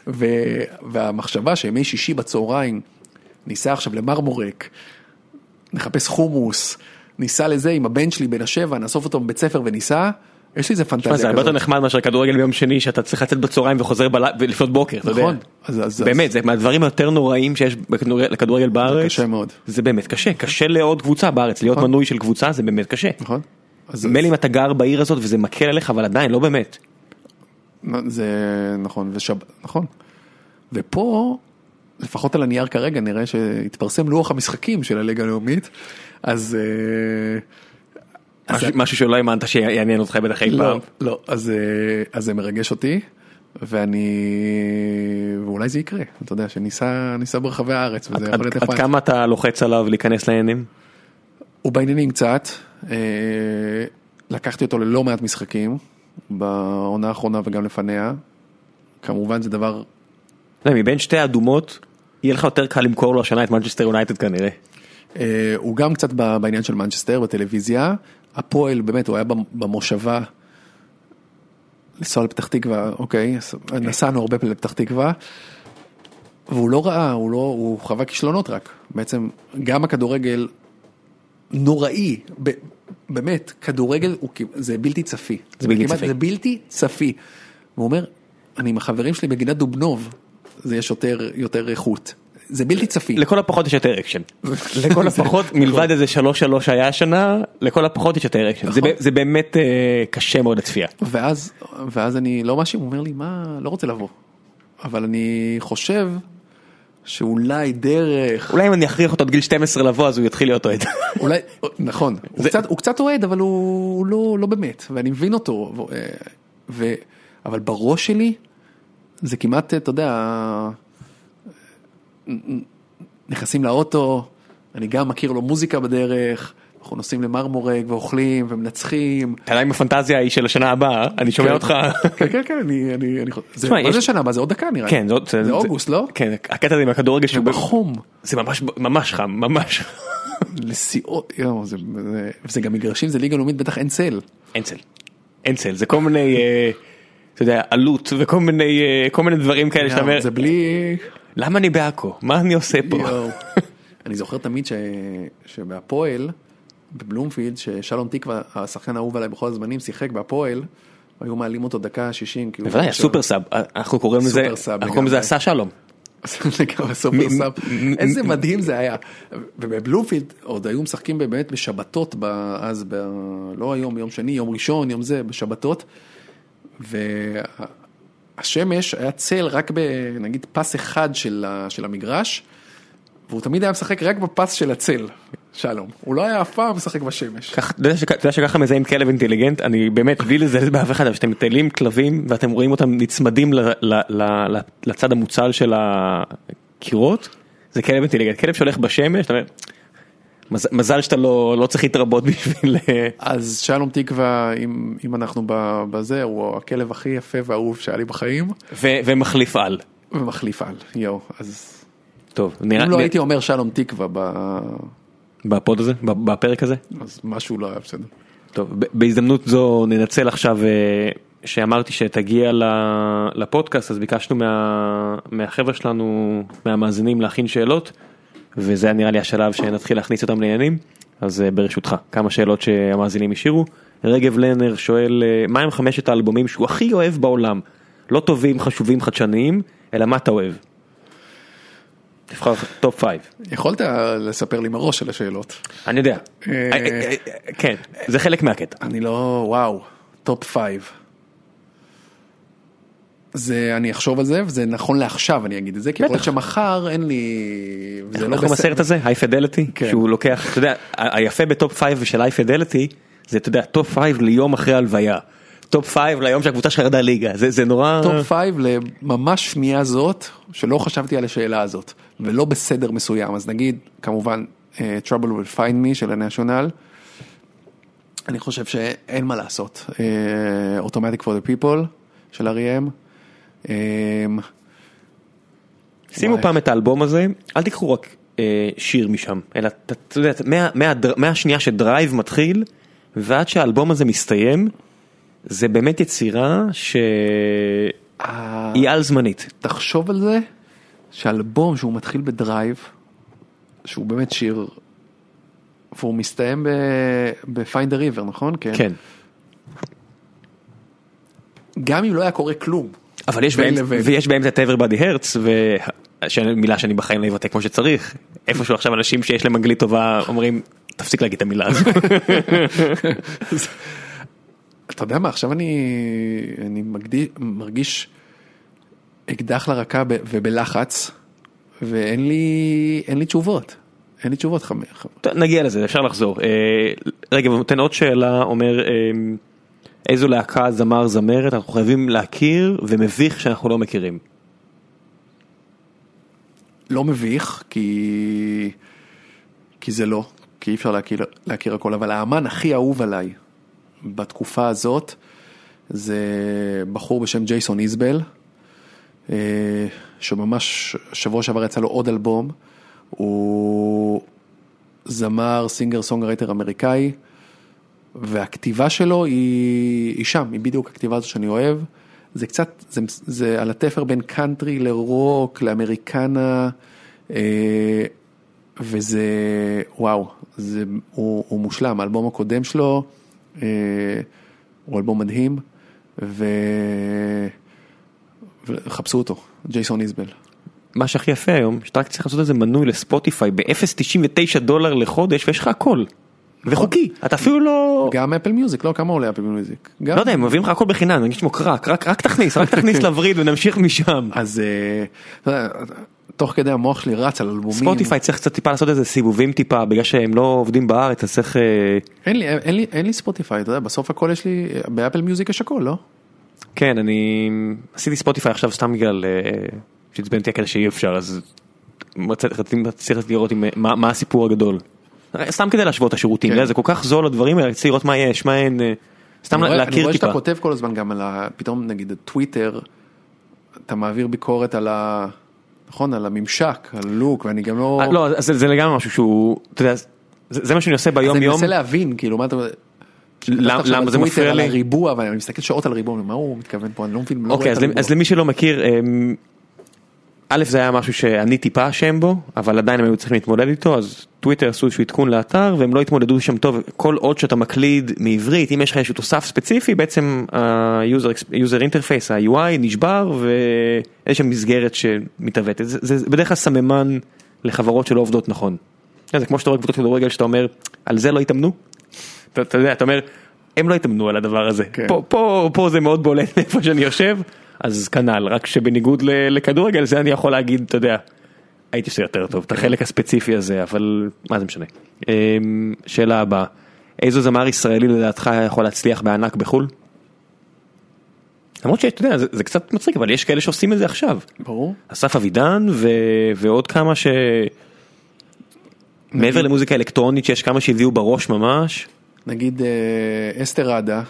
והמחשבה שימי שישי בצהריים, ניסה עכשיו למרמורק, נחפש חומוס, ניסה לזה עם הבן שלי בן השבע, נאסוף אותו בבית ספר וניסה, יש לי איזה פנטזיה כזאת. זה הרבה יותר נחמד מאשר כדורגל ביום שני, שאתה צריך לצאת בצהריים וחוזר לפנות בוקר, אתה יודע. באמת, זה מהדברים היותר נוראים שיש לכדורגל בארץ. קשה מאוד. זה באמת קשה, קשה לעוד קבוצה בארץ, להיות מנוי של קבוצה זה באמת קשה. נכון. מילא אם אתה גר בעיר הזאת וזה מקל עליך, אבל עדיין, לא באמת. זה נכון, נכון. ופה, לפחות על הנייר כרגע, נראה שהתפרסם לוח המשחקים של הליגה הלאומית, אז... משהו שלא האמנת שיעניין אותך בטח אי פעם. לא, אז זה מרגש אותי, ואני, ואולי זה יקרה, אתה יודע, שניסה ברחבי הארץ, וזה יכול להיות נחמד. עד כמה אתה לוחץ עליו להיכנס לעניינים? הוא בעניינים קצת, לקחתי אותו ללא מעט משחקים, בעונה האחרונה וגם לפניה, כמובן זה דבר... מבין שתי האדומות, יהיה לך יותר קל למכור לו השנה את מנצ'סטר יונייטד כנראה. הוא גם קצת בעניין של מנצ'סטר בטלוויזיה, הפועל באמת הוא היה במושבה, לנסוע לפתח תקווה, אוקיי, נסענו הרבה לפתח תקווה, והוא לא ראה, הוא, לא, הוא חווה כישלונות רק, בעצם גם הכדורגל נוראי, באמת, כדורגל הוא, זה בלתי צפי, זה בלתי צפי, זה בלתי צפי, הוא אומר, אני עם החברים שלי בגינת דובנוב, זה יש יותר, יותר איכות, זה בלתי צפי. לכל הפחות יש יותר אקשן. לכל הפחות, מלבד איזה שלוש שלוש היה השנה, לכל הפחות יש יותר אקשן. זה באמת קשה מאוד לצפייה. ואז, ואז אני לא משהו, הוא אומר לי, מה, לא רוצה לבוא. אבל אני חושב שאולי דרך... אולי אם אני אכריח אותו עד גיל שתים עשרה לבוא, אז הוא יתחיל להיות אוהד. אולי, נכון. הוא קצת אוהד, אבל הוא לא באמת. ואני מבין אותו. אבל בראש שלי, זה כמעט, אתה יודע... נכנסים לאוטו, אני גם מכיר לו מוזיקה בדרך, אנחנו נוסעים למרמורק ואוכלים ומנצחים. אתה יודע עם הפנטזיה היא של השנה הבאה, אני שומע אותך. כן, כן, כן, אני, אני, אני, מה זה שנה הבאה? זה עוד דקה נראה. כן, זה אוגוסט, לא? כן, הקטע הזה עם הכדורגל שהוא בחום. זה ממש, ממש חם, ממש. לסיעות, וזה גם מגרשים, זה ליגה לאומית, בטח אין צל. אין צל. אין צל, זה כל מיני, אתה יודע, עלות וכל מיני, כל מיני דברים כאלה שאתה אומר. זה בלי... למה אני בעכו? מה אני עושה פה? אני זוכר תמיד שבהפועל, בבלומפילד, ששלום תקווה, השחקן האהוב עליי בכל הזמנים, שיחק בהפועל, היו מעלים אותו דקה שישים. בוודאי, הסופר סאב, אנחנו קוראים לזה, אנחנו קוראים לזה עשה שלום. סופר סאב, איזה מדהים זה היה, ובבלומפילד עוד היו משחקים באמת בשבתות, אז לא היום, יום שני, יום ראשון, יום זה, בשבתות, והשמש היה צל רק בנגיד פס אחד של המגרש, והוא תמיד היה משחק רק בפס של הצל, שלום, הוא לא היה אף פעם משחק בשמש. אתה יודע שככה מזהים כלב אינטליגנט, אני באמת, בלי לזה באף אחד, אבל שאתם מטיילים כלבים, ואתם רואים אותם נצמדים לצד המוצל של הקירות, זה כלב אינטליגנט, כלב שהולך בשמש, אתה אומר, מזל שאתה לא צריך להתרבות בשביל... אז שלום תקווה, אם אנחנו בזה, הוא הכלב הכי יפה והאהוב שהיה לי בחיים. ומחליף על. ומחליף על, יו, אז... טוב, אם לא הייתי אומר שלום תקווה בפוד הזה, בפרק הזה? אז משהו לא היה בסדר. טוב, בהזדמנות זו ננצל עכשיו שאמרתי שתגיע לפודקאסט, אז ביקשנו מהחבר'ה שלנו, מהמאזינים להכין שאלות, וזה היה נראה לי השלב שנתחיל להכניס אותם לעניינים, אז ברשותך, כמה שאלות שהמאזינים השאירו. רגב לנר שואל, מה הם חמשת האלבומים שהוא הכי אוהב בעולם? לא טובים, חשובים, חדשניים, אלא מה אתה אוהב? תבחר טופ פייב. יכולת לספר לי מראש על השאלות. אני יודע. כן, זה חלק מהקטע. אני לא, וואו, טופ פייב. זה, אני אחשוב על זה, וזה נכון לעכשיו אני אגיד את זה, כי יכול להיות שמחר אין לי... אנחנו בסרט הזה, היי פידליטי, שהוא לוקח, אתה יודע, היפה בטופ פייב של היי פידליטי, זה, אתה יודע, טופ פייב ליום אחרי הלוויה. טופ פייב ליום שהקבוצה שלך ירדה ליגה, זה, זה נורא... טופ פייב לממש שנייה זאת, שלא חשבתי על השאלה הזאת, ולא בסדר מסוים, אז נגיד, כמובן, uh, Trouble Will Find Me של הנשיונל, אני חושב שאין מה לעשות, uh, Automatic for the People של אריאם, um, שימו פעם את האלבום הזה, אל תיקחו רק uh, שיר משם, אלא, אתה יודע, מה, מה, מהשנייה שדרייב מתחיל, ועד שהאלבום הזה מסתיים, זה באמת יצירה שהיא על זמנית. תחשוב על זה, שאלבום שהוא מתחיל בדרייב, שהוא באמת שיר, והוא מסתיים ב-Find the River, נכון? כן. גם אם לא היה קורה כלום. אבל יש באמצע, ויש באמצע את Everybody Hurts, מילה שאני בחיים לא יבטא כמו שצריך. איפשהו עכשיו אנשים שיש להם אנגלית טובה, אומרים, תפסיק להגיד את המילה הזו. אתה יודע מה, עכשיו אני, אני מגדיש, מרגיש אקדח לרקה ובלחץ, ואין לי, אין לי תשובות. אין לי תשובות חמש. נגיע לזה, אפשר לחזור. רגע, ונותן עוד שאלה, אומר, איזו להקה, זמר, זמרת, אנחנו חייבים להכיר, ומביך שאנחנו לא מכירים. לא מביך, כי, כי זה לא, כי אי אפשר להכיר, להכיר הכל, אבל האמן הכי אהוב עליי, בתקופה הזאת, זה בחור בשם ג'ייסון איזבל, שממש שבוע שעבר יצא לו עוד אלבום, הוא זמר, סינגר, סונגרייטר אמריקאי, והכתיבה שלו היא, היא שם, היא בדיוק הכתיבה הזו שאני אוהב, זה קצת, זה, זה על התפר בין קאנטרי לרוק, לאמריקנה, וזה, וואו, זה, הוא, הוא מושלם, האלבום הקודם שלו, הוא אלבום מדהים, ו... וחפשו אותו, ג'ייסון איזבל. מה שהכי יפה היום, שאתה רק צריך לעשות איזה מנוי לספוטיפיי, ב-אפס נקודה תשעים ותשע דולר לחודש, ויש לך הכל. וחוקי, אתה אפילו לא... גם אפל מיוזיק, לא כמה עולה אפל מיוזיק. לא יודע, הם מביאים לך הכל בחינם, נגיד שמו קרק, רק תכניס, רק תכניס לווריד ונמשיך משם. אז תוך כדי המוח שלי רץ על אלבומים. ספוטיפיי צריך קצת טיפה לעשות איזה סיבובים טיפה, בגלל שהם לא עובדים בארץ, אז צריך... אין לי, אין לי, אין לי ספוטיפיי, אתה יודע, בסוף הכל יש לי, באפל מיוזיק יש הכל, לא? כן, אני עשיתי ספוטיפיי עכשיו סתם בגלל שהצבנתי הכאלה שאי אפשר, אז צריך לראות מה הסיפור הגדול. סתם כדי להשוות את השירותים, זה כל כך זול הדברים האלה, צריך לראות מה יש, מה אין, סתם להכיר טיפה. אני רואה שאתה כותב כל הזמן גם על, פתאום נגיד טוויטר, אתה מעביר ביקורת על ה... נכון, על הממשק, על לוק, ואני גם לא... לא, זה לגמרי משהו שהוא, אתה יודע, זה מה שאני עושה ביום יום. אז אני מנסה להבין, כאילו, מה אתה... למה זה מפריע לי? על הריבוע, אבל אני מסתכל שעות על הריבוע, מה הוא מתכוון פה, אני לא מבין. אוקיי, אז למי שלא מכיר, א' זה היה משהו שאני טיפה אשם בו, אבל עדיין הם היו צריכים להתמודד איתו, אז טוויטר עשו איזשהו עדכון לאתר, והם לא התמודדו שם טוב, כל עוד שאתה מקליד מעברית, אם יש לך איזשהו תוסף ספציפי, בעצם ה-user interface, ה-יו איי נשבר, ויש שם מסגרת שמתעוותת. זה, זה בדרך כלל סממן לחברות שלא עובדות נכון. זה כמו שאתה רואה קבוצות כדורגל, שאתה אומר, על זה לא התאמנו? אתה, אתה יודע, אתה אומר, הם לא התאמנו על הדבר הזה. כן. פה, פה, פה זה מאוד בולט איפה שאני יושב, אז כנ"ל, רק שבניגוד לכדורגל, זה אני יכול להגיד, אתה יודע, הייתי עושה יותר טוב, את החלק הספציפי הזה, אבל מה זה משנה. שאלה הבאה, איזו זמר ישראלי לדעתך יכול להצליח בענק בחול? למרות שאתה יודע, זה, זה קצת מצחיק, אבל יש כאלה שעושים את זה עכשיו. ברור. אסף אבידן ו... ועוד כמה ש... נגיד... מעבר למוזיקה אלקטרונית, שיש כמה שהביאו בראש ממש. נגיד אסתר ראדה,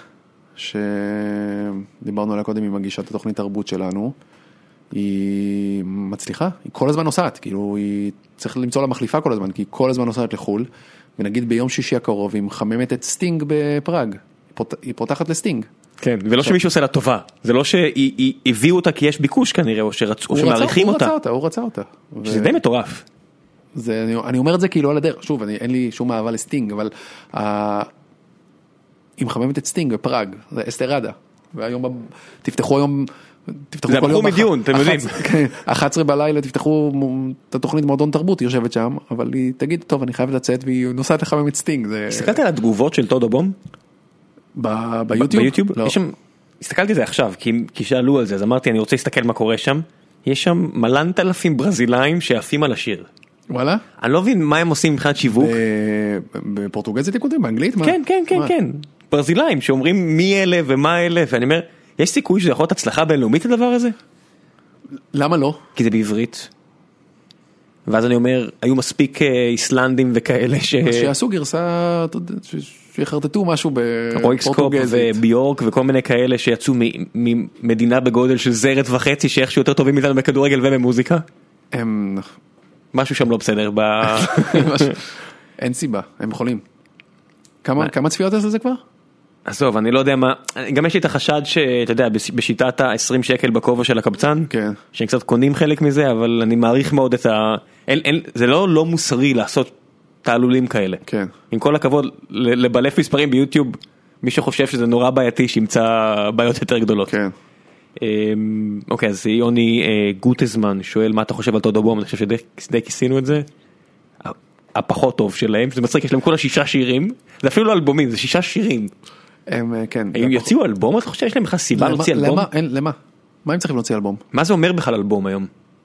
שדיברנו עליה קודם עם מגישת התוכנית תרבות שלנו, היא מצליחה, היא כל הזמן נוסעת, כאילו היא צריך למצוא לה מחליפה כל הזמן, כי היא כל הזמן נוסעת לחול, ונגיד ביום שישי הקרוב היא מחממת את סטינג בפראג, היא פותחת לסטינג. כן, ולא שמישהו עושה לה טובה, זה לא שהביאו אותה כי יש ביקוש כנראה, או שמעריכים אותה. הוא רצה אותה, הוא רצה אותה. שזה די מטורף. אני אומר את זה כאילו על הדרך, שוב, אין לי שום אהבה לסטינג, אבל היא מחממת את סטינג בפראג, זה אסתר ראדה, והיום תפתחו היום, זה עברו מדיון, אתם יודעים. אחת עשרה בלילה תפתחו את התוכנית מועדון תרבות, היא יושבת שם, אבל היא תגיד, טוב, אני חייבת לצאת, והיא נוסעת לחמם את סטינג. הסתכלת על התגובות של טודו בום? ביוטיוב? לא. הסתכלתי על זה עכשיו, כי שאלו על זה, אז אמרתי, אני רוצה להסתכל מה קורה שם. יש שם מלנת אלפים ברזילאים שעפים על השיר. וואלה? אני לא מבין מה הם עושים מבחינת שיווק. בפורטוגזית יקודים, באנגלית? כן, כן, כן, כן. ברזילאים שאומרים מי אלה ומה אלה, ואני אומר, יש סיכוי שזה יכול להיות הצלחה בינלאומית הדבר הזה? למה לא? כי זה בעברית. ואז אני אומר, היו מספיק איסלנדים וכאלה ש... שיעשו גרסה, שיחרטטו משהו בפורטוגזית. רויקסקופ וביורק וכל מיני כאלה שיצאו ממדינה בגודל של זרת וחצי, שאיכשהו יותר טובים איתנו בכדורגל ובמוזיקה. הם... משהו שם לא בסדר. אין סיבה, הם יכולים. כמה צפיות יש לזה כבר? עזוב, אני לא יודע מה, גם יש לי את החשד שאתה יודע, בשיטת ה-עשרים שקל בכובע של הקבצן, כן. שהם קצת קונים חלק מזה, אבל אני מעריך מאוד את ה... אין, אין, זה לא לא מוסרי לעשות תעלולים כאלה. כן. עם כל הכבוד, לבלף מספרים ביוטיוב, מי שחושב שזה נורא בעייתי, שימצא בעיות יותר גדולות. כן. אוקיי, אז יוני גוטזמן שואל, מה אתה חושב על טודו בום? אני חושב שדי כיסינו את זה. הפחות טוב שלהם, זה מצחיק, יש להם כל השישה שירים, זה אפילו לא אלבומים, זה שישה שירים. הם, כן. הם יוציאו אלבום? אתה חושב שיש להם בכלל סיבה להוציא אלבום? למה? אין, למה? מה הם צריכים להוציא אלבום? מה זה אומר בכלל אלבום היום?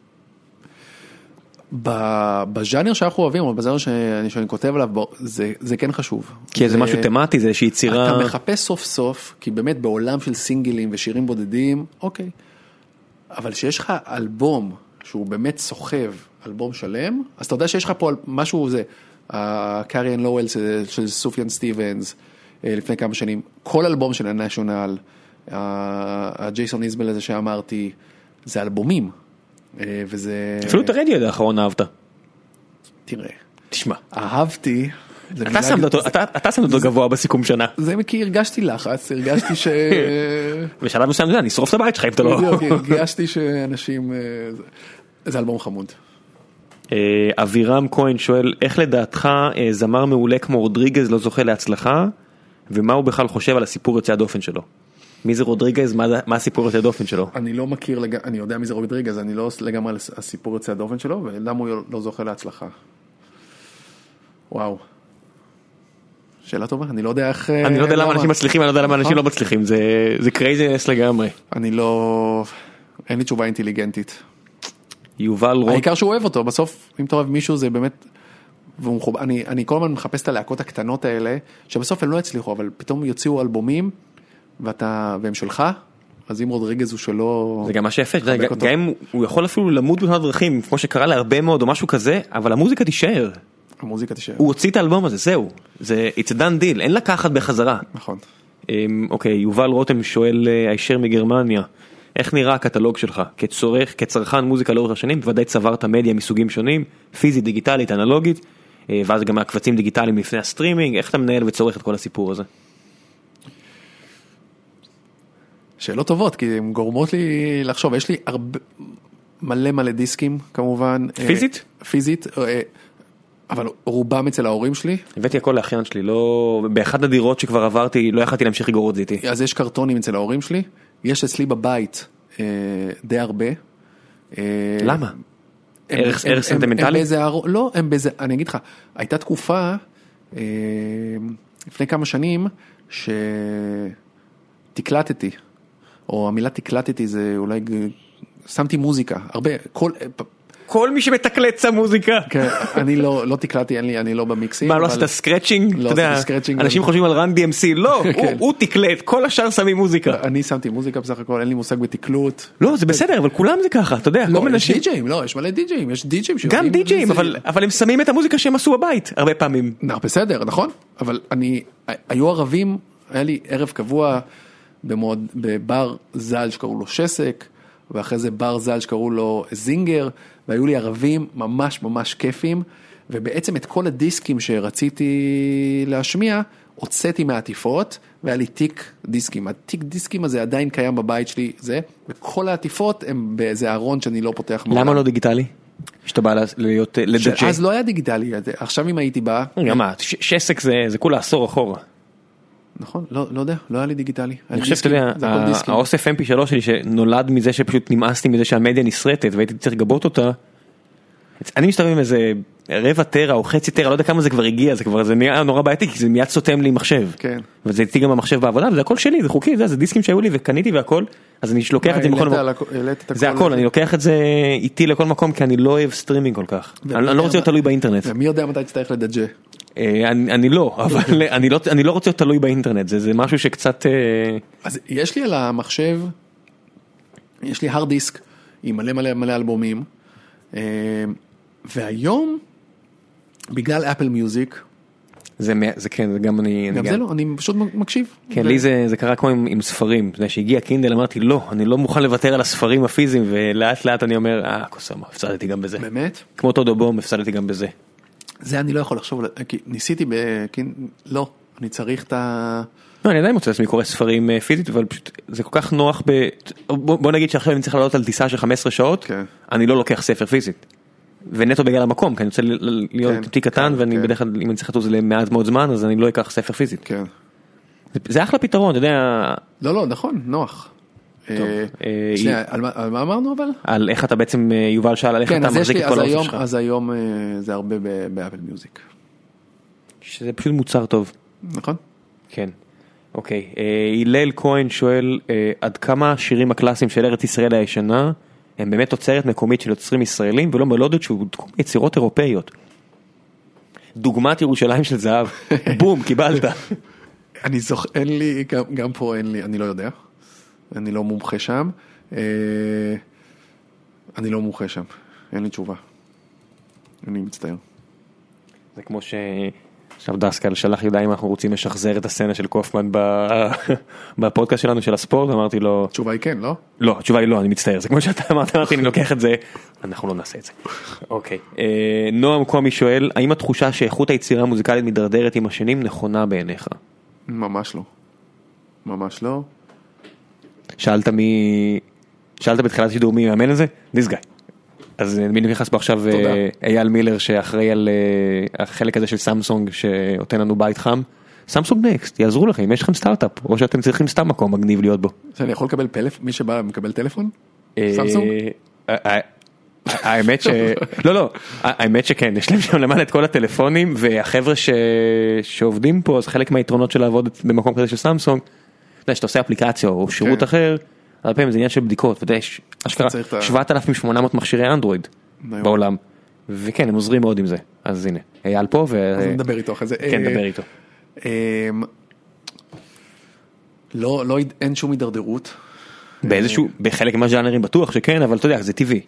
בז'אנר שאנחנו אוהבים, או בז'אנר שאני, שאני כותב עליו, זה, זה כן חשוב. כי זה משהו תמטי, זה איזושהי יצירה... אתה מחפש סוף סוף, כי באמת בעולם של סינגלים ושירים בודדים, אוקיי. אבל שיש לך אלבום שהוא באמת סוחב, אלבום שלם, אז אתה יודע שיש לך פה משהו, זה, קאריאן לואל של סופיאן סטיבנס, לפני כמה שנים, כל אלבום של הנשיונל, הג'ייסון איזבל הזה שאמרתי, זה אלבומים, וזה... אפילו את הרדיו האחרון אהבת. תראה. תשמע. אהבתי. אתה שם אותו גבוה בסיכום שנה. זה כי הרגשתי לחץ, הרגשתי ש... בשלב מסוים, אני אשרוף את הבית שלך אם אתה לא... הרגשתי שאנשים... זה אלבום חמוד. אבירם כהן שואל, איך לדעתך זמר מעולה כמו רודריגז לא זוכה להצלחה, ומה הוא בכלל חושב על הסיפור יוצא הדופן שלו? מי זה רודריגז? מה הסיפור יוצא הדופן שלו? אני לא מכיר, אני יודע מי זה רודריגז, אני לא לגמרי על הסיפור יוצא הדופן שלו, ולמה הוא לא זוכה להצלחה? וואו. שאלה טובה, אני לא יודע איך... אני לא יודע למה אנשים מצליחים, אני לא יודע למה אנשים לא מצליחים, זה קרייזינס לגמרי. אני לא... אין לי תשובה אינטליגנטית. יובל רוט... העיקר שהוא אוהב אותו, בסוף, אם אתה אוהב מישהו, זה באמת... אני, אני כל הזמן מחפש את הלהקות הקטנות האלה, שבסוף הם לא הצליחו, אבל פתאום יוציאו אלבומים, ואתה, והם שלך, אז אם רודריגז הוא שלא... זה גם מה שיפה, גם אם הוא יכול אפילו למות בתאונת דרכים, כמו שקרה להרבה מאוד או משהו כזה, אבל המוזיקה תישאר. המוזיקה תישאר. הוא הוציא את האלבום הזה, זהו. זה it's a done deal, אין לקחת בחזרה. נכון. אוקיי, יובל רותם שואל הישר מגרמניה, איך נראה הקטלוג שלך? כצורך, כצרכן מוזיקה לאורך השנים, בוודאי צברת מדיה מסוגים שונים, פיזית, דיגיטלית, אנלוגית, ואז גם הקבצים דיגיטליים לפני הסטרימינג, איך אתה מנהל וצורך את כל הסיפור הזה? שאלות טובות, כי הן גורמות לי לחשוב, יש לי הרבה, מלא מלא דיסקים כמובן. פיזית? פיזית, אבל רובם אצל ההורים שלי. הבאתי הכל לאחיין שלי, לא, באחד הדירות שכבר עברתי, לא יכלתי להמשיך לגור את זה איתי. אז יש קרטונים אצל ההורים שלי, יש אצלי בבית די הרבה. למה? ערך סנטימנטלי? לא, הם באיזה, אני אגיד לך, הייתה תקופה, לפני כמה שנים, שתקלטתי, או המילה תקלטתי זה אולי, שמתי מוזיקה, הרבה, כל... כל מי שמתקלט שם מוזיקה. כן, אני לא, לא תקלטתי, אני, אני לא במיקסים. מה, לא עשית סקרצ'ינג? לא עשית סקרצ'ינג. אנשים חושבים על רן די אם סי, לא, הוא תקלט, כל השאר שמים מוזיקה. אני שמתי מוזיקה בסך הכל, אין לי מושג בתקלוט. לא, זה בסדר, אבל כולם זה ככה, אתה יודע. לא, יש די-ג'יים, לא, יש מלא די-ג'יים, יש די-ג'יים. גם די-ג'יים, אבל הם שמים את המוזיקה שהם עשו בבית, הרבה פעמים. בסדר, נכון, אבל אני, היו ערבים, היה לי ערב קבוע בבר זל שקראו לו שסק, ואחרי זה בר זל שקראו לו זינגר, והיו לי ערבים ממש ממש כיפים, ובעצם את כל הדיסקים שרציתי להשמיע, הוצאתי מהעטיפות, והיה לי תיק דיסקים. התיק דיסקים הזה עדיין קיים בבית שלי, זה, וכל העטיפות הם באיזה ארון שאני לא פותח מעולם. למה לא דיגיטלי? שאתה בא להיות לדג'י. אז לא היה דיגיטלי, עכשיו אם הייתי בא... גם מה, שסק זה כולה עשור אחורה. נכון, לא, לא יודע, לא היה לי דיגיטלי. אני חושב שאתה יודע, האוסף אם פי שלוש שלי שנולד מזה שפשוט נמאסתי מזה שהמדיה נשרטת והייתי צריך לגבות אותה, אני מסתובב עם איזה רבע טרה או חצי טרה, לא יודע כמה זה כבר הגיע, זה כבר, זה נהיה נורא בעייתי, כי זה מיד סותם לי מחשב. כן. וזה איתי גם המחשב בעבודה, וזה הכל שלי, זה חוקי, זה, זה דיסקים שהיו לי וקניתי והכל, אז אני לוקח את זה מכל מקום. זה הכל, אני לוקח את זה איתי לכל מקום, כי אני לא אוהב סטרימינג כל כך. אני לא רוצה להיות תלוי באינטרנט. ומי יודע מתי תצטרך לדג'ה? אני לא, אבל אני לא רוצה להיות תלוי באינטרנט, זה משהו שקצת... אז יש לי על המחשב, יש לי הרד דיסק עם מלא מלא מלא אלבומים, והיום, בגלל אפל מיוזיק, זה כן, זה גם אני... גם זה לא, אני פשוט מקשיב. כן, לי זה קרה כמו עם ספרים, אתה יודע, שהגיע קינדל, אמרתי, לא, אני לא מוכן לוותר על הספרים הפיזיים, ולאט לאט אני אומר, אה, קוסומה, הפסדתי גם בזה. באמת? כמו טודו בום, הפסדתי גם בזה. זה אני לא יכול לחשוב, כי ניסיתי ב... לא, אני צריך את ה... לא, אני עדיין מוצא לעצמי קורא ספרים פיזית, אבל פשוט זה כל כך נוח ב... בוא נגיד שעכשיו אני צריך לעלות על טיסה של חמש עשרה שעות, אני לא לוקח ספר פיזית. ונטו בגלל המקום, כי אני רוצה להיות תיק קטן, ואני בדרך כלל, אם אני צריך לטוס למעט מאוד זמן, אז אני לא אקח ספר פיזית. כן. זה אחלה פתרון, אתה יודע... לא, לא, נכון, נוח. שנייה, על מה אמרנו אבל? על איך אתה בעצם, יובל שאל, על איך אתה מחזיק את כל האוסף שלך. אז היום זה הרבה באפל מיוזיק. שזה פשוט מוצר טוב. נכון. כן. אוקיי. הלל כהן שואל, עד כמה השירים הקלאסיים של ארץ ישראל הישנה, הם באמת תוצרת מקומית של יוצרים ישראלים, ולא מלודות שהוא יצירות אירופאיות. דוגמת ירושלים של זהב. בום, קיבלת. אני זוכר, אין לי, גם פה אין לי, אני לא יודע. אני לא מומחה שם. אני לא מומחה שם. אין לי תשובה. אני מצטער. זה כמו ש... עכשיו דסקל שלח ידע אם אנחנו רוצים לשחזר את הסצנה של קופמן בפודקאסט שלנו של הספורט, אמרתי לו... תשובה היא כן, לא? לא, התשובה היא לא, אני מצטער. זה כמו שאתה אמרת, אמרתי, אני לוקח את זה, אנחנו לא נעשה את זה. אוקיי. נועם קומי שואל, האם התחושה שאיכות היצירה המוזיקלית מדרדרת עם השנים נכונה בעיניך? ממש לא. ממש לא. שאלת מי... שאלת בתחילת שידור מי מאמן את זה? This guy. אז מי נכנס פה עכשיו אייל מילר שאחראי על החלק הזה של סמסונג שאותן לנו בית חם. סמסונג נקסט, יעזרו לכם, יש לכם סטארט-אפ, או שאתם צריכים סתם מקום מגניב להיות בו. שאני יכול לקבל פלאפון, מי שבא מקבל טלפון? סמסונג? האמת ש... לא, לא, האמת שכן, יש להם שם למעלה את כל הטלפונים, והחבר'ה שעובדים פה, אז חלק מהיתרונות של לעבוד במקום כזה של סמסונג, אתה יודע, שאתה עושה אפליקציה או שירות אחר, הרבה פעמים זה עניין של בדיקות, ואתה יודע, יש אשכרה שבעת אלפים ושמונה מאות מכשירי אנדרואיד בעולם, וכן, הם עוזרים מאוד עם זה, אז הנה, אייל פה, אז נדבר איתו אחרי זה. כן, נדבר איתו. לא, אין שום הידרדרות. באיזשהו, בחלק מהז'אנרים בטוח שכן, אבל אתה יודע, זה טבעי.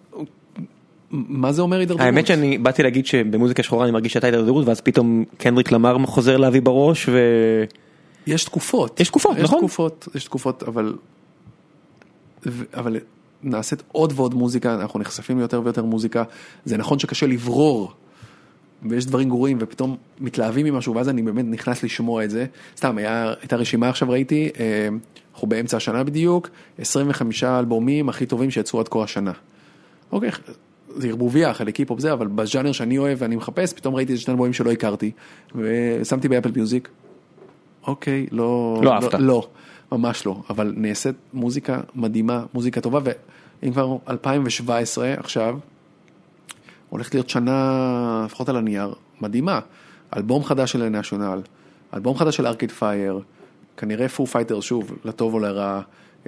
מה זה אומר הידרדרות? האמת שאני באתי להגיד שבמוזיקה שחורה אני מרגיש שאתה הידרדרות, ואז פתאום קנדריק למר חוזר להביא בראש, ו... יש תקופות. יש תקופות, נכון? יש תקופות, יש תקופות, אבל... אבל נעשית עוד ועוד מוזיקה, אנחנו נחשפים ליותר ויותר מוזיקה, זה נכון שקשה לברור, ויש דברים גרועים, ופתאום מתלהבים ממשהו, ואז אני באמת נכנס לשמוע את זה, סתם, היה, הייתה רשימה עכשיו ראיתי, אנחנו באמצע השנה בדיוק, עשרים וחמישה אלבומים הכי טובים שיצאו עד כה השנה, אוקיי, זה ערבוביה, חלק היפ-הופ זה, אבל בז'אנר שאני אוהב ואני מחפש, פתאום ראיתי איזה שני אלבומים שלא הכרתי, ושמתי באפל מיוזיק. אוקיי, לא... לא אהבת. לא, ממש לא, אבל נעשית מוזיקה מדהימה, מוזיקה טובה, ואם כבר אלפיים שבע עשרה עכשיו, הולכת להיות שנה, לפחות על הנייר, מדהימה. אלבום חדש של הנשיונל, אלבום חדש של ארקיד פייר, כנראה פו פייטר שוב, לטוב או לרע,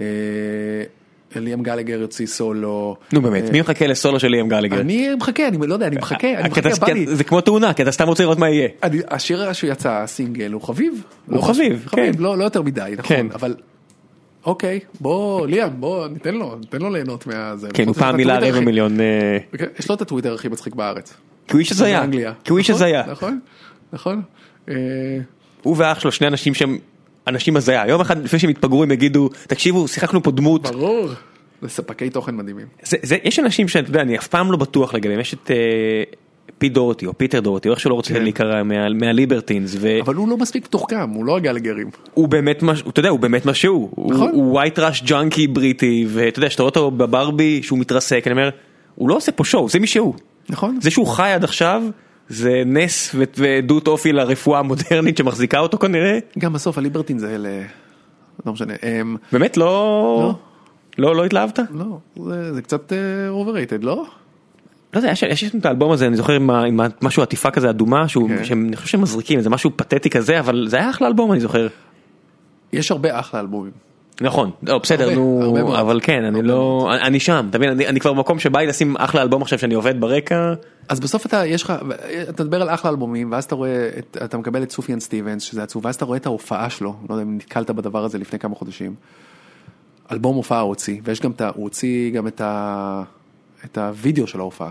ליאם גלגר יוציא סולו. נו באמת, מי מחכה לסולו של ליאם גלגר? אני מחכה, אני לא יודע, אני מחכה, אני מחכה, בא לי. זה כמו תאונה, כי אתה סתם רוצה לראות מה יהיה. השיר שיצא, סינגל, הוא חביב. הוא חביב, כן. לא יותר מדי, נכון, אבל אוקיי, בוא, ליאם, בוא, ניתן לו, ניתן לו ליהנות מהזה. כן, הוא פעם מילה רבע מיליון. יש לו את הטוויטר הכי מצחיק בארץ. כי הוא איש הזיה. כי הוא איש הזיה. נכון, נכון. הוא ואח שלו, שני אנשים שהם אנשים הזיה. יום אחד לפני שהם התפגרו הם יגידו, תקשיבו, שיחקנו פה דמות. ברור. זה ספקי תוכן מדהימים. יש אנשים שאתה יודע, אני אף פעם לא בטוח לגביהם. יש את פי דורטי או פיטר דורטי, או איך שלא רוצה להיקרא, מהליברטינס. אבל הוא לא מספיק מתוחכם, הוא לא הגלגרים. הוא באמת, אתה יודע, הוא באמת מה שהוא. הוא ווייט ראש ג'אנקי בריטי, ואתה יודע, שאתה רואה אותו בברבי, שהוא מתרסק, אני אומר, הוא לא עושה פה שואו, זה מי שהוא. נכון. זה שהוא חי עד עכשיו, זה נס ועדות אופי לרפואה המודרנית שמחזיקה אותו כנראה. גם בסוף הליברטין זה אלה, לא משנה. באמת לא, לא, לא התלהבת? לא, זה קצת overrated, לא? לא יודע, יש את האלבום הזה, אני זוכר עם משהו עטיפה כזה אדומה, שאני חושב שהם מזריקים, זה משהו פתטי כזה, אבל זה היה אחלה אלבום, אני זוכר. יש הרבה אחלה אלבומים. נכון, בסדר, נו, אבל כן, אני לא, אני שם, תבין, אני כבר במקום שבא לי לשים אחלה אלבום עכשיו שאני עובד ברקע. אז בסוף אתה, יש לך, אתה מדבר על אחלה אלבומים, ואז אתה רואה, אתה מקבל את סופיאן סטיבנס, שזה עצוב, ואז אתה רואה את ההופעה שלו, לא יודע אם נתקלת בדבר הזה לפני כמה חודשים, אלבום הופעה הוא הוציא, ויש גם את, הוא הוציא גם את ה, את הוידאו של ההופעה.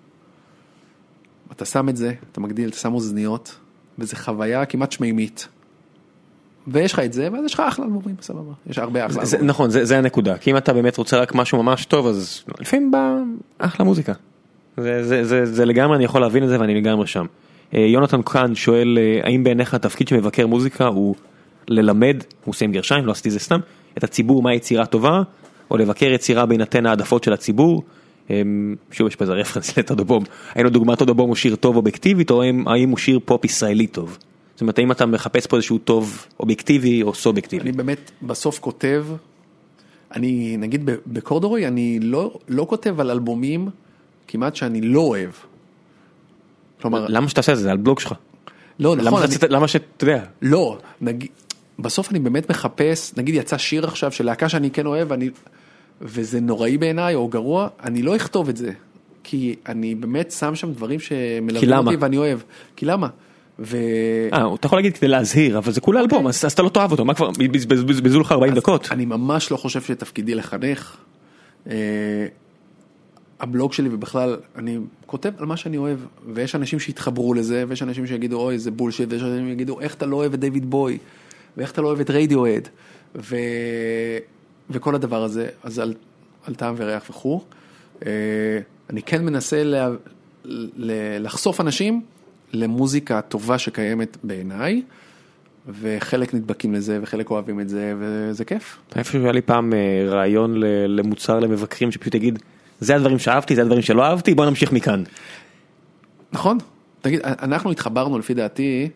אתה שם את זה, אתה מגדיל, אתה שם אוזניות, וזה חוויה כמעט שמימית. ויש לך את זה, ואז יש לך אחלה אלבומים, סבבה. יש הרבה אחלה אלבומים. נכון, זה הנקודה. כי אם אתה באמת רוצה רק משהו ממש טוב, אז לפעמים בא אחלה מוזיקה. זה לגמרי, אני יכול להבין את זה, ואני לגמרי שם. יונתן כאן שואל, האם בעיניך התפקיד שמבקר מוזיקה הוא ללמד, הוא עושה עם גרשיים, לא עשיתי זה סתם, את הציבור מה יצירה טובה, או לבקר יצירה בהינתן העדפות של הציבור? שוב, יש פה איזה רפרנס לטודובום. האם הדוגמה טודובום הוא שיר טוב אובייקטיבית, או האם הוא שיר פופ ישראלי טוב? זאת אומרת, האם אתה מחפש פה איזשהו טוב אובייקטיבי או סובייקטיבי? אני באמת בסוף כותב, אני נגיד בקורדורוי, אני לא, לא כותב על אלבומים כמעט שאני לא אוהב. כלומר, למה שאתה עושה את זה? זה על בלוג שלך. לא, נכון. למה, אני... למה שאתה יודע? לא, נגיד, בסוף אני באמת מחפש, נגיד יצא שיר עכשיו של להקה שאני כן אוהב, אני, וזה נוראי בעיניי או גרוע, אני לא אכתוב את זה. כי אני באמת שם שם דברים שמלווים אותי ואני אוהב. כי למה? ו... אה, אתה יכול להגיד כדי להזהיר, אבל זה כולה אלבום, אז אתה לא תאהב אותו, מה כבר, בזבזו לך ארבעים דקות? אני ממש לא חושב שתפקידי לחנך. הבלוג שלי ובכלל, אני כותב על מה שאני אוהב, ויש אנשים שהתחברו לזה, ויש אנשים שיגידו, אוי, זה בולשיט, ויש אנשים שיגידו, איך אתה לא אוהב את דיוויד בוי, ואיך אתה לא אוהב את רדיואד, ו... וכל הדבר הזה, אז על, על טעם וריח וכו'. אני כן מנסה לה... לחשוף אנשים, למוזיקה טובה שקיימת בעיניי, וחלק נדבקים לזה, וחלק אוהבים את זה, וזה כיף. איפה שהיה לי פעם רעיון למוצר למבקרים, שפשוט תגיד, זה הדברים שאהבתי, זה הדברים שלא אהבתי, בוא נמשיך מכאן. נכון. תגיד, אנחנו התחברנו לפי דעתי,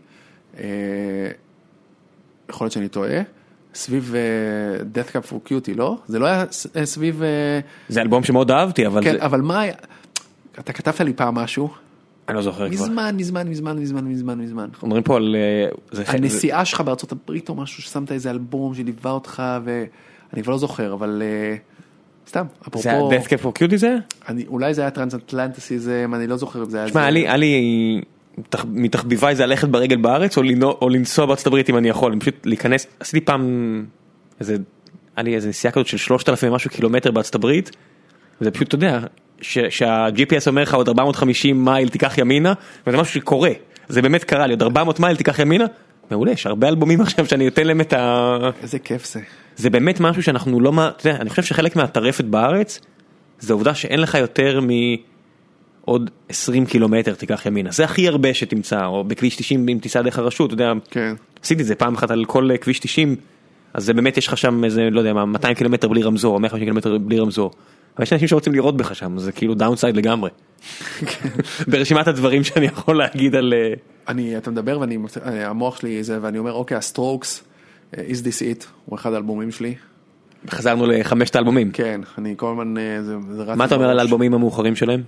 יכול להיות שאני טועה, סביב Death Cab for Cutie, לא? זה לא היה סביב... זה אלבום שמאוד אהבתי, אבל... כן, אבל מה היה... אתה כתבת לי פעם משהו, אני לא זוכר כבר. מזמן, מזמן, מזמן, מזמן, מזמן, מזמן. אומרים פה על... הנסיעה שלך בארצות הברית או משהו, ששמת איזה אלבום שליווה אותך, ואני כבר לא זוכר, אבל סתם, אפרופו... זה היה Death Cab for Cutie זה? אולי זה היה טרנס-אטלנטיסיזם, אני לא זוכר אם זה היה... שמע, היה לי... מתחביביי זה ללכת ברגל בארץ, או לנסוע בארצות הברית אם אני יכול, פשוט להיכנס... עשיתי פעם איזה... היה לי איזה נסיעה כזאת של שלושת אלפים ומשהו קילומטר בארצות הברית, וזה פשוט, אתה יודע... שה-ג'י פי אס אומר לך עוד ארבע מאות וחמישים מייל תיקח ימינה, וזה משהו שקורה, זה באמת קרה לי, עוד ארבע מאות מייל תיקח ימינה, מעולה, יש הרבה אלבומים עכשיו שאני נותן להם את ה... איזה כיף זה. זה באמת משהו שאנחנו לא, אתה יודע, אני חושב שחלק מהטרפת בארץ, זה העובדה שאין לך יותר מעוד עשרים קילומטר תיקח ימינה, זה הכי הרבה שתמצא, או בכביש תשעים אם תיסע דרך הרשות, אתה יודע, כן. עשיתי את זה פעם אחת על כל כביש תשעים, אז זה באמת יש לך שם איזה, לא יודע מה, מאתיים קילומטר בלי רמזור, או מאה וחמישים קילומטר בלי רמזור. אבל יש אנשים שרוצים לראות בך שם, זה כאילו דאונסייד לגמרי. ברשימת הדברים שאני יכול להגיד על... אני, אתה מדבר ואני, המוח שלי זה, ואני אומר, אוקיי, הסטרוקס, Is This It, הוא אחד האלבומים שלי. חזרנו לחמשת האלבומים. כן, אני כל הזמן, זה, זה רץ... מה אתה אומר על האלבומים המאוחרים שלהם?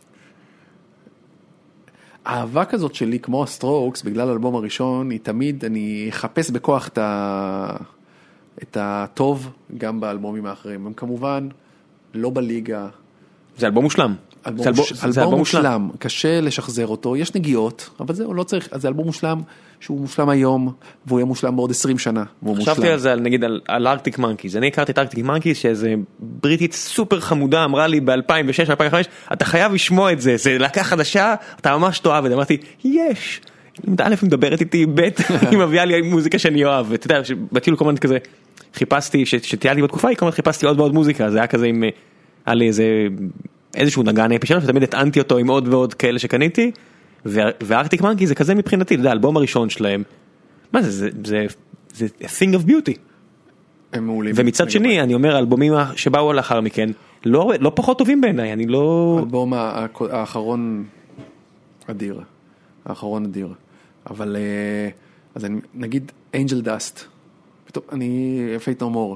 האהבה כזאת שלי, כמו הסטרוקס, בגלל האלבום הראשון, היא תמיד, אני אחפש בכוח את, ה... את הטוב, גם באלבומים האחרים. הם כמובן לא בליגה. זה אלבום מושלם. אלבום, אלבום, ש... אלבום, אלבום מושלם. מושלם, קשה לשחזר אותו, יש נגיעות, אבל זהו, לא צריך, אז זה אלבום מושלם, שהוא מושלם היום, והוא יהיה מושלם בעוד עשרים שנה, והוא מושלם. חשבתי על זה, נגיד, על, על ארקטיק מנקיז, אני הכרתי את ארקטיק מנקיז, שאיזה בריטית סופר חמודה, אמרה לי ב-אלפיים ושש אלפיים וחמש, אתה חייב לשמוע את זה, זה להקה חדשה, אתה ממש תאהב את זה, אמרתי, יש, א' מדברת איתי, ב' היא מביאה לי מוזיקה שאני אוהב, ואתה יודע, שבטיול כל מיני כזה, חיפשתי, שטיילתי בתקופה, כל מיני חיפשתי עוד ועוד מוזיקה, זה היה כזה עם, היה לי איזה איזשהו נגן אפי שלו, שתמיד הטענתי אותו עם עוד ועוד כאלה שקניתי, וארקטיק מנקי זה כזה מבחינתי, אתה יודע, האלבום הראשון שלהם, מה זה, זה, זה, זה a thing of beauty. הם מעולים. ומצד שני, אני אומר, האלבומים שבאו לאחר מכן, לא, לא פחות טובים בעיניי, אני לא... האלבום האחרון אדיר, האחרון אדיר, אבל, אז אני, נגיד, Angel Dust, פתאום, אני, Fate No More,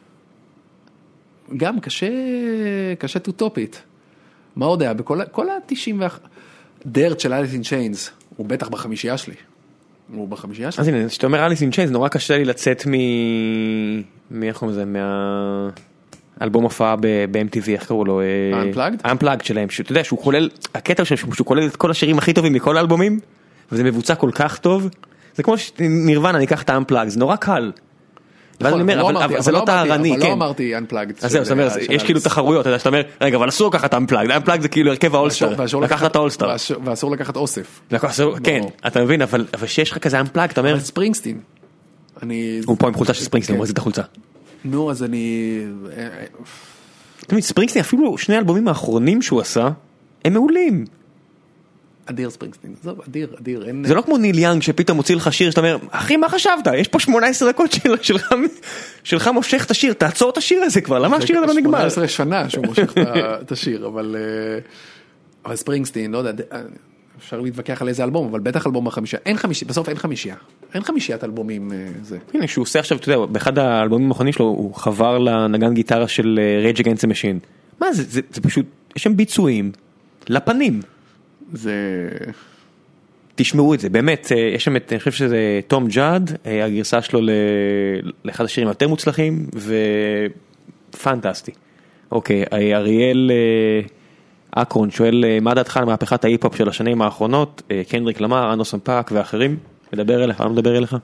גם קשה, קשה טוטופית. מה עוד היה? בכל, כל ה-תשעים ואחת, דרט של אליס אין צ'יינס, הוא בטח בחמישייה שלי. הוא בחמישייה שלי. אז הנה, כשאתה אומר אליס אין צ'יינס, נורא קשה לי לצאת מ... מי איך קוראים לזה? מהאלבום הופעה ב-אם טי וי, איך קראו לו? Unplugged? Unplugged שלהם, שאתה יודע, שהוא כולל, הקטע שהוא כולל את כל השירים הכי טובים מכל האלבומים, וזה מבוצע כל כך טוב, זה כמו שנרוונה, אני אקח את ה-Unplugged, זה נורא קל. ואז אני אומר, אבל זה לא טהרני, כן. אבל לא אמרתי Unplugged. אז זהו, זאת אומרת, יש כאילו תחרויות, שאתה אומר, רגע, אבל אסור לקחת Unplugged, Unplugged זה כאילו הרכב האולסטר, לקחת את האולסטר. ואסור לקחת אוסף. כן, אתה מבין, אבל שיש לך כזה Unplugged, אתה אומר... אבל ספרינגסטין. הוא פה עם חולצה של ספרינגסטין, הוא מחזיק את החולצה. נו, אז אני... תמיד, ספרינגסטין, אפילו שני האלבומים האחרונים שהוא עשה, הם מעולים. אדיר ספרינגסטין, זו אדיר, אדיר. זה לא כמו ניל יאנג שפתאום מוציא לך שיר, שאתה אומר, אחי, מה חשבת? יש פה שמונה עשרה דקות שלך מושך את השיר, תעצור את השיר הזה כבר, למה השיר הזה לא נגמר? שמונה עשרה שנה שהוא מושך את השיר, אבל ספרינגסטין, לא יודע, אפשר להתווכח על איזה אלבום, אבל בטח אלבום החמישייה, אין חמישייה, בסוף אין חמישייה, אין חמישיית אלבומים זה. הנה, שהוא עושה עכשיו, אתה יודע, באחד האלבומים האחרונים שלו, הוא חבר לנגן גיטרה של Rage Against the Machine. מה זה? זה פשוט, יש שם ביצועים, לפנים. זה... תשמעו את זה, באמת, יש שם את, אני חושב שזה תום ג'אד, הגרסה שלו לאחד השירים היותר מוצלחים, ופנטסטי. אוקיי, אריאל אקרון שואל, מה דעתך על מהפכת ההיפ-הופ של השנים האחרונות, קנדריק למר, אנדרסון פאק ואחרים, מדבר אליך, אני מדבר אליך?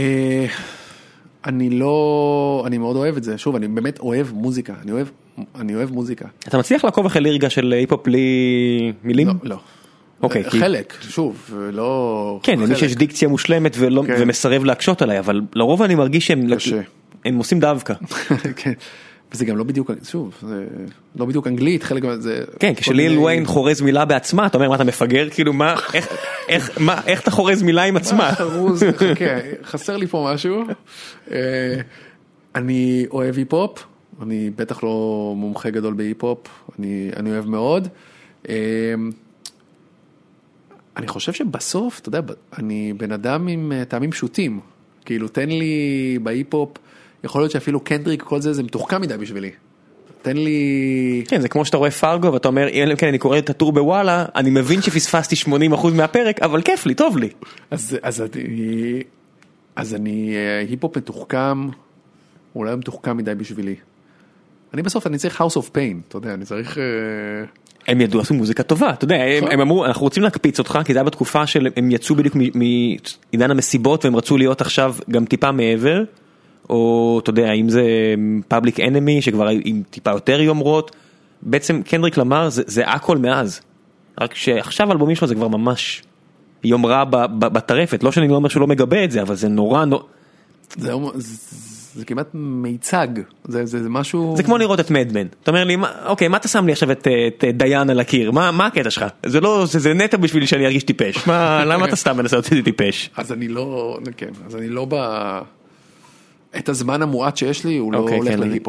אני לא, אני מאוד אוהב את זה, שוב, אני באמת אוהב מוזיקה, אני אוהב, אני אוהב מוזיקה. אתה מצליח לעקוב אחרי לירגה של היפ-הופ בלי מילים? לא, לא. אוקיי, חלק, שוב, לא... כן, למי שיש דיקציה מושלמת ומסרב להקשות עליי, אבל לרוב אני מרגיש שהם עושים דווקא. כן, וזה גם לא בדיוק, שוב, זה לא בדיוק אנגלית, חלק זה... כן, כשליל וויין חורז מילה בעצמה, אתה אומר, מה אתה מפגר? כאילו, מה, איך אתה חורז מילה עם עצמה? חרוז, חכה, חסר לי פה משהו. אני אוהב היפ-הופ, אני בטח לא מומחה גדול בהיפ-הופ, אני אוהב מאוד. אני חושב שבסוף, אתה יודע, אני בן אדם עם טעמים פשוטים, כאילו תן לי בהיפ-הופ, יכול להיות שאפילו קנדריק, כל זה, זה מתוחכם מדי בשבילי. תן לי... כן, זה כמו שאתה רואה פארגו, ואתה אומר, כן, אני קורא את הטור בוואלה, אני מבין שפספסתי שמונים אחוז מהפרק, אבל כיף לי, טוב לי. אז, אז, אני, אז אני, היפ-הופ מתוחכם, אולי מתוחכם מדי בשבילי. אני בסוף, אני צריך House of Pain, אתה יודע, אני צריך... הם ידעו עשו מוזיקה טובה, אתה יודע, הם אמרו, אנחנו רוצים להקפיץ אותך, כי זה היה בתקופה שהם יצאו בדיוק מעידן המסיבות, והם רצו להיות עכשיו גם טיפה מעבר, או אתה יודע, אם זה Public Enemy, שכבר עם טיפה יותר יומרות, בעצם קנדריק למר, זה הכל מאז. רק שעכשיו האלבומים שלו זה כבר ממש יומרה בטרפת, לא שאני לא אומר שהוא לא מגבה את זה, אבל זה נורא נורא... זה... זה כמעט מיצג, זה, זה, זה משהו... זה כמו לראות את מדמן. אתה אומר לי, אוקיי, מה אתה שם לי עכשיו את, את דיין על הקיר? מה, מה הקטע שלך? זה לא, זה, זה נטע בשביל שאני ארגיש טיפש. מה, למה אתה סתם מנסה אותי טיפש? אז אני לא, כן, אז אני לא ב... את הזמן המועט שיש לי, הוא לא אוקיי, הולך כן, להיפ-הופ.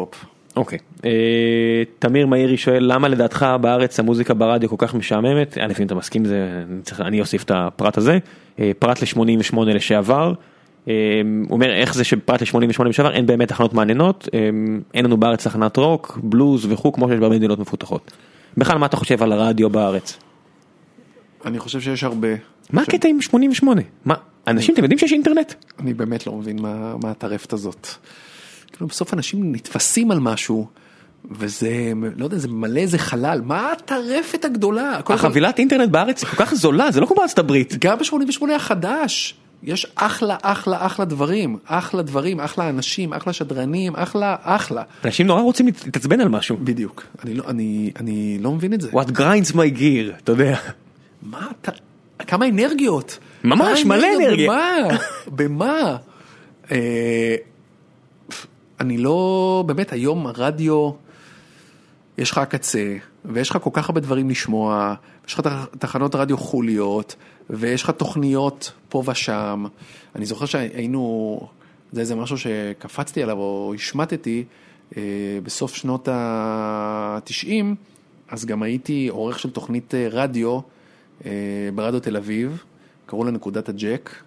אוקיי. תמיר מאירי שואל, למה לדעתך בארץ המוזיקה ברדיו כל כך משעממת? א', אם אתה מסכים, אני אוסיף את הפרט הזה. פרט ל-שמונים ושמונה לשעבר. הוא אומר, איך זה שפרט ל-שמונים ושמונה לשעבר אין באמת תחנות מעניינות, אין לנו בארץ תחנת רוק, בלוז וכו', כמו שיש במדינות מפותחות. בכלל, מה אתה חושב על הרדיו בארץ? אני חושב שיש הרבה. מה הקטע עם שמונים ושמונה? מה, אנשים, אתם יודעים שיש אינטרנט? אני באמת לא מבין מה, מה הטרפת הזאת. כאילו בסוף אנשים נתפסים על משהו, וזה, לא יודע, זה מלא איזה חלל. מה הטרפת הגדולה? החבילת אינטרנט בארץ היא כל כך זולה, זה לא כמו בארצות הברית. גם ב-שמונים ושמונה החדש, יש אחלה, אחלה, אחלה דברים, אחלה דברים, אחלה אנשים, אחלה שדרנים, אחלה, אחלה. אנשים נורא רוצים להתעצבן על משהו. בדיוק. אני לא, אני, אני לא מבין את זה. What grinds my gear, אתה יודע. מה אתה, כמה אנרגיות. ממש, מלא אנרגיה. במה? במה? אני לא, באמת, היום הרדיו, יש לך הקצה, ויש לך כל כך הרבה דברים לשמוע, יש לך תחנות רדיו חוליות, ויש לך תוכניות פה ושם. אני זוכר שהיינו, זה איזה משהו שקפצתי עליו, או השמטתי, בסוף שנות ה-תשעים, אז גם הייתי עורך של תוכנית רדיו, ברדיו תל אביב, קראו לה נקודת הג'ק,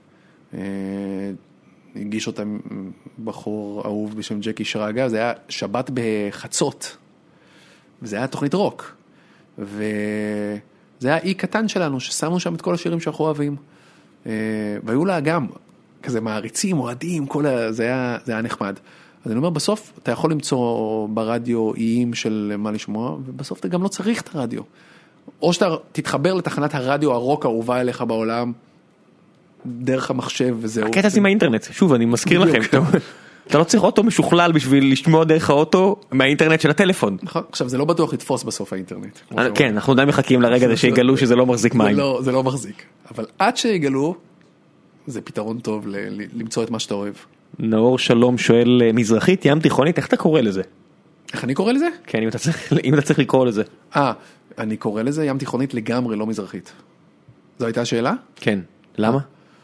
הגיש אותה בחור אהוב בשם ג'קי שרגא, זה היה שבת בחצות, וזה היה תוכנית רוק, וזה היה אי קטן שלנו, ששמנו שם את כל השירים שאנחנו אוהבים, והיו לה גם כזה מעריצים, אוהדים, כל ה... זה היה, זה היה נחמד. אז אני אומר, בסוף אתה יכול למצוא ברדיו איים של מה לשמוע, ובסוף אתה גם לא צריך את הרדיו. או שאתה תתחבר לתחנת הרדיו הרוק האהובה אליך בעולם, דרך המחשב וזהו. הקטע זה עם האינטרנט, שוב אני מזכיר לכם, אתה לא צריך אוטו משוכלל בשביל לשמוע דרך האוטו מהאינטרנט של הטלפון. נכון, עכשיו זה לא בטוח לתפוס בסוף האינטרנט. כן, אנחנו די מחכים לרגע הזה שיגלו שזה לא מחזיק מים. זה לא מחזיק, אבל עד שיגלו, זה פתרון טוב למצוא את מה שאתה אוהב. נאור שלום שואל, מזרחית, ים תיכונית, איך אתה קורא לזה? איך אני קורא לזה? כן, אם אתה צריך לקרוא לזה. אה, אני קורא לזה ים תיכונית לגמרי, לא מזרחית. זו הייתה השאלה? כן. למה?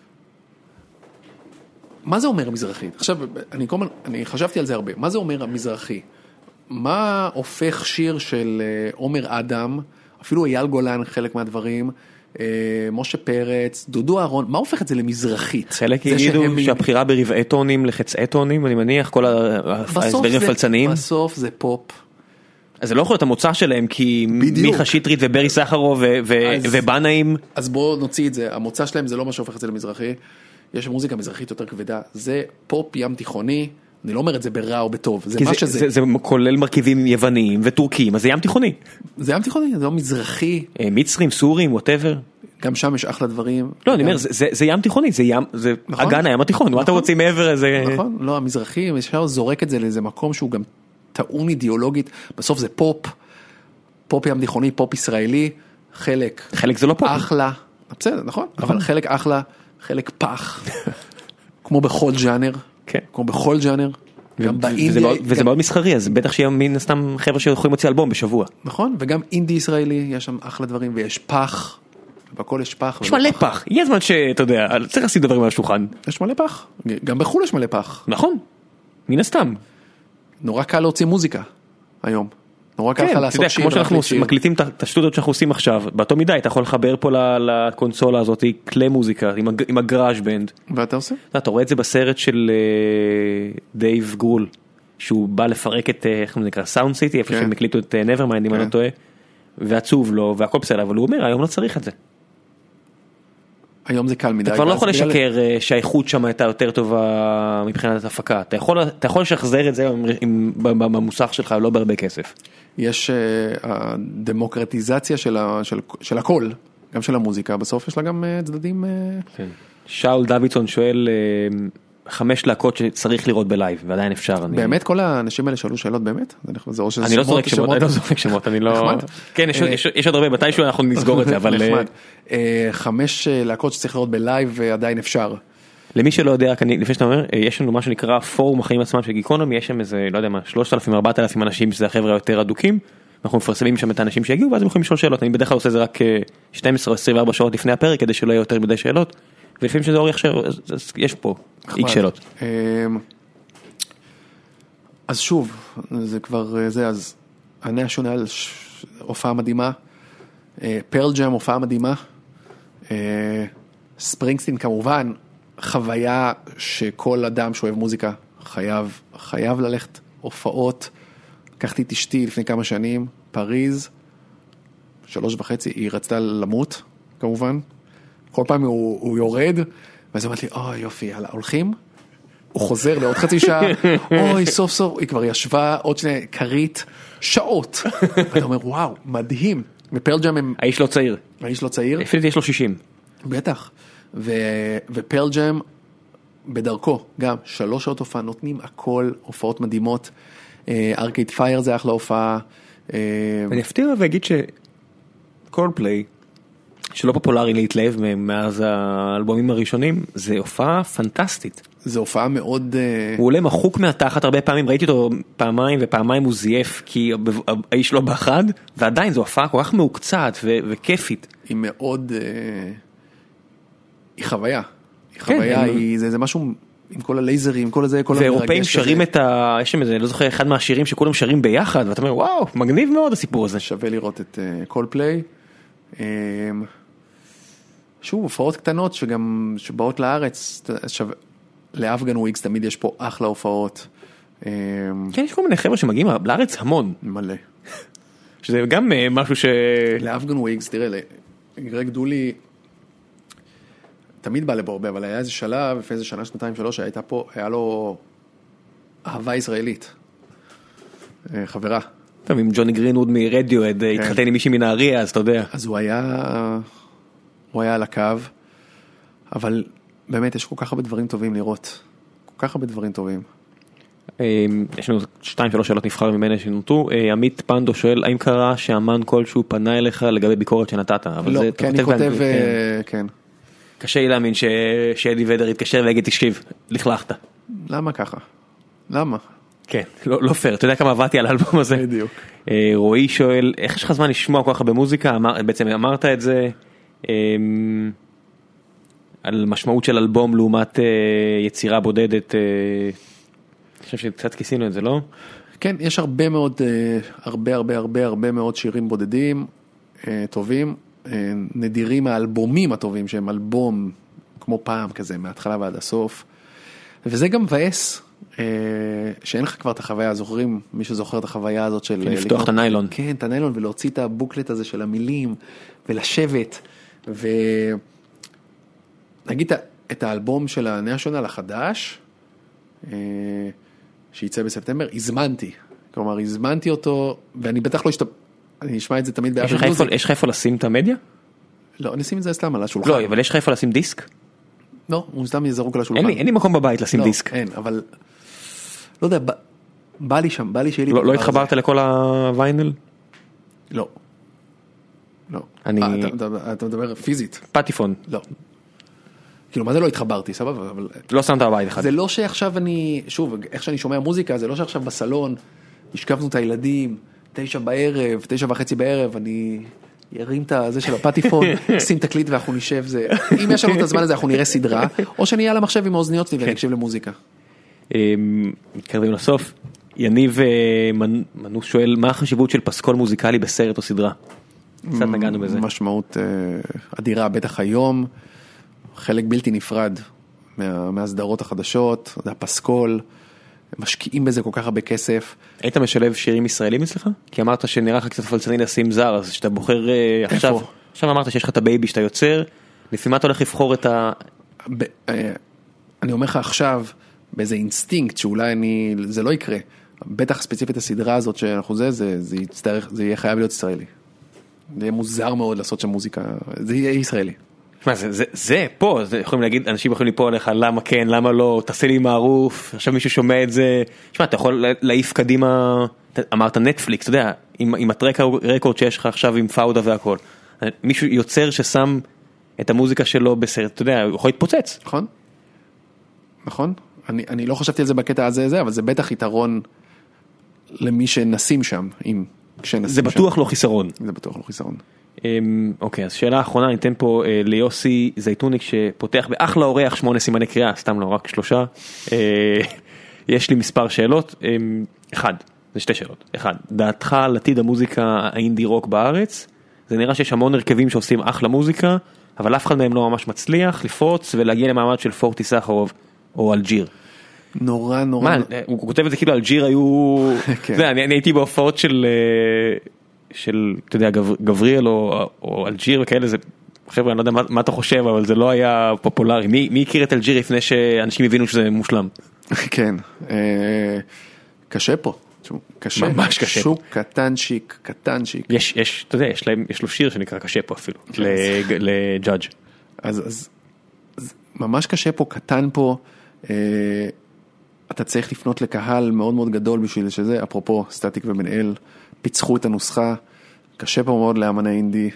מה זה אומר המזרחית? עכשיו, אני, אני חשבתי על זה הרבה. מה זה אומר המזרחי? מה הופך שיר של עומר אדם, אפילו אייל גולן חלק מהדברים, משה פרץ, דודו אהרון, מה הופך את זה למזרחית? חלק יגידו שהבחירה ברבעי טונים לחצאי טונים, אני מניח, כל ההסברים הפלצניים. בסוף זה פופ. אז זה לא יכול להיות המוצא שלהם, כי מיכה שטרית וברי סחרוב ובנאים. אז בואו נוציא את זה, המוצא שלהם זה לא מה שהופך את זה למזרחי, יש מוזיקה מזרחית יותר כבדה, זה פופ ים תיכוני, אני לא אומר את זה ברע או בטוב, זה מה שזה. זה כולל מרכיבים יווניים וטורקים, אז זה ים תיכוני. זה ים תיכוני, זה לא מזרחי. מצרים, סורים, whatever. גם שם יש אחלה דברים. לא, אני אומר, זה ים תיכוני, זה ים, זה אגן הים התיכון, מה אתה רוצים מעבר לזה? נכון, לא, המזרחי, אפשר זורק את זה לאיזה מקום שהוא גם טעון אידיאולוגית, בסוף זה פופ, פופ ים תיכוני, פופ ישראלי, חלק. חלק זה לא פופ. אחלה, בסדר, נכון, אבל חלק אחלה, חלק פח, כמו בכל ג'אנר, כמו בכל ג'אנר, גם באינדיה. וזה מאוד מסחרי, אז בטח שיהיה מן הסתם חבר'ה שיכולים להוציא אלבום בשבוע. נכון, וגם אינדי ישראלי, יש שם אחלה דברים, ויש פח, בכל יש פח. יש מלא פח, יהיה זמן שאתה יודע, צריך לשים דברים על השולחן. יש מלא פח, גם בחול יש מלא פח. נכון, מן הסתם. נורא קל להוציא מוזיקה היום. נורא קל לך לעשות שיר. כמו שאנחנו מקליטים את השטודיות שאנחנו עושים עכשיו, באותו מידה, אתה יכול לחבר פה לקונסולה הזאת כלי מוזיקה, עם הגראז' בנד. ואתה עושה? אתה רואה את זה בסרט של דייב גרול, שהוא בא לפרק את, איך זה נקרא, סאונד סיטי, איפה שהם הקליטו את נברמיינד, אם אני לא טועה, ועצוב לו, והכל בסדר, אבל הוא אומר, היום לא צריך את זה. היום זה קל מדי. אתה כבר לא יכול לשקר שהאיכות שם הייתה יותר טובה מבחינת הפקה. אתה יכול לשחזר את זה במוסך שלך, לא בהרבה כסף. יש הדמוקרטיזציה של הכל, גם של המוזיקה, בסוף יש לה גם צדדים. שאול דוידסון שואל, חמש להקות שצריך לראות בלייב, ועדיין אפשר. באמת כל האנשים האלה שאלו שאלות באמת? אני לא זורק שמות, אני לא זורק שמות, אני לא... כן, יש עוד הרבה, מתישהו אנחנו נסגור את זה, אבל... חמש להקות שצריך לראות בלייב ועדיין אפשר. למי שלא יודע, לפני שאתה אומר, יש לנו מה שנקרא פורום החיים עצמם של גיקונומי, יש שם איזה, לא יודע מה, שלושת אלפים, ארבעת אלפים אנשים, שזה החבר'ה יותר אדוקים, אנחנו מפרסמים שם את האנשים שהגיעו, ואז הם יכולים לשאול שאלות. אני בדרך כלל עושה זה רק שתים עשרה או עשרים וארבע שעות לפני הפרק, כדי שלא יהיה יותר מדי שאלות. ולפעמים שזה אורי עכשיו, יש פה איקס שאלות. אז שוב, זה כבר זה, אז הנשיונל, הופעה מדהימה, פרל ג'ם, הופעה מדהימה, ספרינגסטין כמובן, חוויה שכל אדם שאוהב מוזיקה חייב, חייב ללכת, הופעות, לקחתי את אשתי לפני כמה שנים, פריז, שלוש וחצי, היא רצתה למות, כמובן, כל פעם הוא, הוא יורד, ואז אמרתי לי, אוי יופי, יאללה, הולכים, הוא חוזר לעוד חצי שעה, אוי סוף סוף, היא כבר ישבה עוד שני קרית, שעות, ואתה אומר, וואו, מדהים, ופרל ג'ם הם... האיש לא צעיר. האיש לא צעיר. אפילו יש לו שישים. בטח, ו... ופרל ג'ם בדרכו, גם שלוש שעות הופעה, נותנים הכל, הופעות מדהימות, ארקייד פייר זה אחלה הופעה. אני אפתיע ואגיד שקולפליי, שלא פופולרי להתלהב מאז האלבומים הראשונים, זה הופעה פנטסטית. זה הופעה מאוד... הוא עולה מחוק מהתחת הרבה פעמים, ראיתי אותו פעמיים ופעמיים הוא זייף, כי האיש לא באחד, ועדיין זו הופעה כל כך מעוקצת וכיפית. היא מאוד... היא חוויה. היא חוויה, זה משהו... עם כל הלייזרים, עם כל הזה, כל המרגש. ואירופאים שרים את ה... יש שם איזה, לא זוכר, אחד מהשירים שכולם שרים ביחד, ואתה אומר, וואו, מגניב מאוד הסיפור הזה. שווה לראות את קולפליי. שוב, הופעות קטנות שגם, שבאות לארץ, לאפגן וויקס תמיד יש פה אחלה הופעות. כן, יש כל מיני חבר'ה שמגיעים לארץ המון. מלא. שזה גם משהו ש... לאפגן וויקס, תראה, גרג דולי, תמיד בא לפה הרבה, אבל היה איזה שלב, לפני איזה שנה, שנתיים, שלוש, שהייתה פה, היה לו אהבה ישראלית. חברה. טוב, עם ג'וני גרינווד מרדיואד, התחתן עם מישהי מנהריה, אז אתה יודע. אז הוא היה, הוא היה על הקו, אבל באמת יש כל כך הרבה דברים טובים לראות. כל כך הרבה דברים טובים. יש לנו שתיים, שלוש שאלות נבחר ממנה שנותו. עמית פנדו שואל, האם קרה שאמן כלשהו פנה אליך לגבי ביקורת שנתת? לא, כן, אני כותב, כן. קשה לי להאמין שאדי ודר יתקשר ויגיד תשכיב, לכלכת. למה ככה? למה? כן, לא פייר, אתה יודע כמה עבדתי על האלבום הזה. בדיוק. רועי שואל, איך יש לך זמן לשמוע כל כך במוזיקה? בעצם אמרת את זה, על משמעות של אלבום לעומת יצירה בודדת, אני חושב שקצת כיסינו את זה, לא? כן, יש הרבה מאוד, הרבה הרבה הרבה הרבה מאוד שירים בודדים, טובים, נדירים האלבומים הטובים שהם אלבום כמו פעם כזה מההתחלה ועד הסוף, וזה גם מבאס שאין לך כבר את החוויה, זוכרים מי שזוכר את החוויה הזאת של לפתוח את הניילון, כן, את הניילון ולהוציא את הבוקלט הזה של המילים ולשבת ונגיד את האלבום של הנשיונל החדש שייצא בספטמבר, הזמנתי, כלומר הזמנתי אותו ואני בטח לא אשתפ... אני אשמע את זה תמיד באפל מיוזיק. יש לך איפה לשים את המדיה? לא, אני אשים את זה סתם על השולחן. לא, אבל יש לך איפה לשים דיסק? לא, הוא סתם יזרוק על השולחן. אין לי מקום בבית לשים דיסק. אין, אבל לא יודע, בא לי שם, בא לי שיהיה לי... לא התחברת לכל הוויינל? לא. לא. אתה מדבר פיזית? פטיפון. לא. כאילו, מה זה לא התחברתי, סבבה, אבל... לא שמת בבית אחד. זה לא שעכשיו אני, שוב, איך שאני שומע מוזיקה, זה לא שעכשיו בסלון, השכבנו את הילדים, תשע בערב, תשע וחצי בערב, אני ירים את זה של הפטיפון, שים תקליט ואנחנו נשב, זה... אם יש לנו את הזמן הזה, אנחנו נראה סדרה, או שאני אהיה על המחשב עם האוזניות שלי ואני אקשיב למוזיקה. מתקרבים לסוף. יניב מנוס שואל, מה החשיבות של פסקול מוזיקלי בסרט או סדרה? קצת נגענו בזה. משמעות אדירה, בטח היום, חלק בלתי נפרד מהסדרות החדשות, זה הפסקול, משקיעים בזה כל כך הרבה כסף. היית משלב שירים ישראלים אצלך? כי אמרת שנראה לך קצת פלצני לשים זר, אז שאתה בוחר עכשיו, עכשיו אמרת שיש לך את הבייבי שאתה יוצר, לפי מה אתה הולך לבחור את ה... אני אומר לך עכשיו, באיזה אינסטינקט שאולי אני, זה לא יקרה, בטח ספציפית הסדרה הזאת שאנחנו זה, זה, זה יצטרך, זה יהיה חייב להיות ישראלי. זה יהיה מוזר מאוד לעשות שם מוזיקה, זה יהיה ישראלי. מה, זה, זה, זה, פה, זה יכולים להגיד, אנשים יכולים ליפול עליך, למה כן, למה לא, תעשה לי מערוף, עכשיו מישהו שומע את זה, תשמע, אתה יכול להעיף קדימה, אמרת נטפליקס, אתה יודע, עם, עם הטרק רקורד שיש לך עכשיו עם פאודה והכל, מישהו יוצר ששם את המוזיקה שלו בסרט, אתה יודע, הוא יכול להתפוצץ. נכון, נכון, אני, אני לא חשבתי על זה בקטע הזה, זה, אבל זה בטח יתרון למי שנשים שם, אם כשנשים זה בטוח שם. לא חיסרון. זה בטוח לא חיסרון. אוקיי, אז שאלה האחרונה, ניתן פה ליוסי זייטוניק שפותח באחלה אורח שמונה סימני קריאה, סתם לא, רק שלושה. יש לי מספר שאלות, אחד, זה שתי שאלות, אחד, דעתך על עתיד המוזיקה האינדי רוק בארץ, זה נראה שיש המון הרכבים שעושים אחלה מוזיקה, אבל אף אחד מהם לא ממש מצליח לפרוץ ולהגיע למעמד של פורטי סחרוב או אלג'יר. נורא נורא. מה, הוא כותב את זה כאילו אלג'יר היו, אני הייתי בהופעות של, של, אתה יודע, גבריאל או אלג'יר וכאלה, זה, חבר'ה, אני לא יודע מה אתה חושב, אבל זה לא היה פופולרי. מי הכיר את אלג'יר לפני שאנשים הבינו שזה מושלם? כן, קשה פה. קשה, ממש קשה. שוק קטנצ'יק, קטנצ'יק. יש, יש, אתה יודע, יש להם, יש לו שיר שנקרא קשה פה אפילו, לג'אדג'. אז, אז, ממש קשה פה, קטן פה, אתה צריך לפנות לקהל מאוד מאוד גדול בשביל שזה, אפרופו סטטיק ומנהל, פיצחו את הנוסחה, קשה פה מאוד לאמני אינדי,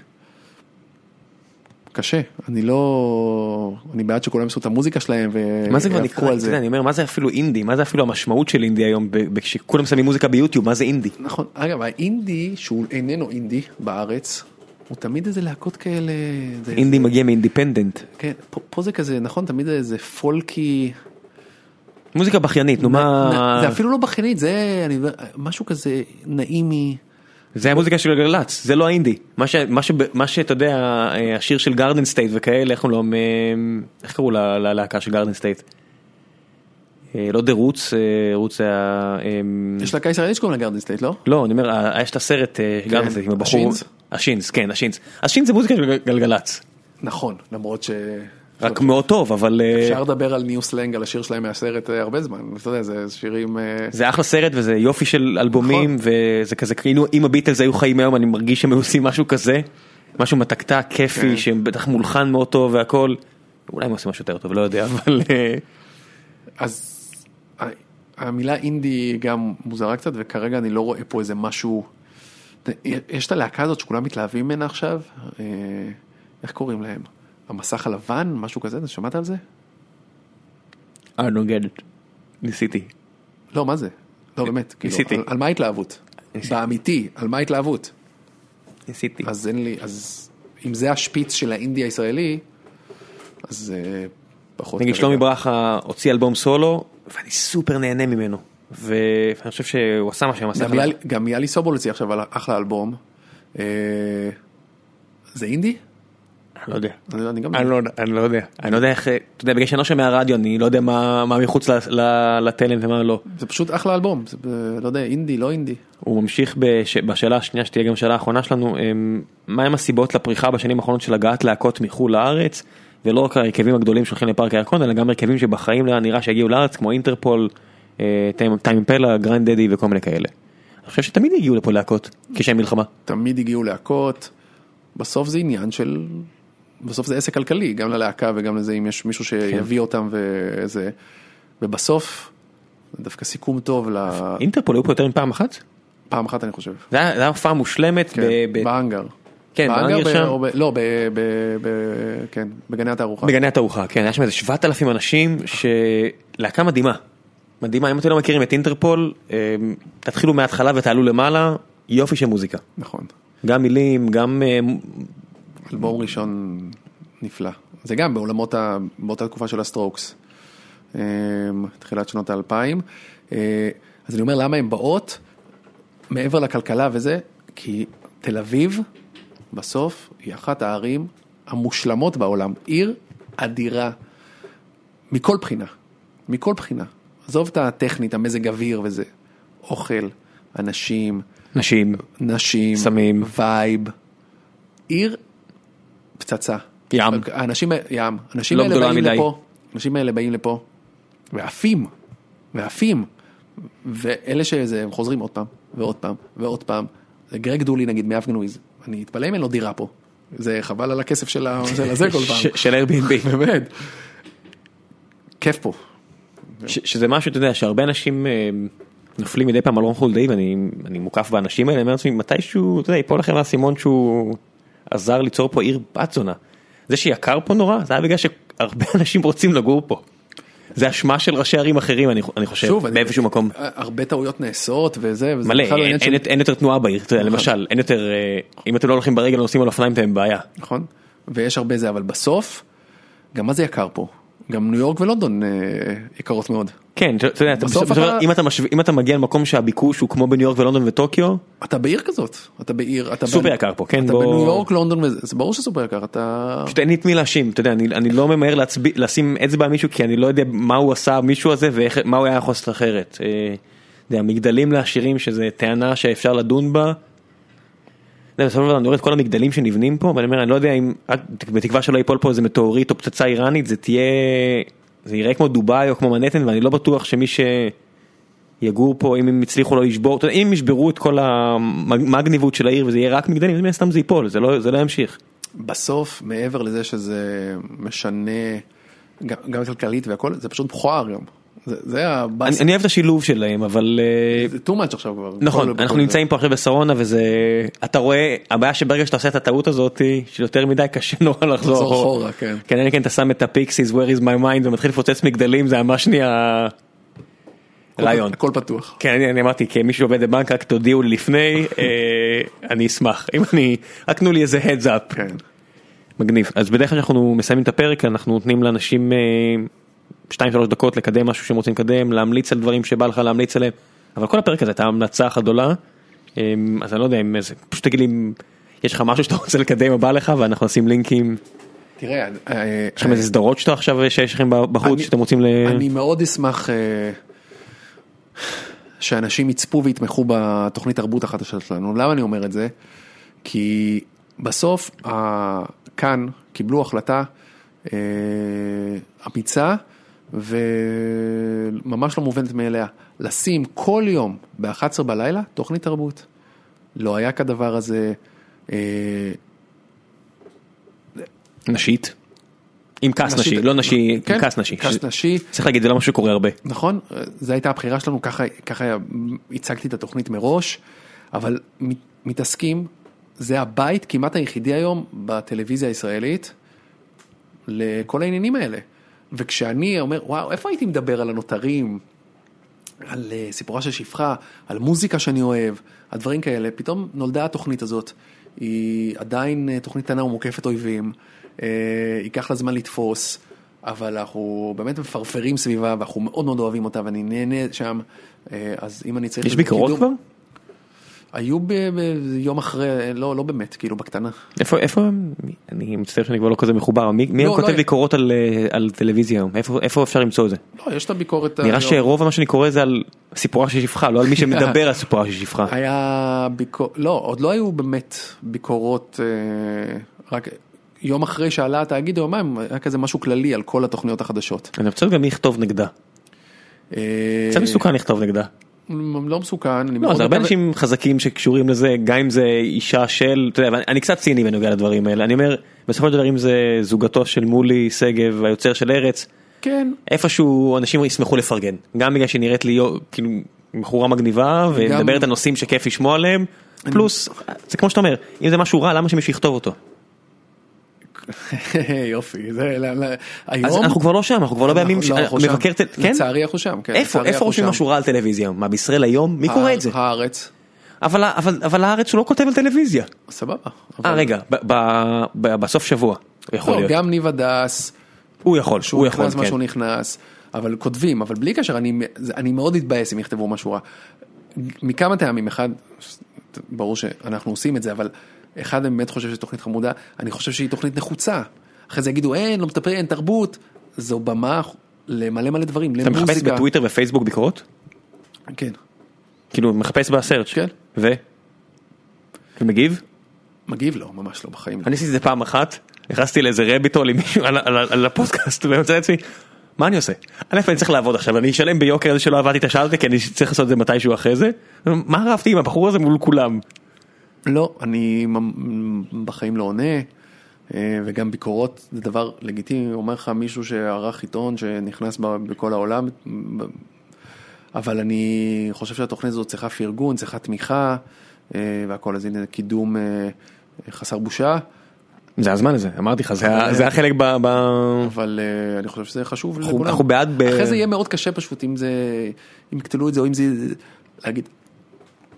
קשה, אני לא, אני בעד שכולם עשו את המוזיקה שלהם מה זה כבר נקרא, אני אומר, מה זה אפילו אינדי, מה זה אפילו המשמעות של אינדי היום, כשכולם שמים מוזיקה ביוטיוב, מה זה אינדי? נכון, אגב, האינדי, שהוא איננו אינדי בארץ, הוא תמיד איזה להקות כאלה, אינדי מגיע מאינדיפנדנט. כן, פה זה כזה, נכון, תמיד איזה פולקי, מוזיקה בכיינית, נו מה... זה אפילו לא בכיינית, זה משהו כזה נעימי, זה המוזיקה של גלגלצ, זה לא האינדי. מה שאתה יודע, השיר של גארדן סטייט וכאלה, איך לא, איך קראו ללהקה של גארדן סטייט? לא דה רוץ, רוץ זה ה... יש להקה ישראלית שקוראים לגארדן סטייט, לא? לא, אני אומר, יש את הסרט גארדן סטייט עם הבחור. השינס? השינס, כן, השינס. השינס זה מוזיקה של גלגלצ. נכון, למרות ש... רק מאוד טוב, אבל... אפשר לדבר על ניו סלנג, על השיר שלהם מהסרט הרבה זמן, אתה יודע, זה שירים... זה אחלה סרט וזה יופי של אלבומים, וזה כזה, כאילו, אם הביטלס היו חיים היום, אני מרגיש שהם עושים משהו כזה, משהו מתקתק, כיפי, שבטח מולחן מאוד טוב והכל, אולי הם עושים משהו יותר טוב, לא יודע, אבל... אז המילה אינדי גם מוזרה קצת, וכרגע אני לא רואה פה איזה משהו... יש את הלהקה הזאת שכולם מתלהבים ממנה עכשיו, איך קוראים להם? המסך הלבן, משהו כזה, אתה שמעת על זה? I don't get it. ניסיתי. לא, מה זה? לא, באמת. ניסיתי. על מה ההתלהבות? באמיתי, על מה ההתלהבות? ניסיתי. אז אין לי, אז אם זה השפיץ של האינדי הישראלי, אז פחות... נגיד שלומי ברכה הוציא אלבום סולו, ואני סופר נהנה ממנו. ואני חושב שהוא עשה מה שהם עשה. גם יאלי סובול הוציא עכשיו אחלה אלבום. זה אינדי? אני לא יודע, אני לא יודע, אני לא יודע איך, אתה יודע, בגלל שאני לא שומע רדיו, אני לא יודע מה מחוץ לטלם ומה לא. זה פשוט אחלה אלבום, לא יודע, אינדי, לא אינדי. הוא ממשיך בשאלה השנייה, שתהיה גם שאלה האחרונה שלנו, מה הם הסיבות לפריחה בשנים האחרונות של הגעת להקות מחו"ל לארץ, ולא רק הרכבים הגדולים שהולכים לפארק הירקון, אלא גם הרכבים שבחיים נראה שהגיעו לארץ, כמו אינטרפול, טיים אימפלה, גרנד דדי וכל מיני כאלה. אני חושב שתמיד הגיעו לפה להקות, כשהם מלחמה. תמיד הגיעו להקות, בסוף זה עניין של... בסוף זה עסק כלכלי, גם ללהקה וגם לזה, אם יש מישהו שיביא אותם וזה, ובסוף, זה דווקא סיכום טוב ל... אינטרפול היו פה יותר מפעם אחת? פעם אחת אני חושב. זה היה הופעה מושלמת באנגר. כן, באנגר שם? לא, כן, בגני התערוכה. בגני התערוכה, כן, היה שם איזה שבעת אלפים אנשים, שלהקה מדהימה. מדהימה, אם אתם לא מכירים את אינטרפול, תתחילו מההתחלה ותעלו למעלה, יופי של מוזיקה. נכון. גם מילים, גם... אלבום ראשון נפלא. זה גם בעולמות, באותה תקופה של הסטרוקס. תחילת שנות האלפיים. אז אני אומר, למה הן באות? מעבר לכלכלה וזה, כי תל אביב, בסוף, היא אחת הערים המושלמות בעולם. עיר אדירה. מכל בחינה. מכל בחינה. עזוב את הטכנית, המזג אוויר וזה. אוכל, אנשים. נשים. נשים. סמים. וייב. עיר פצצה. ים. האנשים, ים. האנשים האלה באים לפה. האנשים האלה באים לפה. ועפים. ועפים. ואלה שזה, הם חוזרים עוד פעם, ועוד פעם, ועוד פעם. גרג דולי נגיד, מאף גנויז. אני אתפלא אם אין לו דירה פה. זה חבל על הכסף של הזה כל פעם. של Airbnb. באמת. כיף פה. שזה משהו, אתה יודע, שהרבה אנשים נופלים מדי פעם על רון חולדאי, ואני מוקף באנשים האלה, אני אומר לעצמי, מתישהו, אתה יודע, יפול לכם מהסימון שהוא עזר ליצור פה עיר בת זונה. זה שיקר פה נורא, זה היה בגלל שהרבה אנשים רוצים לגור פה. זה אשמה של ראשי ערים אחרים, אני חושב, באיפשהו מקום. הרבה טעויות נעשות וזה. מלא, אין יותר תנועה בעיר, למשל, אין יותר, אם אתם לא הולכים ברגל, נוסעים על אופניים, אתם בעיה. נכון, ויש הרבה זה, אבל בסוף, גם מה זה יקר פה? גם ניו יורק ולונדון יקרות מאוד. כן, אתה יודע, אם אתה מגיע למקום שהביקוש הוא כמו בניו יורק ולונדון וטוקיו, אתה בעיר כזאת, אתה בעיר, סופר יקר פה, כן, אתה בניו יורק, לונדון, זה ברור שסופר יקר, אתה... פשוט אין לי את מי להאשים, אתה יודע, אני לא ממהר לשים אצבע על מישהו, כי אני לא יודע מה הוא עשה, מישהו הזה, ומה הוא היה יכול לעשות אחרת. המגדלים לעשירים, שזה טענה שאפשר לדון בה, בסופו של דבר אני רואה את כל המגדלים שנבנים פה, ואני אומר, אני לא יודע אם, בתקווה שלא ייפול פה איזה מטאורית או פצצה איראנית, זה תהיה, זה יראה כמו דובאי או כמו מנהטן, ואני לא בטוח שמי שיגור פה, אם הם הצליחו לא לשבור, אם הם ישברו את כל המגניבות של העיר, וזה יהיה רק מגדלים, אז סתם זה ייפול, זה לא, זה לא ימשיך. בסוף, מעבר לזה שזה משנה, גם כלכלית והכל, זה פשוט מכוער גם. זה הבאס. אני אוהב את השילוב שלהם, אבל... זה too much עכשיו כבר. נכון, אנחנו נמצאים פה עכשיו בסרונה, וזה... אתה רואה, הבעיה שברגע שאתה עושה את הטעות הזאת, שיותר מדי קשה נורא לחזור לחזור אחורה, כן. כן, אני כן, אתה שם את הפיקסיס, where is my mind, ומתחיל לפוצץ מגדלים, זה ממש נהיה... רעיון. הכל פתוח. כן, אני אמרתי, כמישהו עובד בבנק, רק תודיעו לי לפני, אני אשמח. אם אני... רק תנו לי איזה heads up. כן. מגניב. אז בדרך כלל שאנחנו מסיימים את הפרק, אנחנו נותנים לאנשים שתיים שלוש דקות לקדם משהו שהם רוצים לקדם, להמליץ על דברים שבא לך להמליץ עליהם, אבל כל הפרק הזה הייתה המלצה אחת גדולה, אז אני לא יודע אם איזה, פשוט תגיד לי אם יש לך משהו שאתה רוצה לקדם הבא לך, ואנחנו נשים לינקים. תראה, יש לכם איזה סדרות שאתה עכשיו שיש לכם בחוץ שאתם רוצים ל... אני מאוד אשמח שאנשים יצפו ויתמכו בתוכנית תרבות החדשה שלנו. למה אני אומר את זה? כי בסוף כאן קיבלו החלטה אמיצה וממש לא מובנת מאליה, לשים כל יום ב-אחת עשרה בלילה תוכנית תרבות. לא היה כדבר הזה. נשית? עם כס נשי, לא נשי, עם כס נשי. כס נשי. צריך להגיד, זה לא משהו שקורה הרבה. נכון, זו הייתה הבחירה שלנו, ככה הצגתי את התוכנית מראש, אבל מתעסקים, זה הבית כמעט היחידי היום בטלוויזיה הישראלית, לכל העניינים האלה. וכשאני אומר, וואו, איפה הייתי מדבר על הנותרים, על סיפורה של שפחה, על מוזיקה שאני אוהב, על דברים כאלה, פתאום נולדה התוכנית הזאת, היא עדיין תוכנית קטנה ומוקפת אויבים, ייקח לה זמן לתפוס, אבל אנחנו באמת מפרפרים סביבה, ואנחנו מאוד מאוד אוהבים אותה, ואני נהנה שם, אז אם אני צריך... יש ביקורות כבר? היו ביום אחרי, לא, לא באמת, כאילו בקטנה. איפה, איפה, אני מצטער שאני כבר לא כזה מחובר, מי, מי לא, כותב לא ביקורות על, על טלוויזיה היום? איפה, איפה אפשר למצוא את זה? לא, יש את הביקורת... נראה שרוב מה שאני קורא זה על סיפורה של שפחה, לא על מי שמדבר על סיפורה של שפחה. היה ביקורת, לא, עוד לא היו באמת ביקורות, רק יום אחרי שעלה התאגיד, או מה, היה כזה משהו כללי על כל התוכניות החדשות. אני רוצה גם מי יכתוב נגדה. קצת מסוכן לכתוב נגדה. לא מסוכן. לא, זה הרבה אנשים חזקים שקשורים לזה, גם אם זה אישה של, אתה יודע, אני קצת ציני בנוגע לדברים האלה, אני אומר, בסופו של דבר אם זה זוגתו של מולי סגב, היוצר של ארץ, כן. איפשהו אנשים ישמחו לפרגן, גם בגלל שהיא נראית לי, כאילו, בחורה מגניבה, ומדברת על נושאים שכיף לשמוע עליהם, פלוס, זה כמו שאתה אומר, אם זה משהו רע, למה שמישהו יכתוב אותו? יופי, זה, אז אנחנו כבר לא שם, אנחנו כבר לא בימים מבקר, לצערי אנחנו שם, איפה רושמים משהו רע על טלוויזיה? מה, בישראל היום? מי קורא את זה? הארץ. אבל הארץ הוא לא כותב על טלוויזיה. סבבה. אה, רגע, בסוף שבוע, יכול להיות. גם ניב הדס. הוא יכול, הוא יכול, כן. משהו נכנס, אבל כותבים, אבל בלי קשר, אני מאוד התבאס אם יכתבו משהו רע. מכמה טעמים, אחד, ברור שאנחנו עושים את זה, אבל אחד אני באמת חושב שזו תוכנית חמודה, אני חושב שהיא תוכנית נחוצה. אחרי זה יגידו, אין, לא מטפל, אין תרבות. זו במה למלא מלא דברים, למוזיקה. אתה מחפש בטוויטר ופייסבוק ביקורות? כן. כאילו, מחפש בסרצ' כן. ו? ומגיב? מגיב לא, ממש לא, בחיים. אני עשיתי את זה פעם אחת, נכנסתי לאיזה רביטול עם מישהו על הפודקאסט, ואני רוצה לעצמי, מה אני עושה? א', אני צריך לעבוד עכשיו, אני אשלם ביוקר הזה שלא עבדתי את השאלתי, כי אני צריך לעשות את זה מתישהו אחרי זה. מה רבתי עם הבחור הזה מול כולם? לא, אני בחיים לא עונה, וגם ביקורות זה דבר לגיטימי, אומר לך מישהו שערך עיתון שנכנס בכל העולם, אבל אני חושב שהתוכנית הזאת צריכה פרגון, צריכה תמיכה, והכל, אז הנה קידום חסר בושה. זה הזמן הזה, אמרתי לך, זה החלק ב... אבל אני חושב שזה חשוב לכולם. אנחנו בעד ב... אחרי זה יהיה מאוד קשה פשוט, אם זה, אם יקטלו את זה, או אם זה, להגיד,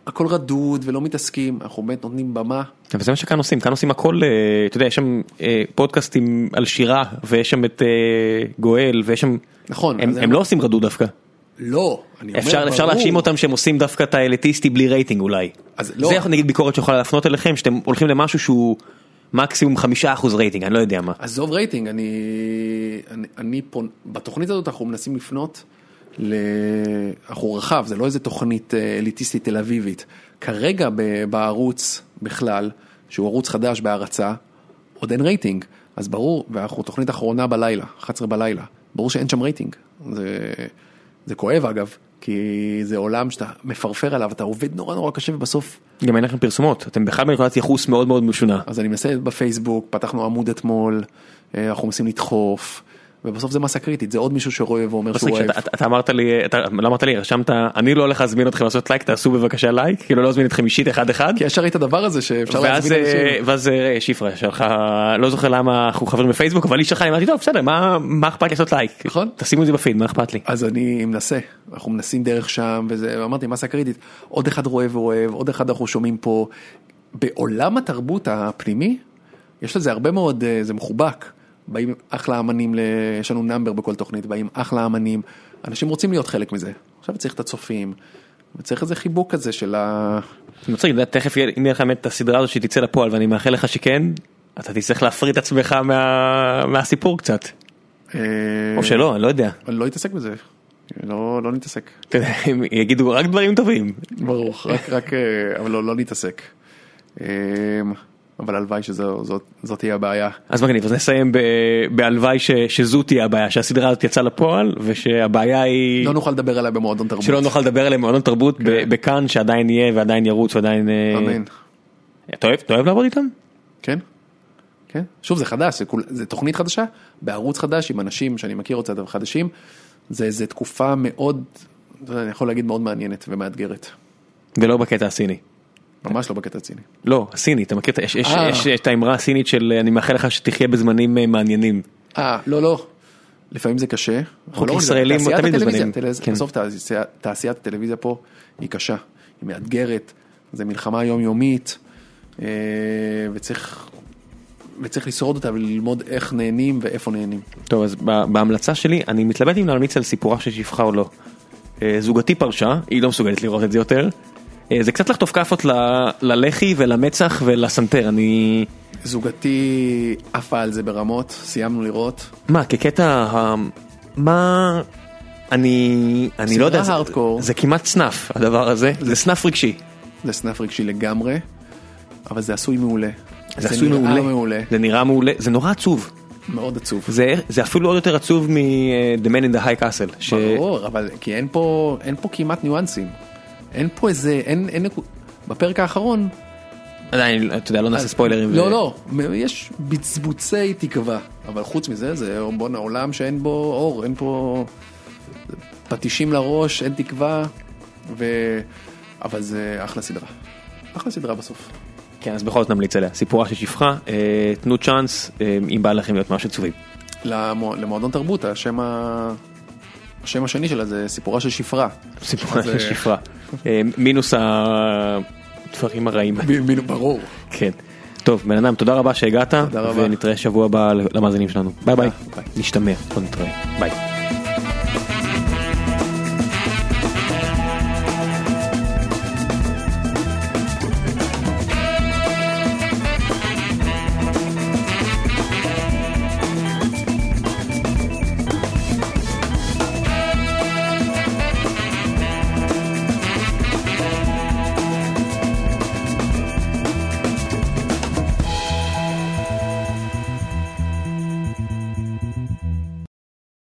הכל רדוד ולא מתעסקים, אנחנו באמת נותנים במה. וזה מה שכאן עושים, כאן עושים הכל, אתה יודע, יש שם פודקאסטים על שירה, ויש שם את גואל, ויש שם, נכון. הם לא עושים רדוד דווקא. לא, אני אומר, אפשר, אפשר להאשים אותם שהם עושים דווקא את האליטיסטי בלי רייטינג אולי. לא. זה יכול נגיד ביקורת שיכולה להפנות אליכם, שאתם הולכים למשהו שהוא מקסימום חמישה אחוז רייטינג, אני לא יודע מה. עזוב רייטינג, אני, אני, אני פה, בתוכנית הזאת אנחנו מנסים לפנות, ל... אנחנו רחב, זה לא איזה תוכנית אליטיסטית תל אביבית. כרגע בערוץ בכלל, שהוא ערוץ חדש בהרצה, עוד אין רייטינג, אז ברור, ואנחנו תוכנית אחרונה בלילה, אחת עשרה בלילה, ברור שאין שם רייטינג. זה... זה כואב אגב, כי זה עולם שאתה מפרפר עליו, אתה עובד נורא נורא קשה ובסוף... גם אין לכם פרסומות, אתם בכלל בנקודת יחוס מאוד מאוד משונה. אז אני מנסה בפייסבוק, פתחנו עמוד אתמול, אנחנו מנסים לדחוף, ובסוף זה מסה קריטית, זה עוד מישהו שרואה ואומר שהוא אוהב. אתה אמרת לי, אתה לא אמרת לי, רשמת, אני לא הולך להזמין אתכם לעשות לייק, תעשו בבקשה לייק, כאילו לא להזמין אתכם אישית אחד אחד. כי ישר את הדבר הזה שאפשר להזמין אנשים. ואז שיפרה שלך, לא זוכר למה אנחנו חברים בפייסבוק, אבל היא שלך, אני אמרתי, טוב, בסדר, מה אכפת לי לעשות לייק? נכון. תשימו את זה בפיד, מה אכפת לי? אז אני מנסה, אנחנו מנסים דרך שם, ואמרתי, מסה קריטית, עוד אחד רואה ואוהב, עוד אחד אנחנו שומעים פה. בעולם התרבות הפנימי, יש לזה הרבה מאוד, זה מחובק. באים אחלה אמנים, יש לנו נאמבר בכל תוכנית, באים אחלה אמנים, אנשים רוצים להיות חלק מזה. עכשיו צריך את הצופים, וצריך איזה חיבוק כזה של ה... אני רוצה לדעת, תכף אם יהיה לכם את הסדרה הזו שתצא לפועל, ואני מאחל לך שכן, אתה תצטרך להפריד את עצמך מהסיפור קצת. או שלא, אני לא יודע. אני לא אתעסק בזה, לא נתעסק. אתה יודע, הם יגידו רק דברים טובים. ברור, רק, אבל לא נתעסק. אבל הלוואי שזאת תהיה הבעיה. אז מגניב, אז נסיים בהלוואי שזו תהיה הבעיה, שהסדרה הזאת יצאה לפועל, ושהבעיה היא... לא נוכל לדבר עליה במועדון תרבות. שלא נוכל לדבר עליה במועדון תרבות, בכאן שעדיין יהיה ועדיין ירוץ ועדיין... אמן. אתה אוהב לעבוד איתם? כן. כן. שוב, זה חדש, זה תוכנית חדשה, בערוץ חדש עם אנשים שאני מכיר אותם חדשים, זה תקופה מאוד, אני יכול להגיד מאוד מעניינת ומאתגרת. ולא בקטע הסיני. ממש לא בקטע הציני. לא, הסיני, אתה מכיר, יש, יש, יש את האמרה הסינית של אני מאחל לך שתחיה בזמנים מעניינים. אה, לא, לא. לפעמים זה קשה. חוק ישראלים תמיד בזמנים. בסוף תעשיית הטלוויזיה פה היא קשה, היא מאתגרת, זה מלחמה יומיומית, וצריך, וצריך לשרוד אותה וללמוד איך נהנים ואיפה נהנים. טוב, אז בהמלצה שלי, אני מתלבט אם להמליץ על סיפורה של שפחה או לא. זוגתי פרשה, היא לא מסוגלת לראות את זה יותר. זה קצת לחטוף כאפות ללחי ולמצח ולסנטר, אני... זוגתי עפה על זה ברמות, סיימנו לראות. מה, כקטע, מה... אני... אני לא יודע, זה כמעט סנף הדבר הזה, זה סנף רגשי. זה סנף רגשי לגמרי, אבל זה עשוי מעולה. זה עשוי מעולה, זה נראה מעולה, זה נורא עצוב. מאוד עצוב. זה אפילו עוד יותר עצוב מ-The Man in the High Castle. ברור, אבל כי אין פה כמעט ניואנסים. אין פה איזה, אין, אין, בפרק האחרון. עדיין, אתה יודע, לא נעשה ספוילרים. לא, לא, יש בצבוצי תקווה, אבל חוץ מזה, זה בון העולם שאין בו אור, אין פה פטישים לראש, אין תקווה, ו... אבל זה אחלה סדרה. אחלה סדרה בסוף. כן, אז בכל זאת נמליץ עליה. סיפורה של שפחה, תנו צ'אנס, אם בא לכם להיות ממש עצובים. למועדון תרבות, השם ה... השם השני שלה זה סיפורה של שפרה. סיפורה של שפרה. מינוס הדברים הרעים. ברור. כן. טוב, בן אדם, תודה רבה שהגעת. תודה רבה. ונתראה שבוע הבא למאזינים שלנו. ביי ביי. נשתמע. בוא נתראה. ביי.